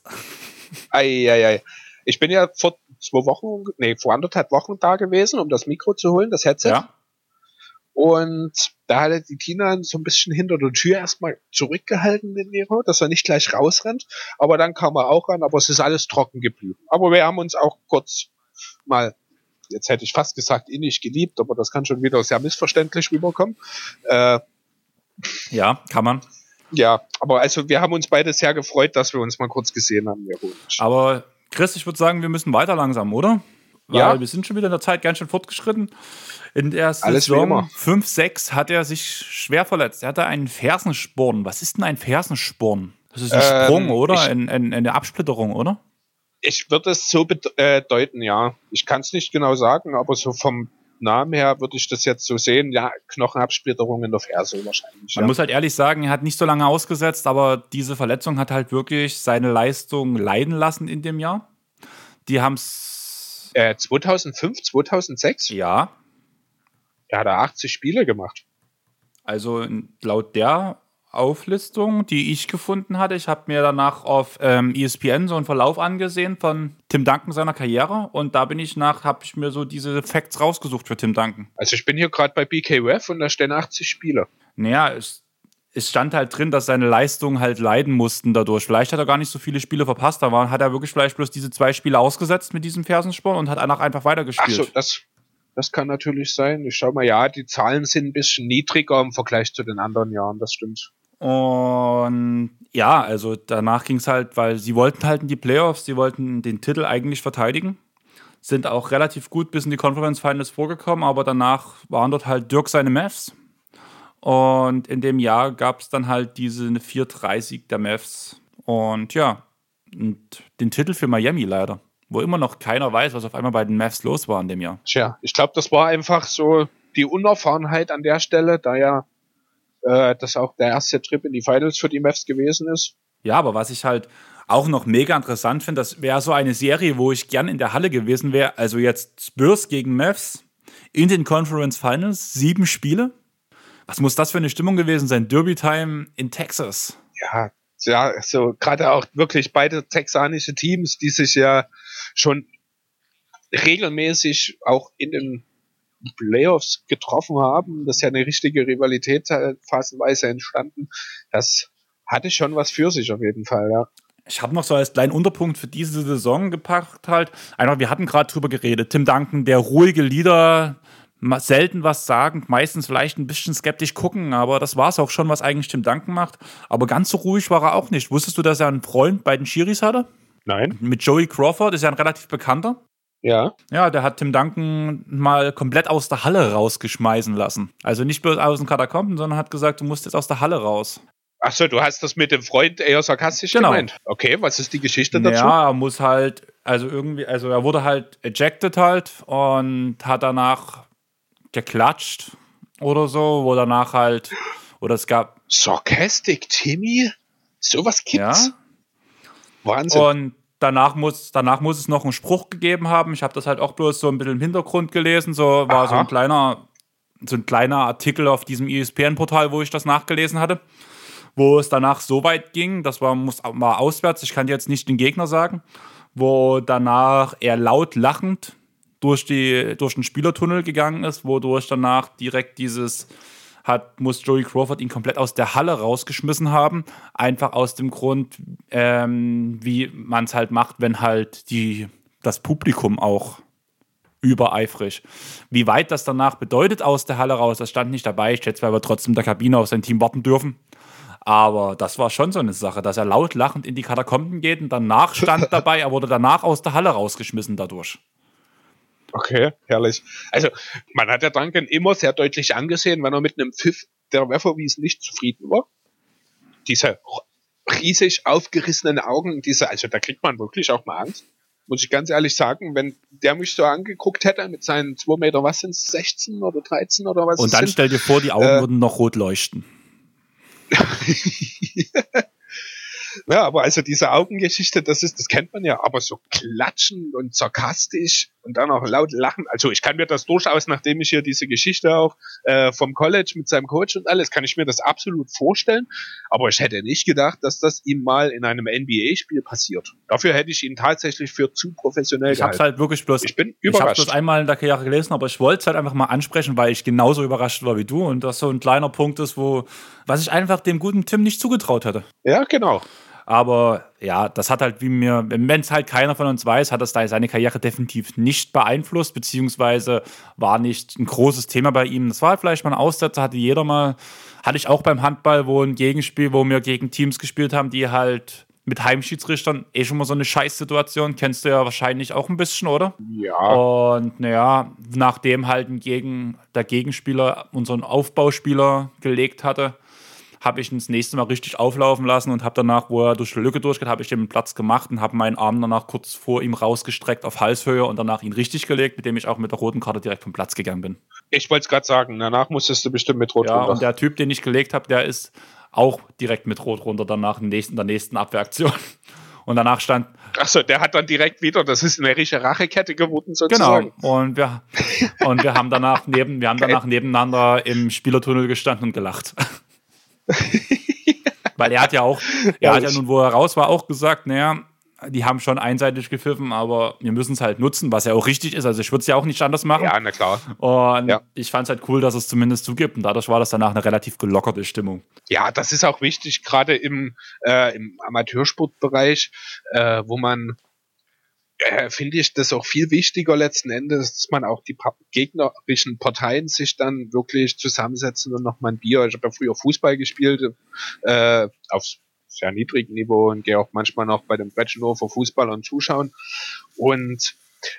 Ich bin ja vor 1,5 Wochen da gewesen, um das Mikro zu holen, das Headset. Ja. Und da hat die Tina so ein bisschen hinter der Tür erstmal zurückgehalten, den Nero, dass er nicht gleich rausrennt. Aber dann kam er auch ran, aber es ist alles trocken geblieben. Aber wir haben uns auch kurz mal, jetzt hätte ich fast gesagt, innig geliebt, aber das kann schon wieder sehr missverständlich rüberkommen. Ja, kann man. Ja, aber also wir haben uns beide sehr gefreut, dass wir uns mal kurz gesehen haben, Nero. Aber Chris, ich würde sagen, wir müssen weiter langsam, oder? Weil wir sind schon wieder in der Zeit ganz schön fortgeschritten. In der Saison 5-6 hat er sich schwer verletzt. Er hatte einen Fersensporn. Was ist denn ein Fersensporn? Das ist ein Sprung, oder? Eine Absplitterung, oder? Ich würde es so deuten, ja. Ich kann es nicht genau sagen, aber so vom Namen her würde ich das jetzt so sehen. Ja, Knochenabsplitterung in der Ferse wahrscheinlich. Man muss halt ehrlich sagen, er hat nicht so lange ausgesetzt, aber diese Verletzung hat halt wirklich seine Leistung leiden lassen in dem Jahr. Die haben es 2005, 2006? Ja. Er hat 80 Spiele gemacht. Also laut der Auflistung, die ich gefunden hatte, ich habe mir danach auf ESPN so einen Verlauf angesehen von Tim Duncan seiner Karriere und da habe ich mir so diese Facts rausgesucht für Tim Duncan. Also ich bin hier gerade bei BKWF und da stehen 80 Spiele. Naja, es stand halt drin, dass seine Leistungen halt leiden mussten dadurch. Vielleicht hat er gar nicht so viele Spiele verpasst, da hat er wirklich vielleicht bloß diese 2 Spiele ausgesetzt mit diesem Fersensporn und hat danach einfach weitergespielt. Ach so, das kann natürlich sein. Ich schau mal, ja, die Zahlen sind ein bisschen niedriger im Vergleich zu den anderen Jahren, das stimmt. Und ja, also danach ging es halt, weil sie wollten halt in die Playoffs, sie wollten den Titel eigentlich verteidigen, sind auch relativ gut bis in die Conference Finals vorgekommen, aber danach waren dort halt Dirk seine Mavs. Und in dem Jahr gab es dann halt diese 4-3-Sieg der Mavs. Und ja, und den Titel für Miami leider, wo immer noch keiner weiß, was auf einmal bei den Mavs los war in dem Jahr. Tja, ich glaube, das war einfach so die Unerfahrenheit an der Stelle, da ja das auch der erste Trip in die Finals für die Mavs gewesen ist. Ja, aber was ich halt auch noch mega interessant finde, das wäre so eine Serie, wo ich gern in der Halle gewesen wäre. Also jetzt Spurs gegen Mavs in den Conference Finals, 7 Spiele. Was muss das für eine Stimmung gewesen sein? Derby-Time in Texas. Ja, so gerade auch wirklich beide texanische Teams, die sich ja schon regelmäßig auch in den Playoffs getroffen haben. Das ist ja eine richtige Rivalität phasenweise entstanden. Das hatte schon was für sich auf jeden Fall, ja. Ich habe noch so als kleinen Unterpunkt für diese Saison gepackt halt. Einfach, wir hatten gerade drüber geredet. Tim Duncan, der ruhige Leader, selten was sagend, meistens vielleicht ein bisschen skeptisch gucken, aber das war es auch schon, was eigentlich Tim Duncan macht. Aber ganz so ruhig war er auch nicht. Wusstest du, dass er einen Freund bei den Schiris hatte? Nein. Mit Joey Crawford, ist ja ein relativ bekannter. Ja. Ja, der hat Tim Duncan mal komplett aus der Halle rausgeschmeißen lassen. Also nicht bloß aus den Katakomben, sondern hat gesagt, du musst jetzt aus der Halle raus. Achso, du hast das mit dem Freund eher sarkastisch gemeint. Okay, was ist die Geschichte dazu? Ja, er muss halt, also er wurde halt ejected halt und hat danach geklatscht oder so, wo danach halt, oder es gab... Sarcastic Timmy? Sowas gibt's? Ja. Wahnsinn. Und danach muss es noch einen Spruch gegeben haben. Ich habe das halt auch bloß so ein bisschen im Hintergrund gelesen. So war so ein kleiner Artikel auf diesem ESPN-Portal, wo ich das nachgelesen hatte, wo es danach so weit ging, das war auswärts, ich kann jetzt nicht den Gegner sagen, wo danach er laut lachend durch den Spielertunnel gegangen ist, wodurch danach direkt muss Joey Crawford ihn komplett aus der Halle rausgeschmissen haben. Einfach aus dem Grund, wie man es halt macht, wenn halt das Publikum auch übereifrig. Wie weit das danach bedeutet aus der Halle raus, das stand nicht dabei. Ich schätze, weil wir trotzdem in der Kabine auf sein Team warten dürfen. Aber das war schon so eine Sache, dass er laut lachend in die Katakomben geht und danach stand dabei, er wurde danach aus der Halle rausgeschmissen dadurch. Okay, herrlich. Also, man hat ja Duncan immer sehr deutlich angesehen, wenn er mit einem Pfiff der Referees nicht zufrieden war. Diese riesig aufgerissenen Augen, also da kriegt man wirklich auch mal Angst. Muss ich ganz ehrlich sagen, wenn der mich so angeguckt hätte mit seinen 2 Meter, was sind es, 16 oder 13 oder was? Und dann stell dir vor, die Augen würden noch rot leuchten. Ja, aber also diese Augengeschichte, das kennt man ja, aber so klatschend und sarkastisch und dann auch laut lachen. Also ich kann mir das durchaus, nachdem ich hier diese Geschichte auch vom College mit seinem Coach und alles, kann ich mir das absolut vorstellen. Aber ich hätte nicht gedacht, dass das ihm mal in einem NBA-Spiel passiert. Dafür hätte ich ihn tatsächlich für zu professionell gehalten. Ich hab's halt wirklich bloß, ich bin überrascht. Ich habe das einmal in der Karriere gelesen, aber ich wollte es halt einfach mal ansprechen, weil ich genauso überrascht war wie du und das so ein kleiner Punkt ist, was ich einfach dem guten Tim nicht zugetraut hätte. Ja, genau. Aber ja, das hat halt, wenn es halt keiner von uns weiß, hat das da seine Karriere definitiv nicht beeinflusst, beziehungsweise war nicht ein großes Thema bei ihm. Das war halt vielleicht mal ein Aussetzer, hatte ich auch beim Handball, wo ein Gegenspiel, wo wir gegen Teams gespielt haben, die halt mit Heimschiedsrichtern schon mal so eine Scheißsituation, kennst du ja wahrscheinlich auch ein bisschen, oder? Ja. Und naja, nachdem halt der Gegenspieler unseren Aufbauspieler gelegt hatte, habe ich ihn das nächste Mal richtig auflaufen lassen und habe danach, wo er durch die Lücke durchgeht, habe ich den Platz gemacht und habe meinen Arm danach kurz vor ihm rausgestreckt auf Halshöhe und danach ihn richtig gelegt, mit dem ich auch mit der roten Karte direkt vom Platz gegangen bin. Ich wollte es gerade sagen, danach musstest du bestimmt mit Rot Ja, runter. und der Typ, den ich gelegt habe, der ist auch direkt mit Rot runter danach in der nächsten Abwehraktion. Und danach stand... Achso, der hat dann direkt wieder, das ist eine richtige Rachekette geworden sozusagen. Genau, und wir haben danach nebeneinander im Spielertunnel gestanden und gelacht. Weil er hat ja nun, wo er raus war, auch gesagt, naja, die haben schon einseitig gepfiffen, aber wir müssen es halt nutzen, was ja auch richtig ist. Also ich würde es ja auch nicht anders machen. Ja, na klar. Und ich fand es halt cool, dass es zumindest zugibt. Und dadurch war das danach eine relativ gelockerte Stimmung. Ja, das ist auch wichtig, gerade im Amateursportbereich, wo man, finde ich, das auch viel wichtiger letzten Endes, dass man auch die gegnerischen Parteien sich dann wirklich zusammensetzen und nochmal ein Bier. Ich habe ja früher Fußball gespielt, auf sehr niedrigem Niveau und gehe auch manchmal noch bei dem Bretschenhofer Fußball und zuschauen. Und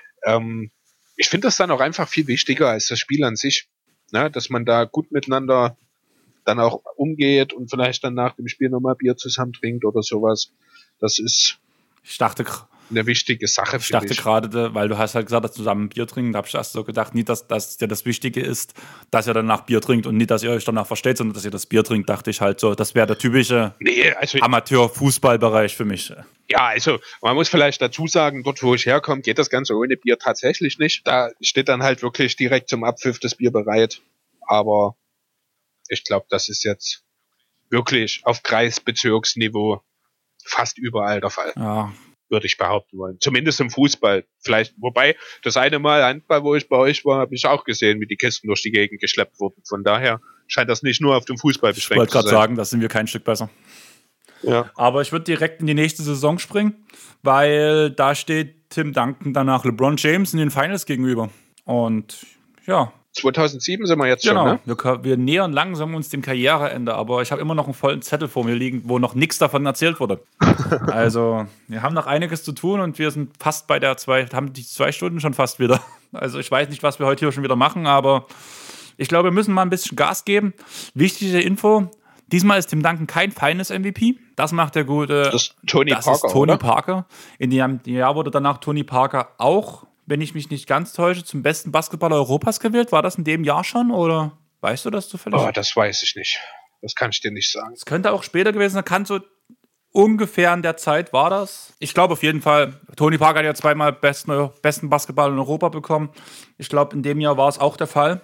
ich finde das dann auch einfach viel wichtiger als das Spiel an sich, ne? Dass man da gut miteinander dann auch umgeht und vielleicht dann nach dem Spiel nochmal Bier zusammen trinkt oder sowas. Das ist eine wichtige Sache. Ich dachte gerade, weil du hast halt gesagt, dass zusammen Bier trinken, da habe ich erst so gedacht, nicht, dass dir das Wichtige ist, dass ihr danach Bier trinkt und nicht, dass ihr euch danach versteht, sondern dass ihr das Bier trinkt, dachte ich halt so. Das wäre der typische Amateur-Fußballbereich für mich. Ja, also man muss vielleicht dazu sagen, dort wo ich herkomme, geht das Ganze ohne Bier tatsächlich nicht. Da steht dann halt wirklich direkt zum Abpfiff das Bier bereit. Aber ich glaube, das ist jetzt wirklich auf Kreisbezirksniveau fast überall der Fall. Ja. Würde ich behaupten wollen. Zumindest im Fußball. Vielleicht, wobei, das eine Mal Handball, wo ich bei euch war, habe ich auch gesehen, wie die Kisten durch die Gegend geschleppt wurden. Von daher scheint das nicht nur auf dem Fußball beschränkt zu sein. Ich wollte gerade sagen, da sind wir kein Stück besser. Ja. Aber ich würde direkt in die nächste Saison springen, weil da steht Tim Duncan danach LeBron James in den Finals gegenüber. Und ja. 2007 sind wir jetzt schon, ne? Wir nähern langsam uns dem Karriereende, aber ich habe immer noch einen vollen Zettel vor mir liegen, wo noch nichts davon erzählt wurde. Also, wir haben noch einiges zu tun und wir sind fast haben die 2 Stunden schon fast wieder. Also, ich weiß nicht, was wir heute hier schon wieder machen, aber ich glaube, wir müssen mal ein bisschen Gas geben. Wichtige Info: Diesmal ist Tim Duncan kein Finals-MVP. Das macht der gute. Das ist Tony Parker. In dem Jahr wurde danach Tony Parker auch, wenn ich mich nicht ganz täusche, zum besten Basketballer Europas gewählt. War das in dem Jahr schon oder weißt du das zufällig? Oh, das weiß ich nicht. Das kann ich dir nicht sagen. Es könnte auch später gewesen sein. Kann so ungefähr in der Zeit war das. Ich glaube auf jeden Fall, Tony Parker hat ja zweimal besten Basketballer in Europa bekommen. Ich glaube, in dem Jahr war es auch der Fall.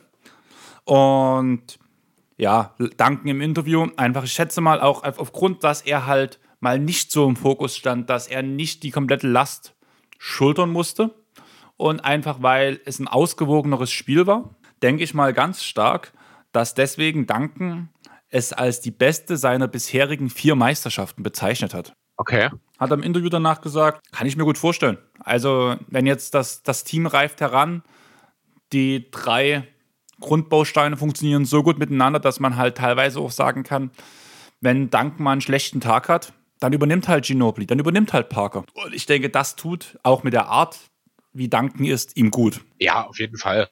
Und ja, Duncan im Interview. Einfach, ich schätze mal auch aufgrund, dass er halt mal nicht so im Fokus stand, dass er nicht die komplette Last schultern musste. Und einfach, weil es ein ausgewogeneres Spiel war, denke ich mal ganz stark, dass deswegen Duncan es als die beste seiner bisherigen 4 Meisterschaften bezeichnet hat. Okay. Hat er im Interview danach gesagt, kann ich mir gut vorstellen. Also, wenn jetzt das Team reift heran, die 3 Grundbausteine funktionieren so gut miteinander, dass man halt teilweise auch sagen kann, wenn Duncan mal einen schlechten Tag hat, dann übernimmt halt Ginobili, dann übernimmt halt Parker. Und ich denke, das tut auch mit der Art, wie Duncan ist, ihm gut. Ja, auf jeden Fall.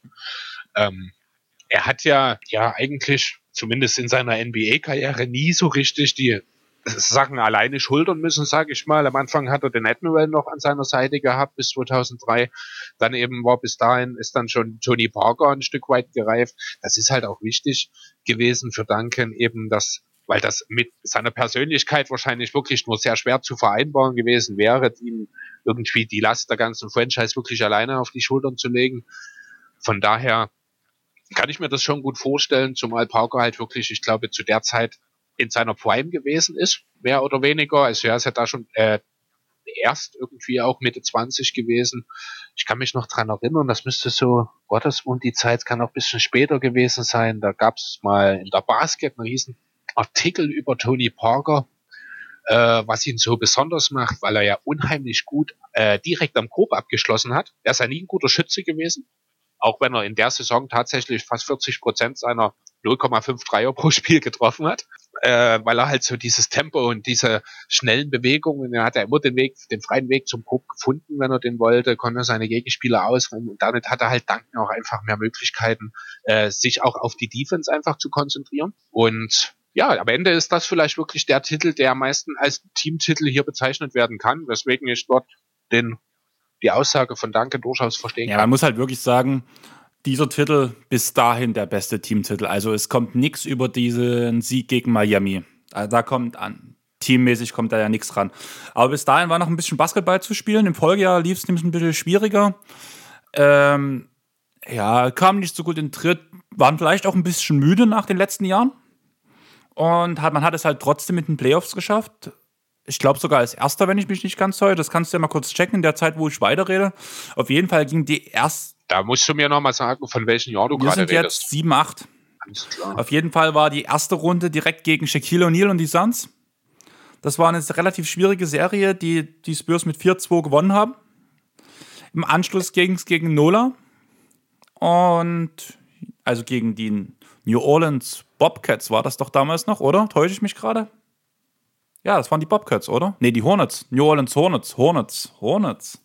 Er hat ja eigentlich, zumindest in seiner NBA-Karriere, nie so richtig die Sachen alleine schultern müssen, sage ich mal. Am Anfang hat er den Admiral noch an seiner Seite gehabt bis 2003. Dann eben bis dahin ist dann schon Tony Parker ein Stück weit gereift. Das ist halt auch wichtig gewesen für Duncan eben, weil das mit seiner Persönlichkeit wahrscheinlich wirklich nur sehr schwer zu vereinbaren gewesen wäre, ihm irgendwie die Last der ganzen Franchise wirklich alleine auf die Schultern zu legen. Von daher kann ich mir das schon gut vorstellen, zumal Parker halt wirklich, ich glaube, zu der Zeit in seiner Prime gewesen ist, mehr oder weniger. Also er ist ja da schon erst irgendwie auch Mitte 20 gewesen. Ich kann mich noch dran erinnern, das müsste so, war das um die Zeit, kann auch ein bisschen später gewesen sein. Da gab es mal in der Basket einen riesen Artikel über Tony Parker, was ihn so besonders macht, weil er ja unheimlich gut direkt am Korb abgeschlossen hat. Er ist ja nie ein guter Schütze gewesen, auch wenn er in der Saison tatsächlich fast 40% seiner 0,5 Dreier pro Spiel getroffen hat, weil er halt so dieses Tempo und diese schnellen Bewegungen, er hat ja immer den freien Weg zum Korb gefunden, wenn er den wollte, konnte seine Gegenspieler ausräumen und damit hat er halt Duncan auch einfach mehr Möglichkeiten, sich auch auf die Defense einfach zu konzentrieren und ja, am Ende ist das vielleicht wirklich der Titel, der am meisten als Teamtitel hier bezeichnet werden kann, weswegen ich dort die Aussage von Duncan durchaus verstehen Ja, kann. man muss halt wirklich sagen, dieser Titel bis dahin der beste Teamtitel. Also es kommt nichts über diesen Sieg gegen Miami. Also da kommt an. Teammäßig kommt da ja nichts ran. Aber bis dahin war noch ein bisschen Basketball zu spielen. Im Folgejahr lief es nämlich ein bisschen schwieriger. Ja, kam nicht so gut in den Tritt. Waren vielleicht auch ein bisschen müde nach den letzten Jahren. Und man hat es halt trotzdem mit den Playoffs geschafft. Ich glaube sogar als Erster, wenn ich mich nicht ganz täusche. Das kannst du ja mal kurz checken in der Zeit, wo ich weiterrede. Auf jeden Fall ging die erste. Da musst du mir nochmal sagen, von welchem Jahr du Wir gerade sind redest. jetzt 7-8. Alles klar. Auf jeden Fall war die erste Runde direkt gegen Shaquille O'Neal und die Suns. Das war eine relativ schwierige Serie, die Spurs mit 4-2 gewonnen haben. Im Anschluss ging es gegen Nola. Und also gegen die New Orleans Bobcats war das doch damals noch, oder? Täusche ich mich gerade? Ja, das waren die Bobcats, oder? Nee, die Hornets. New Orleans Hornets.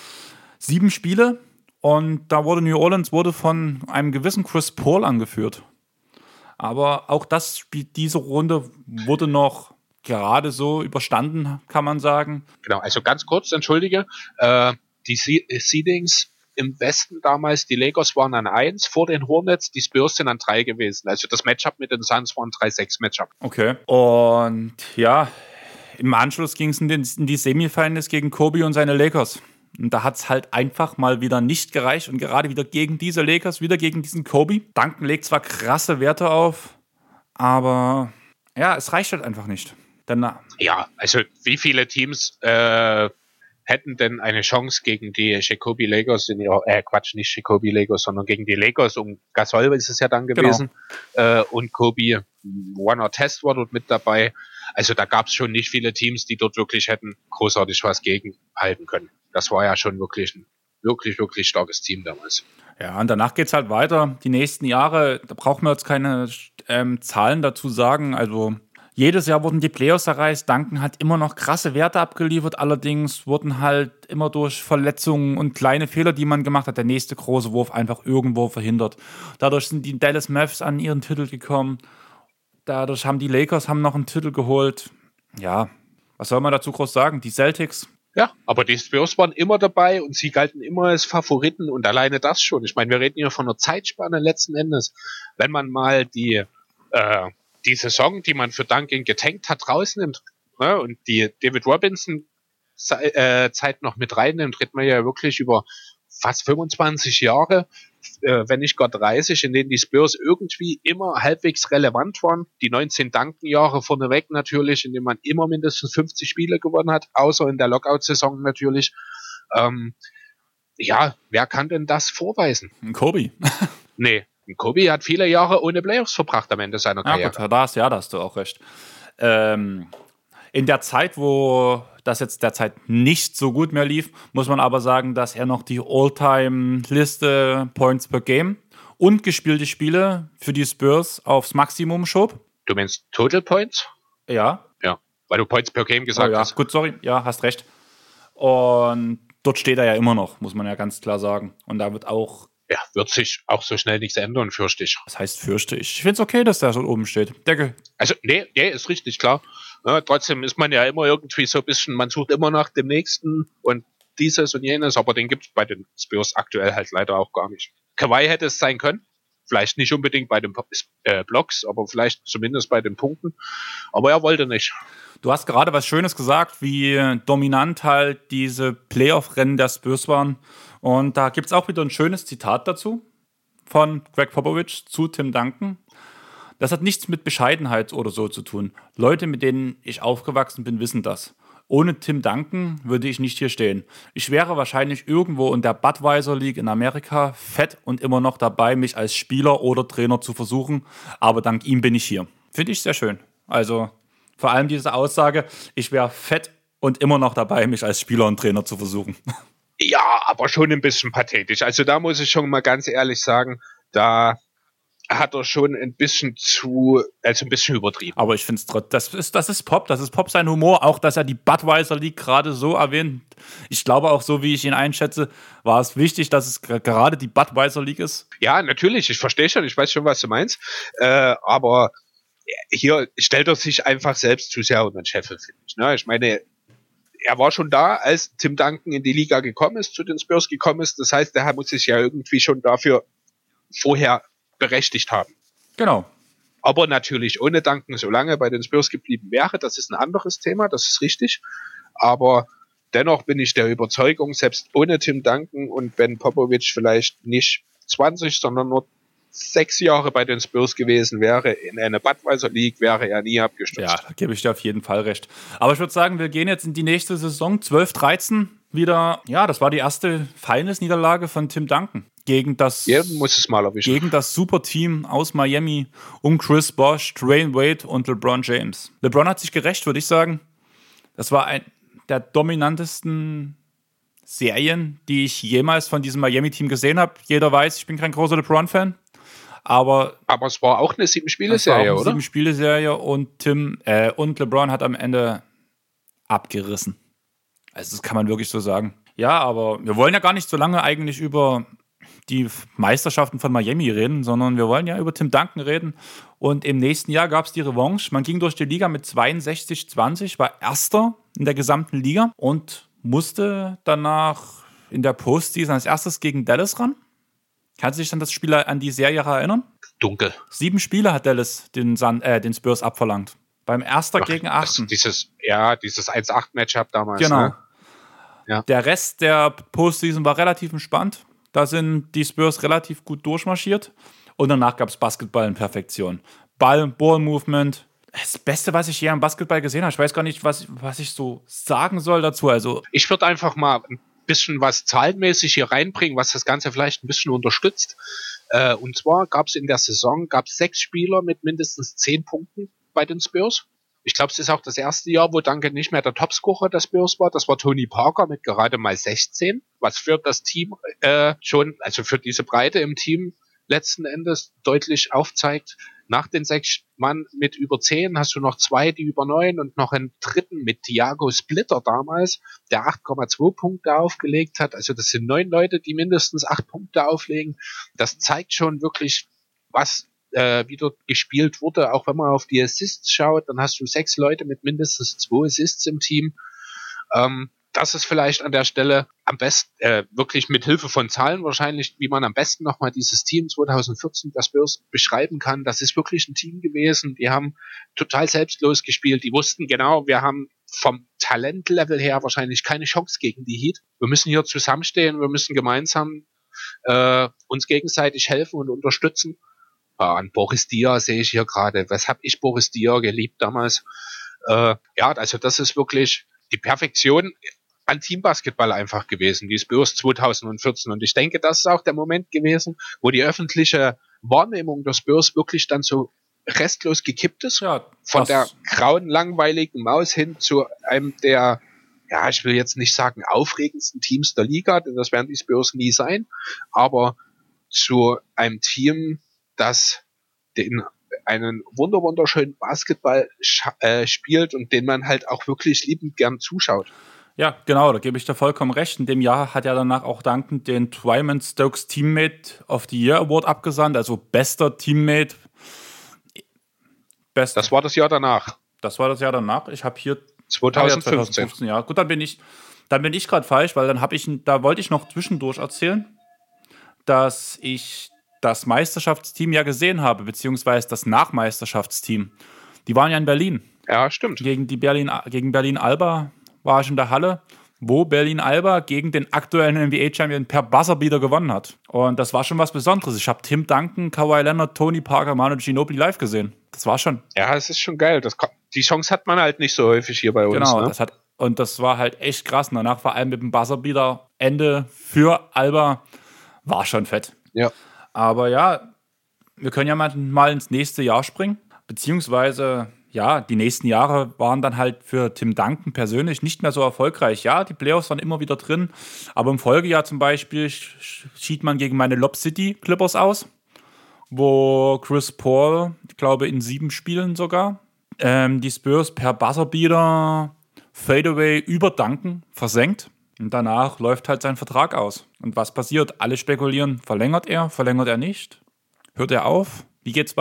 7 Spiele und da wurde New Orleans von einem gewissen Chris Paul angeführt. Aber auch diese Runde wurde noch gerade so überstanden, kann man sagen. Genau, also ganz kurz, entschuldige, die Seedings im Westen damals, die Lakers waren an 1 vor den Hornets, die Spurs sind an 3 gewesen. Also das Matchup mit den Suns war ein 3-6-Matchup. Okay. Und ja, im Anschluss ging es in die Semifinals gegen Kobe und seine Lakers. Und da hat es halt einfach mal wieder nicht gereicht. Und gerade wieder gegen diese Lakers, wieder gegen diesen Kobe. Duncan legt zwar krasse Werte auf, aber ja, es reicht halt einfach nicht. Ja, also wie viele Teams hätten denn eine Chance gegen die Jacoby Lakers nicht Jacoby Lakers, sondern gegen die Lakers um Gasol ist es ja dann gewesen. Genau. Und Kobe Warner Test war dort mit dabei. Also da gab es schon nicht viele Teams, die dort wirklich hätten großartig was gegenhalten können. Das war ja schon wirklich ein wirklich starkes Team damals. Ja, und danach geht es halt weiter. Die nächsten Jahre, da brauchen wir jetzt keine Zahlen dazu sagen. Also jedes Jahr wurden die Playoffs erreicht. Duncan hat immer noch krasse Werte abgeliefert. Allerdings wurden halt immer durch Verletzungen und kleine Fehler, die man gemacht hat, der nächste große Wurf einfach irgendwo verhindert. Dadurch sind die Dallas Mavericks an ihren Titel gekommen. Dadurch haben die Lakers noch einen Titel geholt. Ja, was soll man dazu groß sagen? Die Celtics. Ja, aber die Spurs waren immer dabei und sie galten immer als Favoriten und alleine das schon. Ich meine, wir reden hier von einer Zeitspanne letzten Endes. Wenn man mal die Saison, die man für Duncan getankt hat, rausnimmt, ne, und die David Robinson Zeit noch mit reinnimmt, redet man ja wirklich über fast 25 Jahre, wenn nicht gar 30, in denen die Spurs irgendwie immer halbwegs relevant waren. Die 19 Duncan-Jahre vorneweg natürlich, in denen man immer mindestens 50 Spiele gewonnen hat, außer in der Lockout-Saison natürlich. Ja, wer kann denn das vorweisen? Kobe. Nee, Kobe hat viele Jahre ohne Playoffs verbracht am Ende seiner Karriere. Gut, da hast du auch recht. In der Zeit, wo das jetzt derzeit nicht so gut mehr lief, muss man aber sagen, dass er noch die All-Time-Liste Points per Game und gespielte Spiele für die Spurs aufs Maximum schob. Du meinst Total Points? Ja. Ja, weil du Points per Game gesagt hast. Gut, sorry. Ja, hast recht. Und dort steht er ja immer noch, muss man ja ganz klar sagen. Und da wird auch... Ja, wird sich auch so schnell nichts ändern, fürchte ich. Was heißt fürchte ich? Ich finde es okay, dass der so oben steht. Decke. Also, nee, ist richtig, klar. Ja, trotzdem ist man ja immer irgendwie so ein bisschen, man sucht immer nach dem Nächsten und dieses und jenes, aber den gibt es bei den Spurs aktuell halt leider auch gar nicht. Kawhi hätte es sein können. Vielleicht nicht unbedingt bei den Blocks, aber vielleicht zumindest bei den Punkten. Aber er wollte nicht. Du hast gerade was Schönes gesagt, wie dominant halt diese Playoff-Rennen der Spurs waren. Und da gibt es auch wieder ein schönes Zitat dazu von Greg Popovich zu Tim Duncan. Das hat nichts mit Bescheidenheit oder so zu tun. Leute, mit denen ich aufgewachsen bin, wissen das. Ohne Tim Duncan würde ich nicht hier stehen. Ich wäre wahrscheinlich irgendwo in der Budweiser League in Amerika fett und immer noch dabei, mich als Spieler oder Trainer zu versuchen. Aber dank ihm bin ich hier. Finde ich sehr schön. Also vor allem diese Aussage, ich wäre fett und immer noch dabei, mich als Spieler und Trainer zu versuchen. Ja, aber schon ein bisschen pathetisch. Also da muss ich schon mal ganz ehrlich sagen, da hat er schon ein bisschen ein bisschen übertrieben. Aber ich finde es trotzdem, das ist Pop, sein Humor, auch dass er die Budweiser League gerade so erwähnt. Ich glaube auch, so wie ich ihn einschätze, war es wichtig, dass es gerade die Budweiser League ist. Ja, natürlich, ich verstehe schon, ich weiß schon, was du meinst, aber hier stellt er sich einfach selbst zu sehr unter den Scheffel, finde ich. Ne? Ich meine, er war schon da, als Tim Duncan in die Liga gekommen ist, zu den Spurs gekommen ist. Das heißt, der muss sich ja irgendwie schon dafür vorher berechtigt haben. Genau. Aber natürlich ohne Duncan so lange bei den Spurs geblieben wäre, das ist ein anderes Thema, das ist richtig. Aber dennoch bin ich der Überzeugung, selbst ohne Tim Duncan und wenn Popovic vielleicht nicht 20, sondern nur 6 Jahre bei den Spurs gewesen wäre, in eine Budweiser League, wäre er nie abgestürzt. Ja, da gebe ich dir auf jeden Fall recht. Aber ich würde sagen, wir gehen jetzt in die nächste Saison, 12-13, wieder. Ja, das war die erste Finals-Niederlage von Tim Duncan gegen das, muss es mal erwischen. Gegen das Superteam aus Miami um Chris Bosh, Dwayne Wade und LeBron James. LeBron hat sich gerecht, würde ich sagen. Das war ein der dominantesten Serien, die ich jemals von diesem Miami-Team gesehen habe. Jeder weiß, ich bin kein großer LeBron-Fan. Aber es war auch eine 7-Spiele-Serie, oder? 7-Spiele-Serie und LeBron hat am Ende abgerissen. Also das kann man wirklich so sagen. Ja, aber wir wollen ja gar nicht so lange eigentlich über die Meisterschaften von Miami reden, sondern wir wollen ja über Tim Duncan reden. Und im nächsten Jahr gab es die Revanche. Man ging durch die Liga mit 62-20, war Erster in der gesamten Liga und musste danach in der Postseason als erstes gegen Dallas ran. Kannst du dich dann das Spiel an die Serie erinnern? Dunkel. 7 Spiele hat Dallas den Spurs abverlangt. Beim Erster gegen Achten. Dieses 1-8-Matchup damals. Genau. Ne? Ja. Der Rest der Postseason war relativ entspannt. Da sind die Spurs relativ gut durchmarschiert. Und danach gab es Basketball in Perfektion. Ball-Movement. Das Beste, was ich je am Basketball gesehen habe. Ich weiß gar nicht, was ich so sagen soll dazu. Also, ich würde einfach mal ein bisschen was zahlenmäßig hier reinbringen, was das Ganze vielleicht ein bisschen unterstützt. Und zwar gab es in der Saison 6 Spieler mit mindestens 10 Punkten bei den Spurs. Ich glaube, es ist auch das erste Jahr, wo Duncan nicht mehr der Topscorer der Spurs war. Das war Tony Parker mit gerade mal 16, was für das Team also für diese Breite im Team letzten Endes deutlich aufzeigt. Nach den 6 Mann mit über 10 hast du noch 2, die über 9 und noch einen dritten mit Thiago Splitter damals, der 8,2 Punkte aufgelegt hat. Also das sind 9 Leute, die mindestens 8 Punkte auflegen. Das zeigt schon wirklich, was wie dort gespielt wurde. Auch wenn man auf die Assists schaut, dann hast du 6 Leute mit mindestens 2 Assists im Team. Das ist vielleicht an der Stelle am besten, wirklich mit Hilfe von Zahlen wahrscheinlich, wie man am besten nochmal dieses Team 2014 der Spurs beschreiben kann. Das ist wirklich ein Team gewesen. Die haben total selbstlos gespielt. Die wussten genau, wir haben vom Talentlevel her wahrscheinlich keine Chance gegen die Heat. Wir müssen hier zusammenstehen. Wir müssen gemeinsam uns gegenseitig helfen und unterstützen. An Boris Diaw sehe ich hier gerade. Was habe ich Boris Diaw geliebt damals? Also das ist wirklich die Perfektion an Teambasketball einfach gewesen, die Spurs 2014. Und ich denke, das ist auch der Moment gewesen, wo die öffentliche Wahrnehmung der Spurs wirklich dann so restlos gekippt ist. ja, Von der grauen, langweiligen Maus hin zu einem der, ich will jetzt nicht sagen aufregendsten Teams der Liga, denn das werden die Spurs nie sein, aber zu einem Team, das einen wunderschönen Basketball spielt und den man halt auch wirklich liebend gern zuschaut. Ja, genau, da gebe ich dir vollkommen recht. In dem Jahr hat ja danach auch Duncan den Twyman Stokes Teammate of the Year Award abgesandt, also bester Teammate. Das war das Jahr danach. Das war das Jahr danach. Ich habe hier 2015. Ja, gut, dann bin ich gerade falsch, weil da wollte ich noch zwischendurch erzählen, dass ich das Meisterschaftsteam ja gesehen habe, beziehungsweise das Nachmeisterschaftsteam. Die waren ja in Berlin. Ja, stimmt. Gegen Berlin Alba war ich in der Halle, wo Berlin Alba gegen den aktuellen NBA-Champion per Buzzerbeater gewonnen hat. Und das war schon was Besonderes. Ich habe Tim Duncan, Kawhi Leonard, Tony Parker, Manu Ginobili live gesehen. Das war schon. Ja, es ist schon geil. Die Chance hat man halt nicht so häufig hier bei uns. Genau, ne? Das war halt echt krass. Und danach vor allem mit dem Buzzerbeater Ende für Alba war schon fett. Ja. Aber ja, wir können ja mal ins nächste Jahr springen. Beziehungsweise, ja, die nächsten Jahre waren dann halt für Tim Duncan persönlich nicht mehr so erfolgreich. Ja, die Playoffs waren immer wieder drin. Aber im Folgejahr zum Beispiel schied man gegen meine Lob City Clippers aus, wo Chris Paul, ich glaube in 7 Spielen sogar, die Spurs per Buzzerbeater Fadeaway über Duncan versenkt. Und danach läuft halt sein Vertrag aus. Und was passiert? Alle spekulieren, verlängert er nicht? Hört er auf? Wie geht's weiter?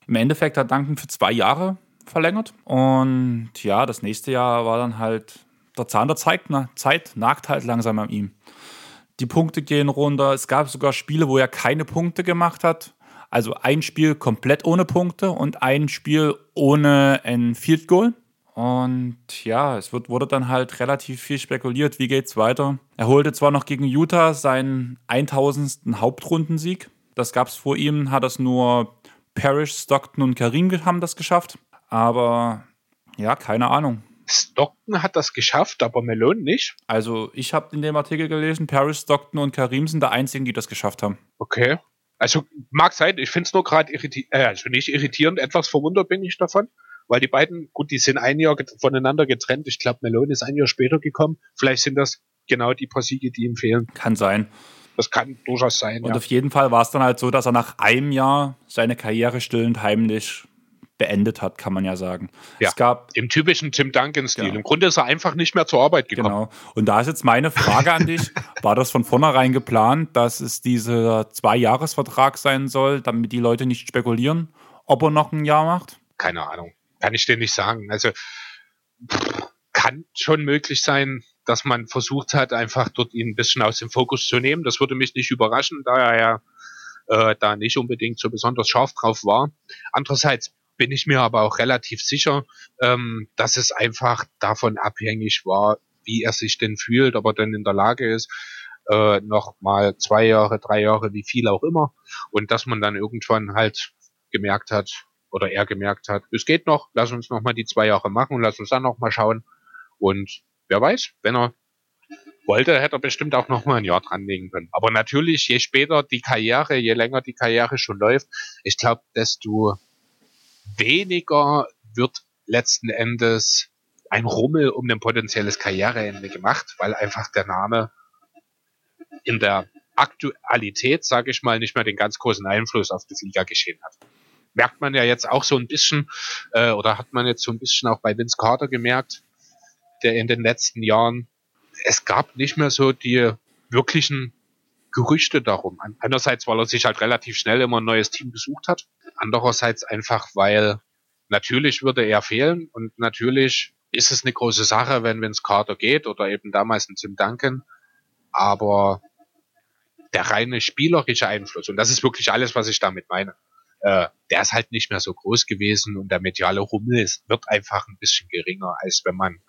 Im Endeffekt hat Duncan für 2 Jahre verlängert. Und ja, das nächste Jahr war dann halt der Zahn der Zeit nagt halt langsam an ihm. Die Punkte gehen runter. Es gab sogar Spiele, wo er keine Punkte gemacht hat. Also ein Spiel komplett ohne Punkte und ein Spiel ohne ein Field Goal. Und ja, wurde dann halt relativ viel spekuliert, wie geht's weiter. Er holte zwar noch gegen Utah seinen 1000. Hauptrundensieg. Das gab's vor ihm, hat es nur Parrish, Stockton und Kareem haben das geschafft. Aber ja, keine Ahnung. Stockton hat das geschafft, aber Malone nicht? Also ich habe in dem Artikel gelesen, Parrish, Stockton und Kareem sind der einzigen, die das geschafft haben. Okay. Also mag sein, ich finde es nur gerade also nicht irritierend, etwas verwundert bin ich davon, weil die beiden, gut, die sind ein Jahr voneinander getrennt. Ich glaube, Malone ist ein Jahr später gekommen. Vielleicht sind das genau die paar Siege, die ihm fehlen. Kann sein. Das kann durchaus sein, Und auf jeden Fall war es dann halt so, dass er nach einem Jahr seine Karriere still und heimlich beendet hat, kann man ja sagen. Ja, es gab im typischen Tim Duncan-Stil. Genau. Im Grunde ist er einfach nicht mehr zur Arbeit gekommen. Genau. Und da ist jetzt meine Frage an dich. War das von vornherein geplant, dass es dieser 2-Jahres-Vertrag sein soll, damit die Leute nicht spekulieren, ob er noch ein Jahr macht? Keine Ahnung. Kann ich dir nicht sagen. Also kann schon möglich sein, dass man versucht hat, einfach dort ihn ein bisschen aus dem Fokus zu nehmen. Das würde mich nicht überraschen, da er ja da nicht unbedingt so besonders scharf drauf war. Andererseits bin ich mir aber auch relativ sicher, dass es einfach davon abhängig war, wie er sich denn fühlt, ob er denn in der Lage ist, noch mal 2 Jahre, 3 Jahre, wie viel auch immer. Und dass man dann irgendwann halt gemerkt hat, oder er gemerkt hat, es geht noch, lass uns noch mal die 2 Jahre machen und lass uns dann noch mal schauen. Und wer weiß, wenn er wollte, hätte er bestimmt auch noch mal ein Jahr dranlegen können. Aber natürlich, je später die Karriere, je länger die Karriere schon läuft, ich glaube, desto weniger wird letzten Endes ein Rummel um ein potenzielles Karriereende gemacht, weil einfach der Name in der Aktualität, sage ich mal, nicht mehr den ganz großen Einfluss auf das Liga-Geschehen hat. Merkt man ja jetzt auch so ein bisschen, oder hat man jetzt so ein bisschen auch bei Vince Carter gemerkt, der in den letzten Jahren, es gab nicht mehr so die wirklichen Gerüchte darum. Einerseits, weil er sich halt relativ schnell immer ein neues Team gesucht hat. Andererseits einfach, weil natürlich würde er fehlen und natürlich ist es eine große Sache, wenn Vince Carter geht oder eben damals ein Tim Duncan. Aber der reine spielerische Einfluss, und das ist wirklich alles, was ich damit meine, der ist halt nicht mehr so groß gewesen und der mediale Rummel wird einfach ein bisschen geringer, als wenn man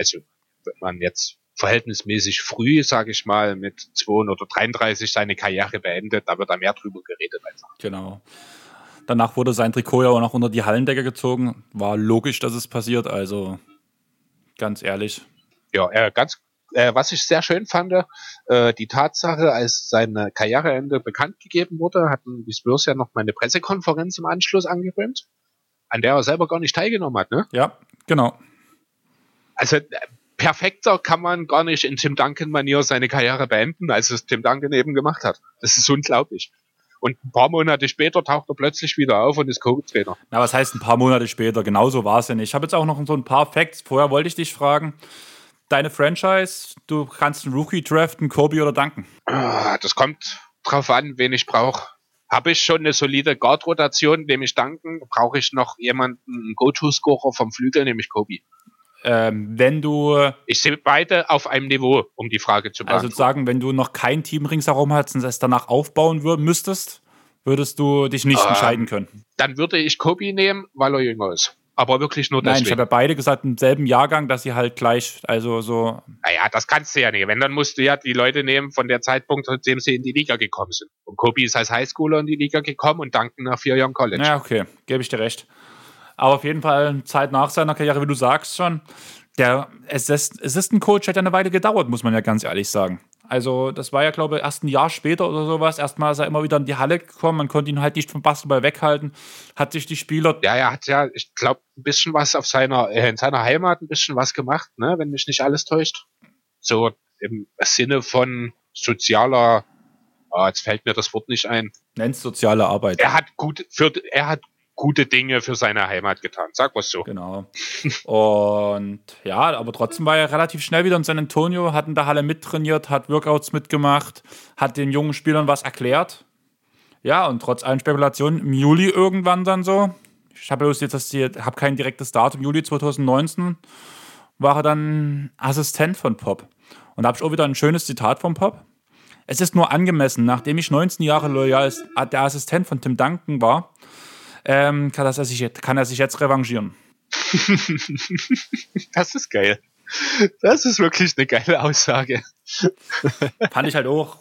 jetzt verhältnismäßig früh, sage ich mal, mit 2 oder 33 seine Karriere beendet, da wird da mehr drüber geredet einfach. Genau. Danach wurde sein Trikot ja auch noch unter die Hallendecke gezogen. War logisch, dass es passiert, also ganz ehrlich. Ja, was ich sehr schön fand, die Tatsache, als sein Karriereende bekannt gegeben wurde, hatten die Spurs ja noch mal eine Pressekonferenz im Anschluss angeräumt, an der er selber gar nicht teilgenommen hat, ne? Ja, genau. Also perfekter kann man gar nicht in Tim Duncan-Manier seine Karriere beenden, als es Tim Duncan eben gemacht hat. Das ist unglaublich. Und ein paar Monate später taucht er plötzlich wieder auf und ist Co-Trainer. Na, was heißt ein paar Monate später? Genauso war es ja nicht. Ich habe jetzt auch noch so ein paar Facts. Vorher wollte ich dich fragen, deine Franchise, du kannst einen Rookie draften, Kobe oder Duncan? Das kommt drauf an, wen ich brauche. Habe ich schon eine solide Guard-Rotation, nehme ich Duncan. Brauche ich noch jemanden, einen Go-To-Scorer vom Flügel, nehme ich Kobe. Wenn du... Ich sehe beide auf einem Niveau, um die Frage zu beantworten. Also sozusagen, wenn du noch kein Team ringsherum hast und es danach aufbauen müsstest, würdest du dich nicht entscheiden können. Dann würde ich Kobe nehmen, weil er jünger ist. Aber wirklich nur deswegen. Nein, ich habe ja beide gesagt, im selben Jahrgang, dass sie halt gleich, also so... Naja, das kannst du ja nicht. Wenn, dann musst du ja die Leute nehmen von der Zeitpunkt, zu dem sie in die Liga gekommen sind. Und Kobe ist als Highschooler in die Liga gekommen und Duncan nach 4 Jahren College. Ja, okay, gebe ich dir recht. Aber auf jeden Fall Zeit nach seiner Karriere, wie du sagst schon, der Assistant-Coach hat ja eine Weile gedauert, muss man ja ganz ehrlich sagen. Also das war ja, glaube ich, erst ein Jahr später oder sowas. Erstmal ist er immer wieder in die Halle gekommen, man konnte ihn halt nicht vom Basketball weghalten, hat sich die Spieler... Ja, er hat ja, ich glaube, ein bisschen was in seiner Heimat, ein bisschen was gemacht, ne, wenn mich nicht alles täuscht. So im Sinne von sozialer, jetzt fällt mir das Wort nicht ein. Nenn's soziale Arbeit. Er hat gute Dinge für seine Heimat getan, sag was so. Genau. Und ja, aber trotzdem war er relativ schnell wieder in San Antonio, hat in der Halle mittrainiert, hat Workouts mitgemacht, hat den jungen Spielern was erklärt. Ja, und trotz allen Spekulationen im Juli irgendwann dann so, Ich habe bloß jetzt habe kein direktes Datum. Juli 2019 war er dann Assistent von Pop. Und da habe ich auch wieder ein schönes Zitat von Pop. Es ist nur angemessen, nachdem ich 19 Jahre loyal der Assistent von Tim Duncan war, kann er sich jetzt revanchieren. Das ist geil. Das ist wirklich eine geile Aussage. Fand ich halt auch.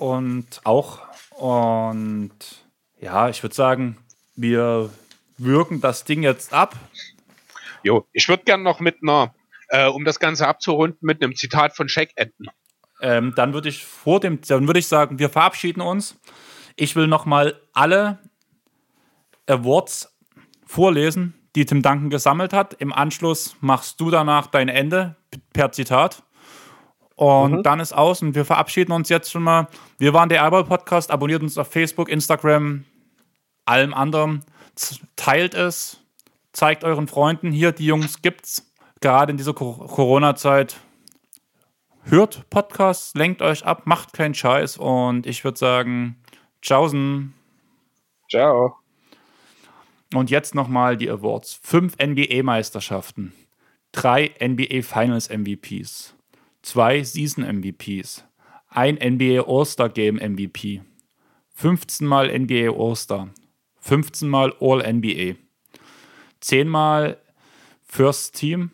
Und ja, ich würde sagen, wir wirken das Ding jetzt ab. Jo, ich würde gerne noch mit um das Ganze abzurunden, mit einem Zitat von Shaq enden. Dann würde ich sagen, wir verabschieden uns. Ich will nochmal alle Awards vorlesen, die Tim Duncan gesammelt hat. Im Anschluss machst du danach dein Ende per Zitat. Und dann ist aus und wir verabschieden uns jetzt schon mal. Wir waren der Airball Podcast. Abonniert uns auf Facebook, Instagram, allem anderen. Teilt es. Zeigt euren Freunden, hier, die Jungs gibt's. Gerade in dieser Corona-Zeit. Hört Podcasts, lenkt euch ab, macht keinen Scheiß. Und ich würde sagen, tschaußen. Ciao. Und jetzt nochmal die Awards. 5 NBA-Meisterschaften. 3 NBA Finals MVPs. 2 Season MVPs. 1 NBA All-Star Game MVP. 15 Mal NBA All-Star. 15 Mal All-NBA. 10 Mal First Team.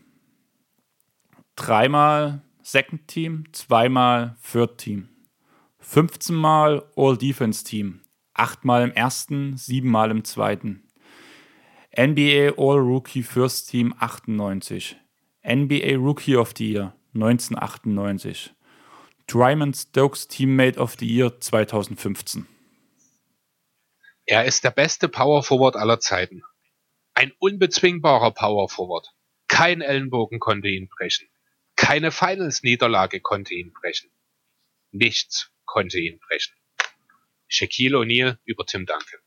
3 Mal Second Team. 2 Mal Third Team. 15 Mal All-Defense Team. 8 Mal im ersten, 7 Mal im zweiten. NBA All-Rookie First Team 98. NBA Rookie of the Year 1998. Dryman Stokes Teammate of the Year 2015. Er ist der beste Power Forward aller Zeiten. Ein unbezwingbarer Power Forward. Kein Ellenbogen konnte ihn brechen. Keine Finals-Niederlage konnte ihn brechen. Nichts konnte ihn brechen. Shaquille O'Neal über Tim Duncan.